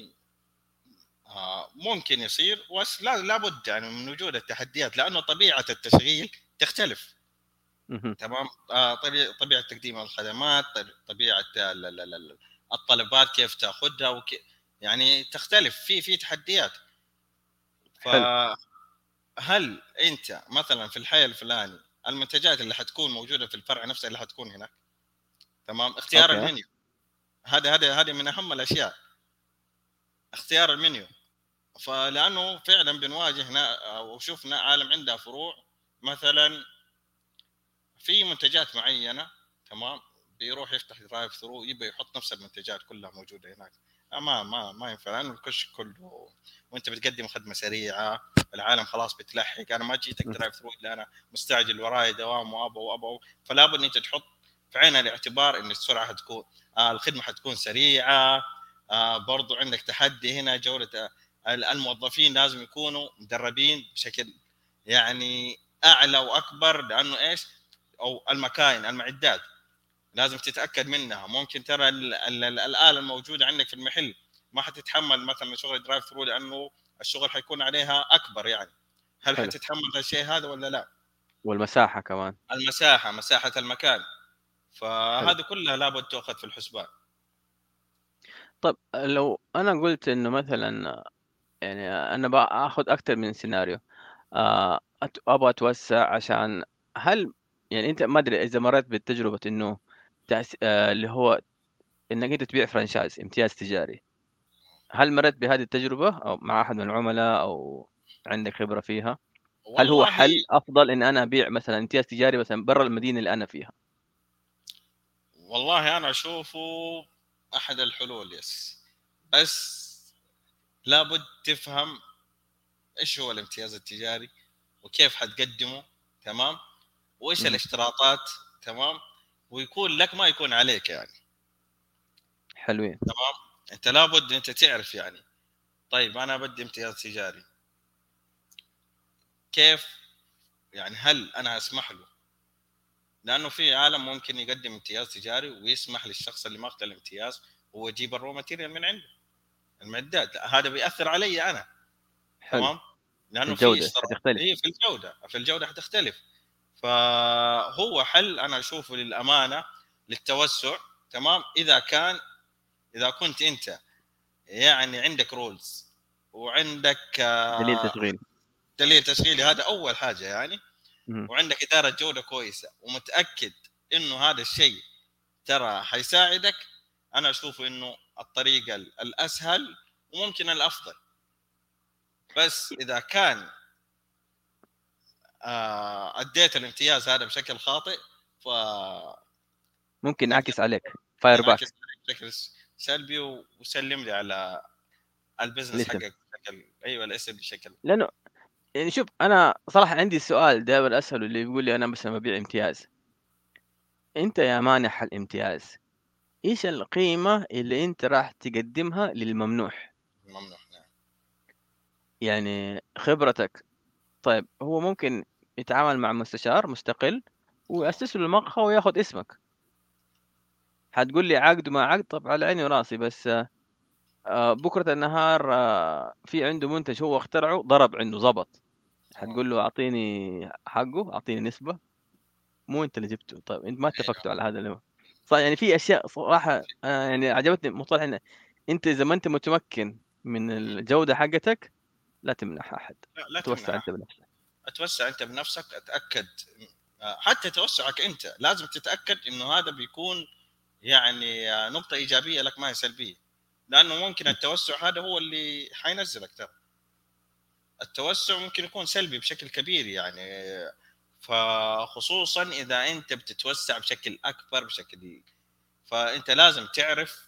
ممكن يصير، بس لابد يعني من وجود التحديات لانه طبيعه التشغيل تختلف اهم. تمام. طبيعه تقديم الخدمات، طبيعه الطلبات كيف تاخذها يعني تختلف في تحديات. حلو. فهل انت مثلا في الحي الفلاني المنتجات اللي حتكون موجوده في الفرع نفسه اللي حتكون هناك تمام، اختيار أوكي. المنيو، هذه من اهم الاشياء، اختيار المنيو. فلانه فعلا بنواجهنا وشفنا عالم عندها فروع مثلا في منتجات معينه تمام، بيروح يفتح درايف ثرو يبي يحط نفس المنتجات كلها موجوده هناك، ما ينفع لانه الكشك كله وانت بتقدم خدمه سريعه، العالم خلاص بتلحق، انا ما جيتك إمم. درايف ثرو الا انا مستعجل وراي دوام وابا، فلا بد انت تحط في عين الاعتبار ان السرعه حتكون الخدمه حتكون سريعه. برضو عندك تحدي هنا جوده الموظفين لازم يكونوا مدربين بشكل يعني اعلى واكبر، لانه ايش او المكاين المعدات لازم تتاكد منها. ممكن ترى الاله الموجوده عندك في المحل ما حتتحمل مثلا شغل درايف ثرو، لانه الشغل حيكون عليها اكبر يعني. هل حلو. حتتحمل الشيء هذا ولا لا؟ والمساحة كمان. المساحه، مساحه المكان، حلو. فهذه كلها لابد تؤخذ في الحسبان. طب لو أنا قُلت إنه مثلًا يعني أنا باخد أكتر من سيناريو، أبغى أتوسّع عشان هل يعني أنت ما أدري إذا مرّيت بتجربة إنه اللي هو إنك أنت تبيع فرانشايز، امتياز تجاري، هل مرّيت بهذه التجربة أو مع أحد من العملاء أو عندك خبرة فيها؟ هل هو والله حل أفضل إن أنا أبيع مثلًا امتياز تجاري مثلًا برّا المدينة اللي أنا فيها؟ والله انا اشوفه احد الحلول، بس لابد تفهم ايش هو الامتياز التجاري وكيف حتقدمه، تمام، وايش اهم. الاشتراطات، تمام، ويكون لك ما يكون عليك يعني. حلوين. تمام. انت لابد انت تعرف يعني، طيب انا بدي امتياز تجاري، كيف يعني؟ هل انا اسمح له؟ لانه في عالم ممكن يقدم امتياز تجاري ويسمح للشخص اللي ماخذ الامتياز هو يجيب الرو ماتيريال من عنده، المعدات، لا هذا بياثر علي انا. حلو. تمام. لانه في الجودة اشتراط، حتختلف. هي في الجوده حتختلف. فهو حل انا اشوفه للامانه للتوسع. تمام. اذا كنت انت يعني عندك رولز وعندك دليل تشغيل. دليل تشغيلي، هذا اول حاجه يعني، اهم. وعندك اداره جوده كويسه ومتاكد انه هذا الشيء ترى حيساعدك، انا اشوف انه الطريقه الاسهل وممكن الافضل. بس اذا كان اديت الامتياز هذا بشكل خاطئ، ف ممكن ممكن ينعكس عليك fire ينعكس back. عليك بشكل سلبي، وسلم لي على البزنس الاسم. حقك بشكل، ايوه الاسم بشكل. لأنه يعني شوف أنا صراحة عندي سؤال دايمًا أسأله اللي بيقول لي أنا مثلًا بابيع امتياز، أنت يا مانح الامتياز، إيش القيمة اللي أنت راح تقدّمها للممنوح؟ ممنوع، نعم. يعني خبرتك، طيب هو ممكن يتعامل مع مستشار مستقل تمام. ويأسس له المقهى وياخد اسمك، حتقول لي عقد وما عقد، طب على عيني وراسي، بس بكرة النهار في عنده منتج هو اخترعه ضرب عنده ضبط، تمام. حتقول له أعطيني حقه، أعطيني نسبة، مو أنت اللي جبته، طيب أنتم ما ايوه. اتفقتوا على هذا اللي هو يعني في أشياء صراحة يعني عجبتني مصطلح إن أنت إذا ما أنت متمكن من الجودة حقتك لا تمنح أحد، لا، لا اتوسّع تمنع. أنت بنفسك. اتوسع انت بنفسك، اتاكد. حتى توسعك انت لازم تتاكد انه هذا بيكون يعني نقطه ايجابيه لك، ما هي سلبيه. لانه ممكن إمم. التوسع هذا هو اللي حينزلك ترى. التوسع ممكن يكون سلبي بشكل كبير يعني، فخصوصا اذا انت بتتوسع بشكل اكبر بشكل، فانت لازم تعرف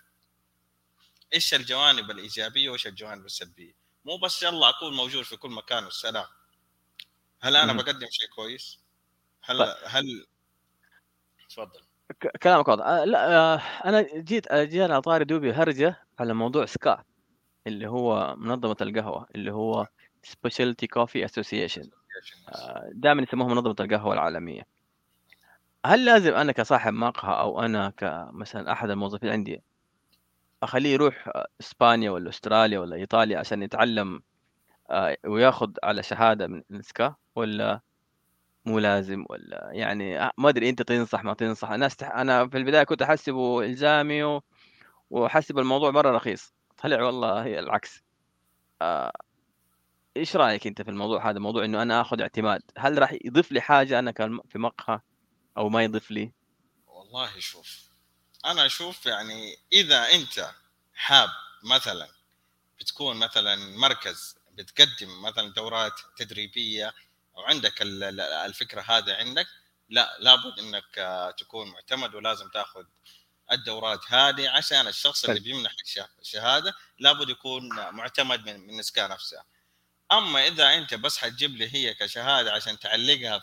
ايش الجوانب الايجابيه وايش الجوانب السلبيه. مو بس يلا اكون موجود في كل مكان والسلام. هل انا اهم. بقدم شيء كويس؟ طيب هل تفضل. كلامك واضح. لأ أنا جينا على طاري دوبي هرجة على موضوع SCA اللي هو منظمة القهوة، اللي هو Specialty Coffee Association، دايمًا يسموها منظمة القهوة العالمية. هل لازم أنا كصاحب مقهى أو أنا كمثلًا أحد الموظفين عندي أخلّيه يروح إسبانيا والّا أستراليا والّا إيطاليا عشان يتعلّم وياخد على شهادة من الSCA والّا مو لازم، والّا يعني ما أدري أنت تنصح ما تنصح؟ الناس أنا في البداية كنت أحسّبه إلزامي وأحسّب الموضوع مرّة رخيص، طلع والله هي العكس. آآ إيش رأيك أنت في الموضوع هذا، موضوع إنه أنا آخُد اعتماد، هل راح يضيف لي حاجة أنا في مقهى أو ما يضيف لي؟ والله شوف، انا اشوف يعني اذا انت حاب مثلا بتكون مثلا مركز بتقدم مثلا دورات تدريبيه، او عندك الفكره هذا عندك، لا لابد انك تكون معتمد، ولازم تاخذ الدورات هذه عشان الشخص اللي حلو. بيمنح الشهاده لابد يكون معتمد من نسكا نفسها. اما اذا انت بس حتجيب لي هي كشهاده عشان تعلقها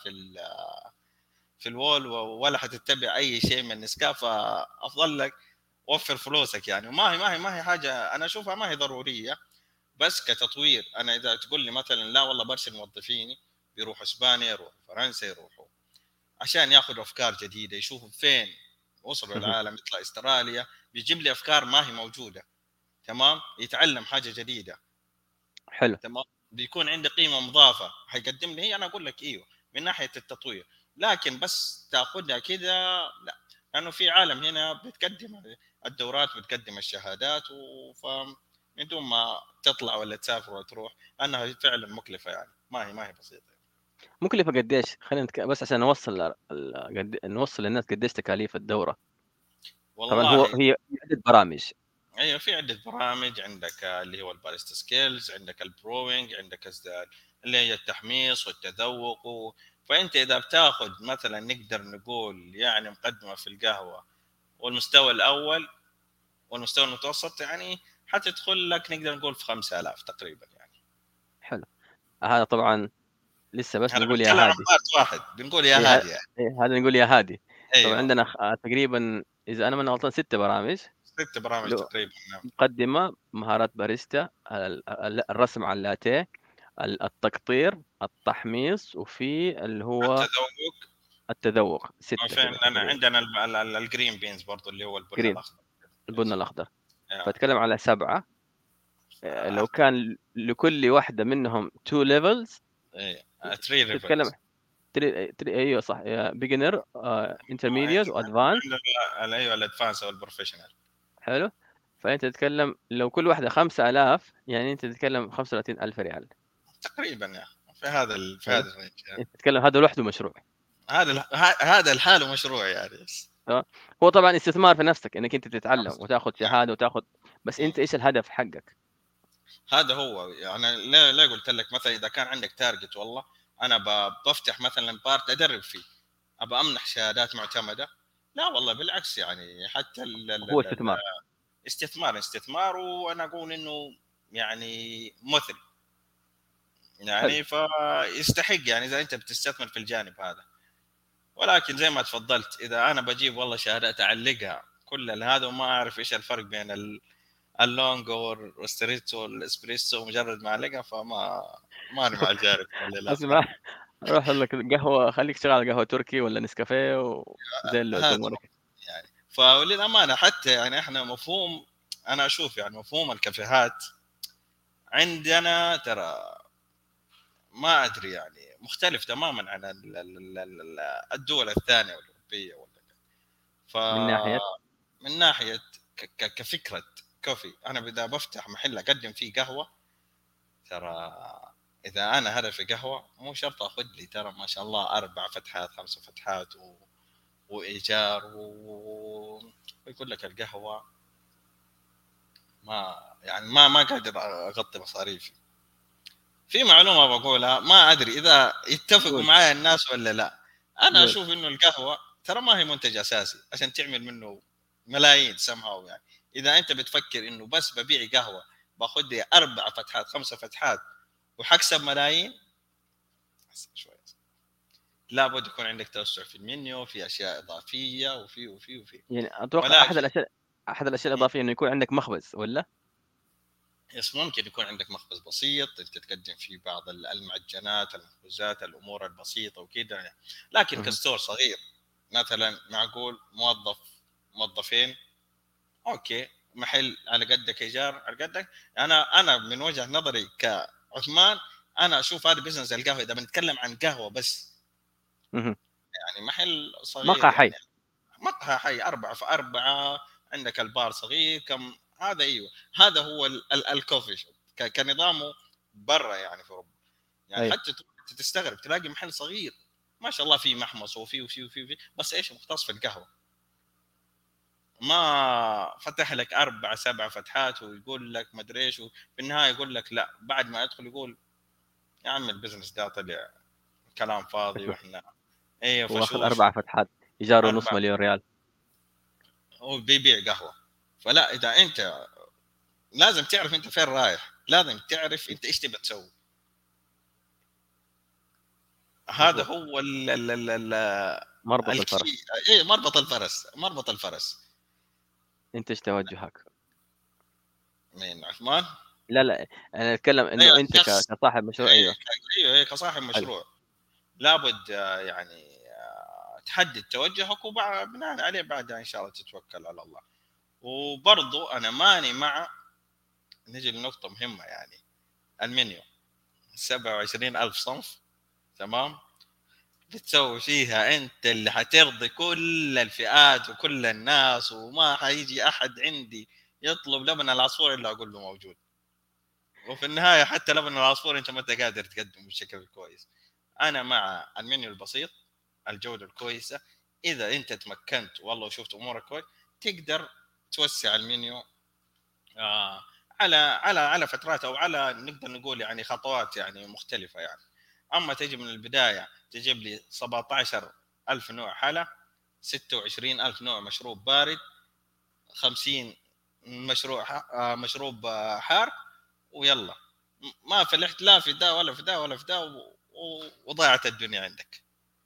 في الوول ولا حتتبع اي شيء من نسكافه، افضل لك وفر فلوسك يعني. ما هي حاجه انا اشوفها ما هي ضروريه. بس كتطوير، انا اذا تقول لي مثلا لا والله برسل موظفيني بيروحوا اسبانيا، يروحوا فرنسا، يروحوا عشان ياخذوا افكار جديده، يشوفوا فين وصلوا اهم. العالم، يطلع استراليا بيجيب لي افكار ما هي موجوده، تمام، يتعلم حاجه جديده، حلو. تمام، بيكون عندي قيمه مضافه حيقدم لي هي، انا اقول لك ايوه من ناحيه التطوير. لكن بس تاخذها كذا لا، لانه في عالم هنا بتقدم الدورات، بتقدم الشهادات وفاهم، من دون ما تطلع ولا تسافر ولا تروح، انها فعلا مكلفه يعني، ما هي بسيطه. مكلفة قديش؟ خلينا بس عشان نوصل نوصل للناس قديش تكاليف الدورة. طبعا والله هي عدة برامج. ايوه في عده برامج، عندك اللي هو الباريستا سكيلز، عندك البروينج، عندك اللي هي التحميص والتذوق فانت اذا بتاخذ مثلا نقدر نقول يعني مقدمه في القهوه والمستوى الاول والمستوى المتوسط، يعني حتدخل لك نقدر نقول في 5000 تقريبا يعني. حلو. هذا طبعا لسه بس هذا بنقول يا بنتكلم عن هادي. بارت واحد، بنقول يا إيه هادي يعني. إيه هذا نقول يا هادي. طبعا ايوه عندنا تقريبا إذا أنا ما غلطان 6 برامج. 6 برامج له تقريبا، نعم. مقدمة مهارات باريستا، الرسم على اللاتيه، التقطير، التحميص، وفي اللي هو التذوق، التذوق. 6 في كده عندنا تقريبا. الجرين بينز برضو اللي هو البن جرين، الاخضر. البن الأخضر. آه. فأتكلم على 7. لو كان لكل واحدة منهم 2 levels، ايه 3 تتكلم ريفرنس. أيوه صح، beginner، intermediate وadvanced. عندنا ايوه الادفانس او البروفيشنال. حلو. فأنت تتكلم لو كل واحدة 5000، يعني أنت تتكلم 35,000 ريال. تقريبا يعني في حلو. هذا الرينج يعني. أنت تتكلم هذا لوحده مشروع. هذا الحاله مشروع يعني بس. تمام. هو طبعا استثمار في نفسك انك انت تتعلم وتاخذ نعم. شهاده وتاخذ. بس مم. انت ايش الهدف حقك؟ هذا هو يعني، ليه قلت لك مثلا اذا كان عندك تارجت، والله انا بفتح مثلا بارت ادرب فيه، ابى امنح شهادات معتمده، لا والله بالعكس يعني، حتى هو استثمار. استثمار، وانا اقول انه يعني مثري حلو. يعني، فيستحق يعني اذا انت بتستثمر في الجانب هذا. ولكن زي ما تفضلت، اذا انا بجيب والله شهادات اعلقها كل هذا وما اعرف ايش الفرق بين اللونج والستريتو والاسبريسو مجرد ما اعلقها، ما انا مع الجانب للاسف. اسمع، روح لك قهوه، خليك شغال على قهوه تركي ولا نسكافيه وزي هذا امورك. يعني، فللامانه حتى يعني احنا مفهوم، انا اشوف يعني مفهوم الكافيهات عندنا ترى ما ادري يعني مختلف تماما عن الدول الثانيه والاوروبيه ولا. ف من ناحيه. من ناحيه كفكره كوفي، انا اذا بفتح محل اقدم فيه قهوه، ترى اذا انا هدفي قهوه مو شرط اخذ لي ترى ما شاء الله 4 فتحات 5 فتحات وايجار ويقول لك القهوه ما يعني ما قادر اغطي مصاريفي. في معلومه بقولها، ما ادري اذا يتفقوا قول معايا الناس ولا لا. انا قول. اشوف انه القهوه ترى ما هي منتج اساسي عشان تعمل منه ملايين سمها يعني. اذا انت بتفكر انه بس ببيع قهوه باخذ لي 4 فتحات 5 فتحات وحكسب ملايين، شوي لابد يكون عندك توسع في المنيو، في اشياء اضافيه وفي. يعني اتوقع ولكن احد الاشياء الاضافيه انه يكون عندك مخبز ولا. يس ممكن يكون عندك مخبز بسيط انت تقدم فيه بعض المعجنات المخبوزات الامور البسيطه وكذا يعني. لكن مهم. كستور صغير مثلا معقول موظفين، اوكي، محل على قدك، ايجار على قدك. انا من وجهه نظري كعثمان، انا اشوف هذا بزنس القهوه اذا بنتكلم عن قهوه بس، مهم. يعني محل صغير مقهى حي. يعني، مقهى حي 4 في 4، عندك البار صغير كم هذا، ايوه هذا هو الكوفي شوب كنظامه برا يعني في اوروبا. يعني اي. حتى تستغرب تلاقي محل صغير ما شاء الله فيه محمص وفيه بس ايش مختص في القهوه، ما فتح لك 4 7 فتحات ويقول لك ما ادري ايش، وفي النهايه يقول لك لا، بعد ما يدخل يقول يا عم البزنس ده طلع كلام فاضي فشوش. واحنا ايه واخذ فشوش. 4 فتحات، ايجاره نص اربع مليون ريال. هو بيبيع قهوه. فلا، اذا انت لازم تعرف انت فين رايح، لازم تعرف انت ايش تبي تسوي. هذا مظبوط. هو مربط الكي. الفرس. ايه مربط الفرس. انت ايش توجهك؟ مين عثمان؟ لا لا، انا اتكلم ايوه انه انت شخص. كصاحب مشروع. ايوه. ايوه كصاحب حلو. مشروع لابد يعني تحدد توجهك وبناء عليه بعدها ان شاء الله تتوكل على الله. وبرضو انا ماني مع، نجي لنقطه مهمه يعني، المنيو 27,000 صنف، تمام، بتسوي فيها انت اللي حترضي كل الفئات وكل الناس، وما حيجي احد عندي يطلب لبن العصفور الا اقول له موجود. وفي النهايه حتى لبن العصفور انت ما انت قادر تقدم بشكل كويس. انا مع المنيو البسيط، الجوده الكويسه. اذا انت تمكنت والله وشفت امورك كويس، تقدر توسع المنيو على فترات، او على نقدر نقول يعني خطوات يعني مختلفه يعني. اما تجي من البدايه تجيب لي 17,000 نوع حلا، 26,000 نوع مشروب بارد، 50 مشروع مشروب حار، ويلا ما فلحت لا في ده ولا في ده ولا في ده، وضاعت الدنيا عندك.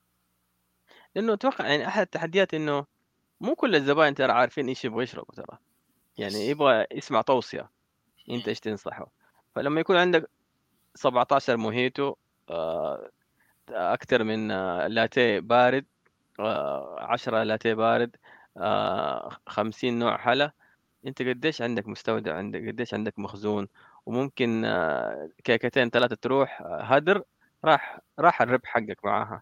لأنه أتوقع يعني أحد التحديات إنه مو كل الزباين ترى عارفين إيش يبغوا يشربوا ترى، يعني يس. يبغى يسمع توصية، أنت مم. إيش تنصحه. فلمّا يكون عندك 17 موهيتو، آآ أكتر من لاتيه بارد، 10 لاتيه بارد، 50 نوع حلا، أنت قديش عندك مستودع، عندك قديش عندك مخزون، وممكن كيكتين 3 تروح هدر، راح الربح حقك معاها،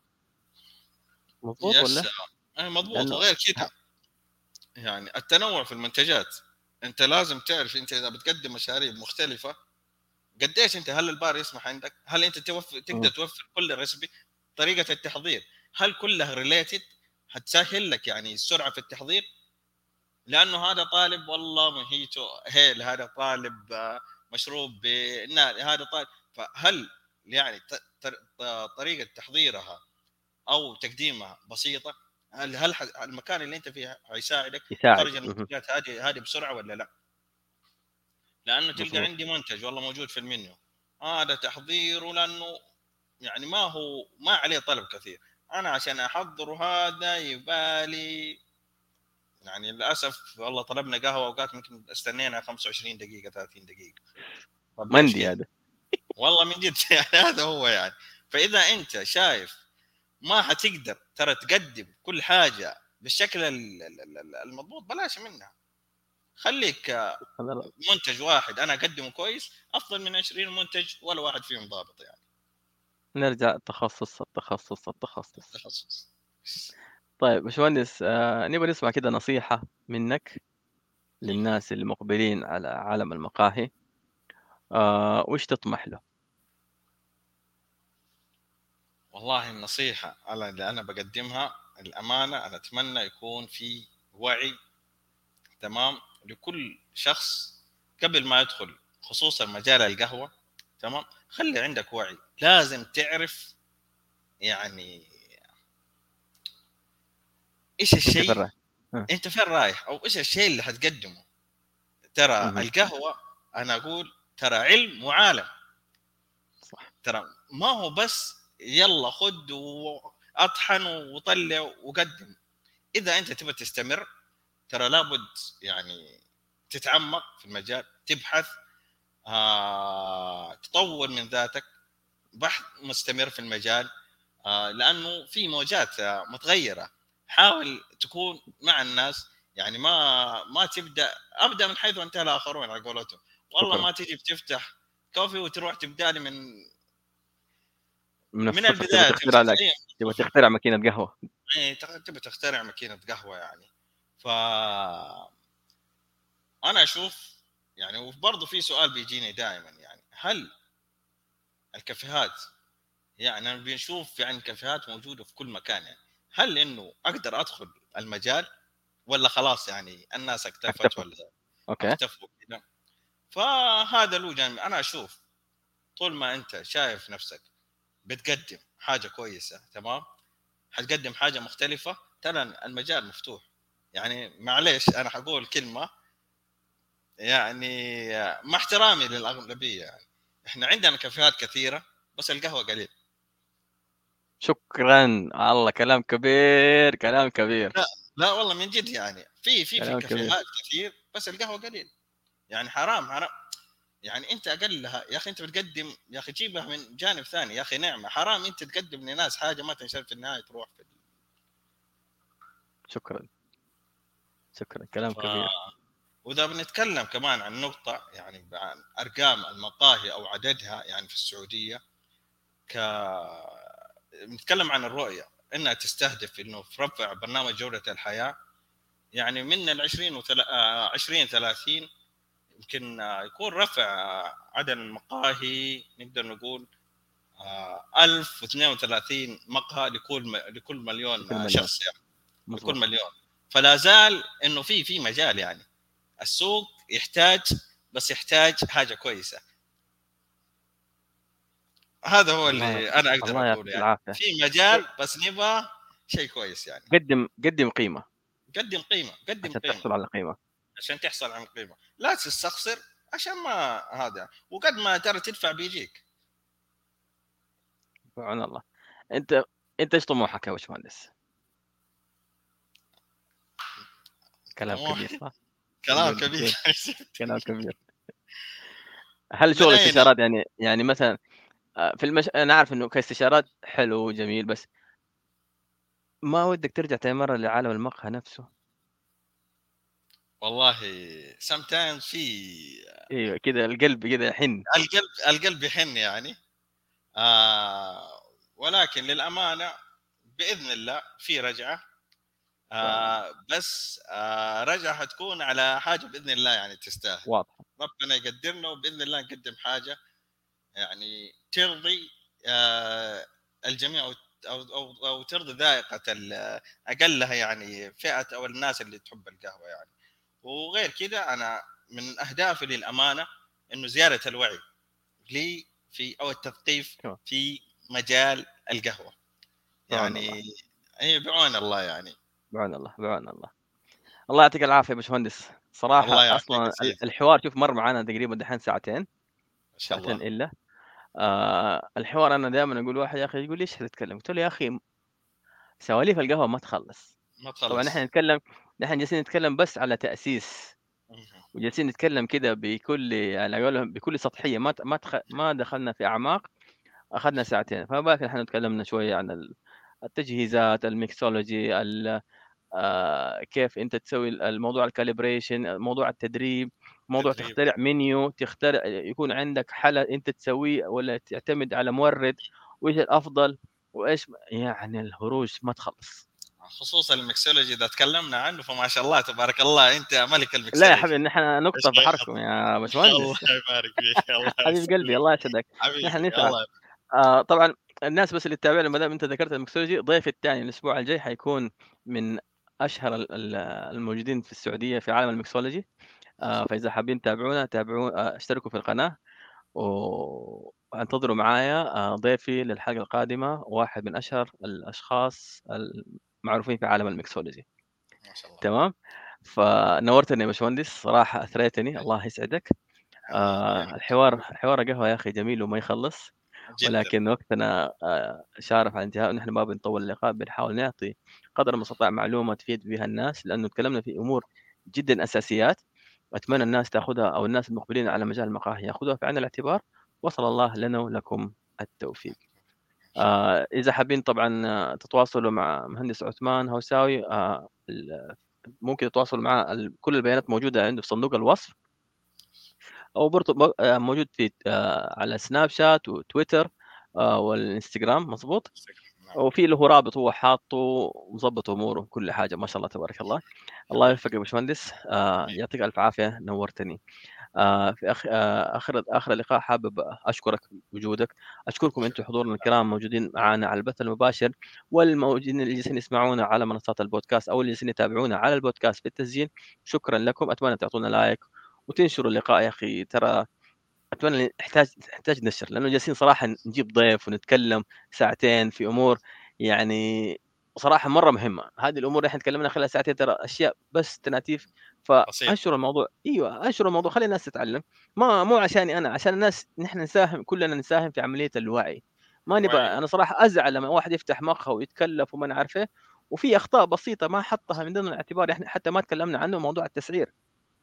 مضبوط يس. والّا؟ مضبوط. لأنه وغير ه كذا يعني التنوع في المنتجات. انت لازم تعرف انت اذا بتقدم مشاريب مختلفه قديش انت، هل البار يسمح عندك، هل انت تقدر إمم، توفر كل الريسبي، طريقه التحضير هل كلها ريليتد، هتسهل لك يعني السرعه في التحضير. لانه هذا طالب والله موهيتو هيل، هذا طالب مشروب بالنار، هذا طالب. فهل يعني طريقه تحضيرها او تقديمها بسيطه، هل المكان اللي انت فيه هيساعدك يساعد، تخرج اهم، المنتجات هذه بسرعه ولا لا؟ لانه تلقى مضبوط، عندي منتج والله موجود في المنيو، هذا تحضيره لانه يعني ما عليه طلب كثير، انا عشان احضره هذا يبالي يعني للاسف والله طلبنا قهوه اوقات ممكن استنينا 25 دقيقه 30 دقيقه. طب ليش مندي كذا؟ هذا، والله من جد يعني هذا هو يعني. فاذا انت شايف ما حتقدر ترى تقدم كل حاجه بالشكل المضبوط، بلاش منها. خليك هذا منتج واحد انا اقدمه كويس افضل من 20 منتج ولا واحد فيهم ضابط يعني. نرجع التخصص، التخصص، التخصص. تخصص. طيب باشمهندس، نبغى نسمع كده نصيحة منك للناس اللي مقبلين على عالم المقاهي، وإيش تطمح له؟ والله النصيحة اللي أنا بقدمها الأمانة، أنا أتمنى يكون في وعي تمام لكل شخص قبل ما يدخل خصوصا مجال القهوة. تمام، خلي عندك وعي، لازم تعرف يعني إيش أنت في الشيء، الراي. آه، أنت فين رايح أو إيش الشيء اللي حتقدمه. ترى اهم، القهوة أنا أقول ترى علم وعالم. صح، ترى ما هو بس يلا خد واطحن وطلع وقدم. اذا انت تبغى تستمر ترى لابد يعني تتعمق في المجال، تبحث، تطور من ذاتك، بحث مستمر في المجال، لانه في موجات متغيره. حاول تكون مع الناس يعني، ما ابدا من حيث انتهى الاخرون على قولتهم. والله شكرًا. ما تجي بتفتح كوفي وتروح تبدا لي من من الصفر تبغى البدايه، تخترع لك، اي تبغى صفر. تخترع ماكينة قهوة. إيه، تبي تخترع ماكينه قهوه يعني. ف انا اشوف يعني، وبرضه في سؤال بيجيني دائما يعني، هل الكافيهات، يعني أنا بنشوف يعني كافيهات موجوده في كل مكان يعني، هل انه اقدر ادخل المجال ولا خلاص يعني الناس اكتفت اكتفوا، ولا أوكي، اكتفوا كذا؟ فهذا له جانب. انا اشوف طول ما انت شايف نفسك بتقدم حاجه كويسه تمام، حتقدم حاجه مختلفه، ترى المجال مفتوح. يعني معليش انا حقول كلمه يعني مع احترامي للاغلبيه يعني، احنا عندنا كافيهات كثيره بس القهوه قليل. شكرًا، الله كلام كبير، كلام كبير، لا لا والله من جد يعني، في كلام كبير. كافيهات كثير بس القهوه قليل. يعني حرام حرام يعني، انت اقلها يا اخي، انت بتقدم يا اخي جيبها من جانب ثاني يا اخي، نعمه حرام انت تقدم لناس حاجه ما تنشر في النهايه تروح في شكرًا، شكرًا، كلام ف كبير. واذا بنتكلم كمان عن نقطه يعني عن ارقام المقاهي او عددها يعني في السعوديه، ك بنتكلم عن الرؤيه انها تستهدف انه في رفع برنامج جوده الحياه، يعني من ال 2030 يمكن يكون رفع عدد المقاهي، نقدر نقول 1032 مقهى لكل لكل مليون مليون، شخص يعني، لكل مضبوط. مليون. فلا زال انه في مجال يعني، السوق يحتاج، بس يحتاج حاجه كويسه. هذا هو الله اللي انا اقدر الله اقوله يعطيك يعني، العافية. في مجال بس نبغى شيء كويس يعني. قدّم قيمة قدم قيمه، قدم عشان قيمه تحصل على قيمة. عشان تحصل على قيمه، لا تستخسر عشان ما هذا، وقد ما ترى تدفع بيجيك. سبحان الله. أنت أنت إيش طموحك يا باشمهندس؟ كلام طموح. كبير صح؟ كلام قُل كبير. قُل. كلام كبير. هل من شغل اين؟ استشارات يعني مثلًا في أنا عارف إنه كاستشارات حلو وجميل، بس ما ودك ترجع تاني مرّة لعالم المقهى نفسه؟ والله sometimes في أيوه كده القلب كده يحن. القلب يحن يعني. ولكن للامانه باذن الله في رجعه. إن شاء الله. بس رجعه حتكون على حاجه باذن الله يعني تستاهل. واضحة. ربنا يقدرنا وباذن الله نقدم حاجه يعني ترضي آه الجميع، أو ترضي ذائقه اقلها يعني فئه او الناس اللي تحب القهوه يعني. وغير كذا انا من اهدافي للامانه انه زياده الوعي لي في او التثقيف كمان. في مجال القهوه بعون الله، يعني. اي بعون الله يعني. بعون الله، بعون الله. الله يعطيك العافية يا باشمهندس. صراحة الله يعافيك يا أصلًا سيدي. الحوار شوف مَر معانا تقريبًا دحين ساعتين، ما شاء ساعتين الله. إلا. الحوار أنا دايمًا أقول واحد يا أخي يقول لي: "إيش حتتكلم؟" قُلت له: "يا أخي سواليف القهوة ما تخلّص." ما طبعًا تخلص. نحن جالسين نتكلم بس على تأسيس، مهم. وجالسين نتكلم كده بكل على قولهم بكل سطحية، ما دخلنا في أعماق. أخذنا ساعتين، فما بالك نحن اتكلمنا شوية عن التجهيزات، الmixology، كيف أنت تسوي الموضوع الcalibration، موضوع التدريب، موضوع تدريب. تخترع menu، يكون عندك حلا أنت تسويه والّا تعتمد على مورد، وإيش الأفضل، وإيش يعني الهروج ما تخلص. خصوصا المكسولوجي اذا تكلمنا عنه فما شاء الله تبارك الله انت ملك لا يا المكسولوجي. حبيبي نحن ايش نقطة في غير؟ حركم يا الله باشمهندس. يبارك فيك، الله حبيب قلبي يسلمك. الله يسعدك. نحن حبيبي نسعى. الله. طبعًا الناس بس اللي تتابعنا ما دام أنت ذكرت المكسولوجي، ضيفي التاني الأسبوع الجاي حيكون من أشهر الموجودين في السعودية في عالم المكسولوجي. فإذا حابين تتابعونا اشتركوا في القناة، وانتظروا معايا ضيفي للحلقة القادمة واحد من أشهر الأشخاص المعروفين في عالم المكسولوجي. ما شاء الله. تمام؟ فنورتني يا باشمهندس، صراحة أثريتني، الله يسعدك. حبيبي يعني حوار القهوة يا أخي جميل وما يخلص، جدا. ولكن وقتنا شارف على الانتهاء، ونحن ما بنطول اللقاء، بنحاول نعطي قدر المستطاع معلومة تفيد بها الناس، لأنه تكلمنا في أمور جدًا أساسيات، وأتمنى الناس تاخذها أو الناس المقبلين على مجال المقاهي ياخذوها في عين الاعتبار، وصل الله لنا ولكم التوفيق. ان شاء الله. إذا حابين طبعًا تتواصلوا مع مهندس عثمان هوساوي، ممكن تتواصلوا معاه، كل البيانات موجودة عنده في صندوق الوصف، أو برضه موجود في على سناب شات وتويتر والإنستجرام مضبوط، نعم. وفي له رابط هو حاطّه ومضبّط أموره كل حاجة ما شاء الله تبارك الله. الله حبيبي يوفقك يا باشمهندس، حبيبي. يعطيك ألف عافية نورتني. في آخر اللقاء حابب أشكرك بوجودك، أشكركم أنتم حضورنا الكرام موجودين معانا على البث المباشر، والموجودين اللي جالسين يسمعونا على منصات البودكاست أو اللي جالسين يتابعونا على البودكاست بالتسجيل، شكرًا لكم، أتمنى تعطونا لايك وتنشروا اللقاء يا أخي، ترى أتمنى نحتاج نشر، لأنه جالسين صراحة نجيب ضيف ونتكلم ساعتين في أمور يعني صراحة مرة مهمة. هذه الأمور اللي إحنا تكلمنا خلال ساعتين ترى أشياء بس تناتيف، بسيط. فانشروا الموضوع، أيوه انشروا الموضوع، خلي الناس تتعلم، ما مو عشاني أنا، عشان الناس، نحن نساهم كلنا نساهم في عملية الوعي. ما نبغى، الوعي. أنا صراحة أزعل لما واحد يفتح مقهى ويتكلف وما أنا عارف إيه، وفي أخطاء بسيطة ما حطها من ضمن الاعتبار، إحنا حتى ما تكلمنا عنه، موضوع التسعير.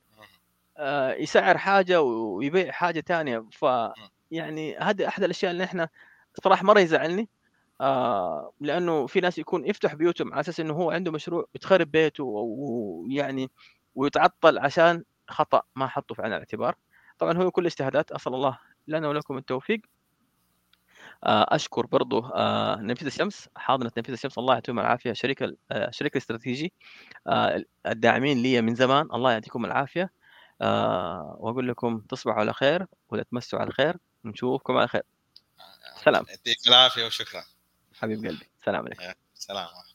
يسعّر حاجة ويبيع حاجة تانية، يعني هذه أحد الأشياء اللي إحنا صراحة مرّة يزعّلني. لأنه في ناس يكون يفتح بيوتهم على أساس إنه هو عنده مشروع يتخرب بيته ويعني ويتعطّل عشان خطأ ما حطّه في عين الاعتبار. طبعًا هو كُلّه اجتهادات، أسأل الله لنا ولكم التوفيق. أشكر برضه نفيذة الشمس، حاضنة نفيذة الشمس الله يعطيهم العافية، الشريك الاستراتيجي الداعمين ليّا من زمان، الله يعطيكم العافية. وأقول لكم تصبحوا على خير وتتمسوا على خير، ونشوفكم على خير. سلام، يعطيك العافيه وشكرا. حبيب قلبي، سلام عليكم. سلام.